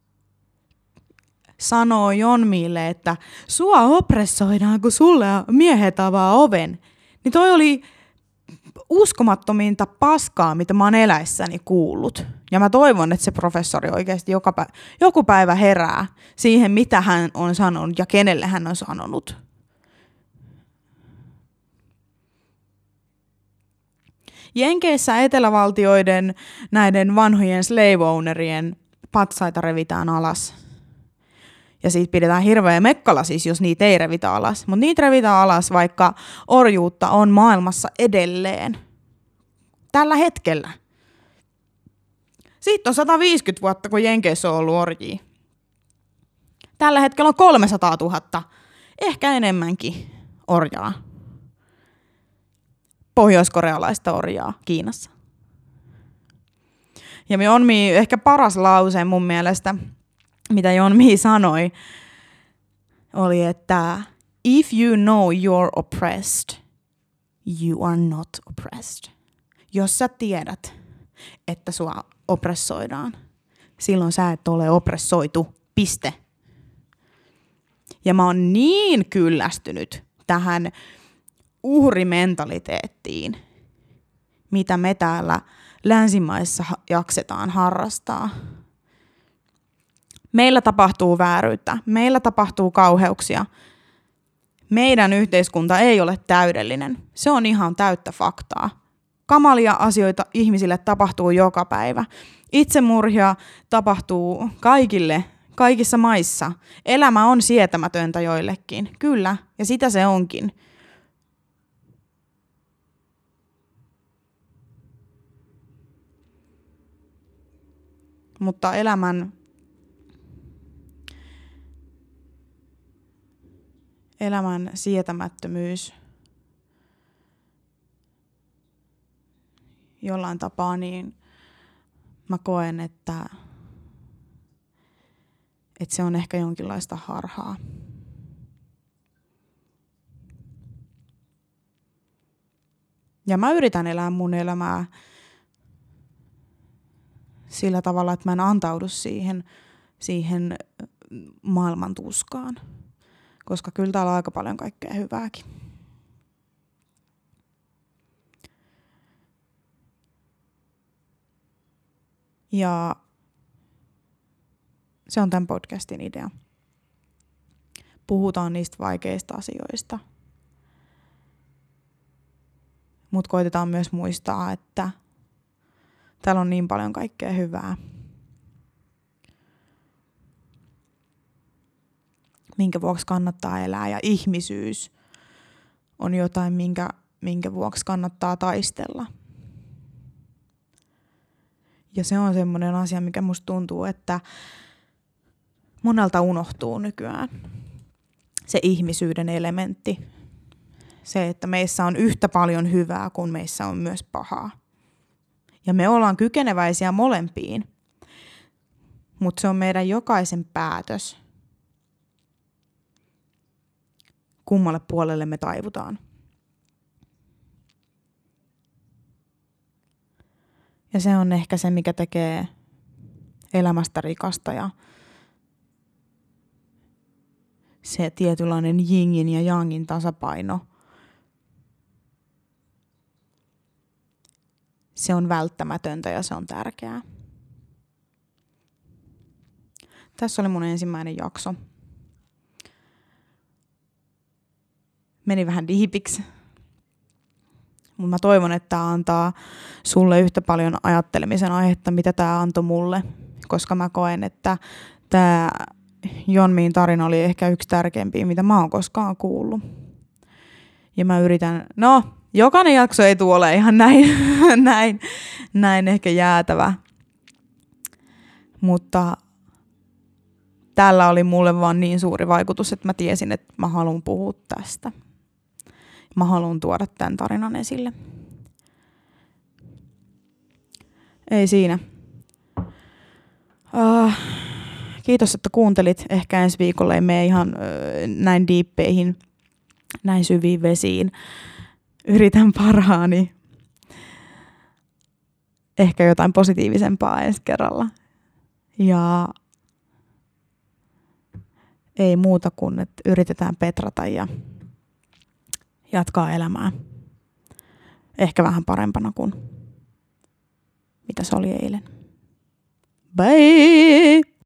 [SPEAKER 1] sanoo Jonmiille, että sua oppressoidaan, kun sulle miehet avaa oven, niin toi oli uskomattominta paskaa, mitä mä oon eläissäni kuullut. Ja mä toivon, että se professori oikeasti joka päivä, joku päivä herää siihen, mitä hän on sanonut ja kenelle hän on sanonut. Jenkeissä etelävaltioiden näiden vanhojen slave ownerien patsaita revitään alas. Ja siitä pidetään hirveä mekkala siis, jos niitä ei revitä alas. Mutta niitä revitään alas, vaikka orjuutta on maailmassa edelleen. Tällä hetkellä. Siitä on sata viisikymmentä vuotta, kun Jenkeissä on ollut orjia. Tällä hetkellä on kolmesataatuhatta, ehkä enemmänkin orjaa. Pohjois-korealaista orjaa Kiinassa. Ja Yeonmi, ehkä paras lause mun mielestä, mitä Yeonmi sanoi, oli, että if you know you're oppressed, you are not oppressed. Jos sä tiedät, että sua oppressoidaan, silloin sä et ole oppressoitu, piste. Ja mä oon niin kyllästynyt tähän uhrimentaliteettiin, mitä me täällä länsimaissa jaksetaan harrastaa. Meillä tapahtuu vääryyttä, meillä tapahtuu kauheuksia. Meidän yhteiskunta ei ole täydellinen. Se on ihan täyttä faktaa. Kamalia asioita ihmisille tapahtuu joka päivä. Itsemurhia tapahtuu kaikille, kaikissa maissa. Elämä on sietämätöntä joillekin. Kyllä, ja sitä se onkin. Mutta elämän, elämän sietämättömyys jollain tapaa, niin mä koen, että, että se on ehkä jonkinlaista harhaa. Ja mä yritän elää mun elämää sillä tavalla, että mä en antaudu siihen, siihen maailman tuskaan. Koska kyllä täällä on aika paljon kaikkea hyvääkin. Ja se on tämän podcastin idea. Puhutaan niistä vaikeista asioista. Mutta koitetaan myös muistaa, että täällä on niin paljon kaikkea hyvää, minkä vuoksi kannattaa elää. Ja ihmisyys on jotain, minkä, minkä vuoksi kannattaa taistella. Ja se on semmoinen asia, mikä musta tuntuu, että monelta unohtuu nykyään. Se ihmisyyden elementti. Se, että meissä on yhtä paljon hyvää kuin meissä on myös pahaa. Ja me ollaan kykeneväisiä molempiin. Mutta se on meidän jokaisen päätös, kummalle puolelle me taivutaan. Ja se on ehkä se, mikä tekee elämästä rikasta ja se tietynlainen jingin ja jangin tasapaino. Se on välttämätöntä ja se on tärkeää. Tässä oli mun ensimmäinen jakso. Meni vähän diipiksi. Mutta mä toivon, että tämä antaa sulle yhtä paljon ajattelemisen aihetta, mitä tämä antoi mulle. Koska mä koen, että tämä Jonmiin tarina oli ehkä yksi tärkeimpiä, mitä mä oon koskaan kuullut. Ja mä yritän, no, jokainen jakso ei tule ole ihan näin, näin, näin ehkä jäätävä. Mutta tällä oli mulle vaan niin suuri vaikutus, että mä tiesin, että mä haluan puhua tästä. Mä haluan tuoda tämän tarinan esille. Ei siinä. Uh, kiitos, että kuuntelit. Ehkä ensi viikolla ei mene ihan uh, näin diippeihin, näin syviin vesiin. Yritän parhaani. Ehkä jotain positiivisempaa ensi kerralla. Ja ei muuta kuin, että yritetään petrata ja jatkaa elämää. Ehkä vähän parempana kuin mitä se oli eilen. Bye!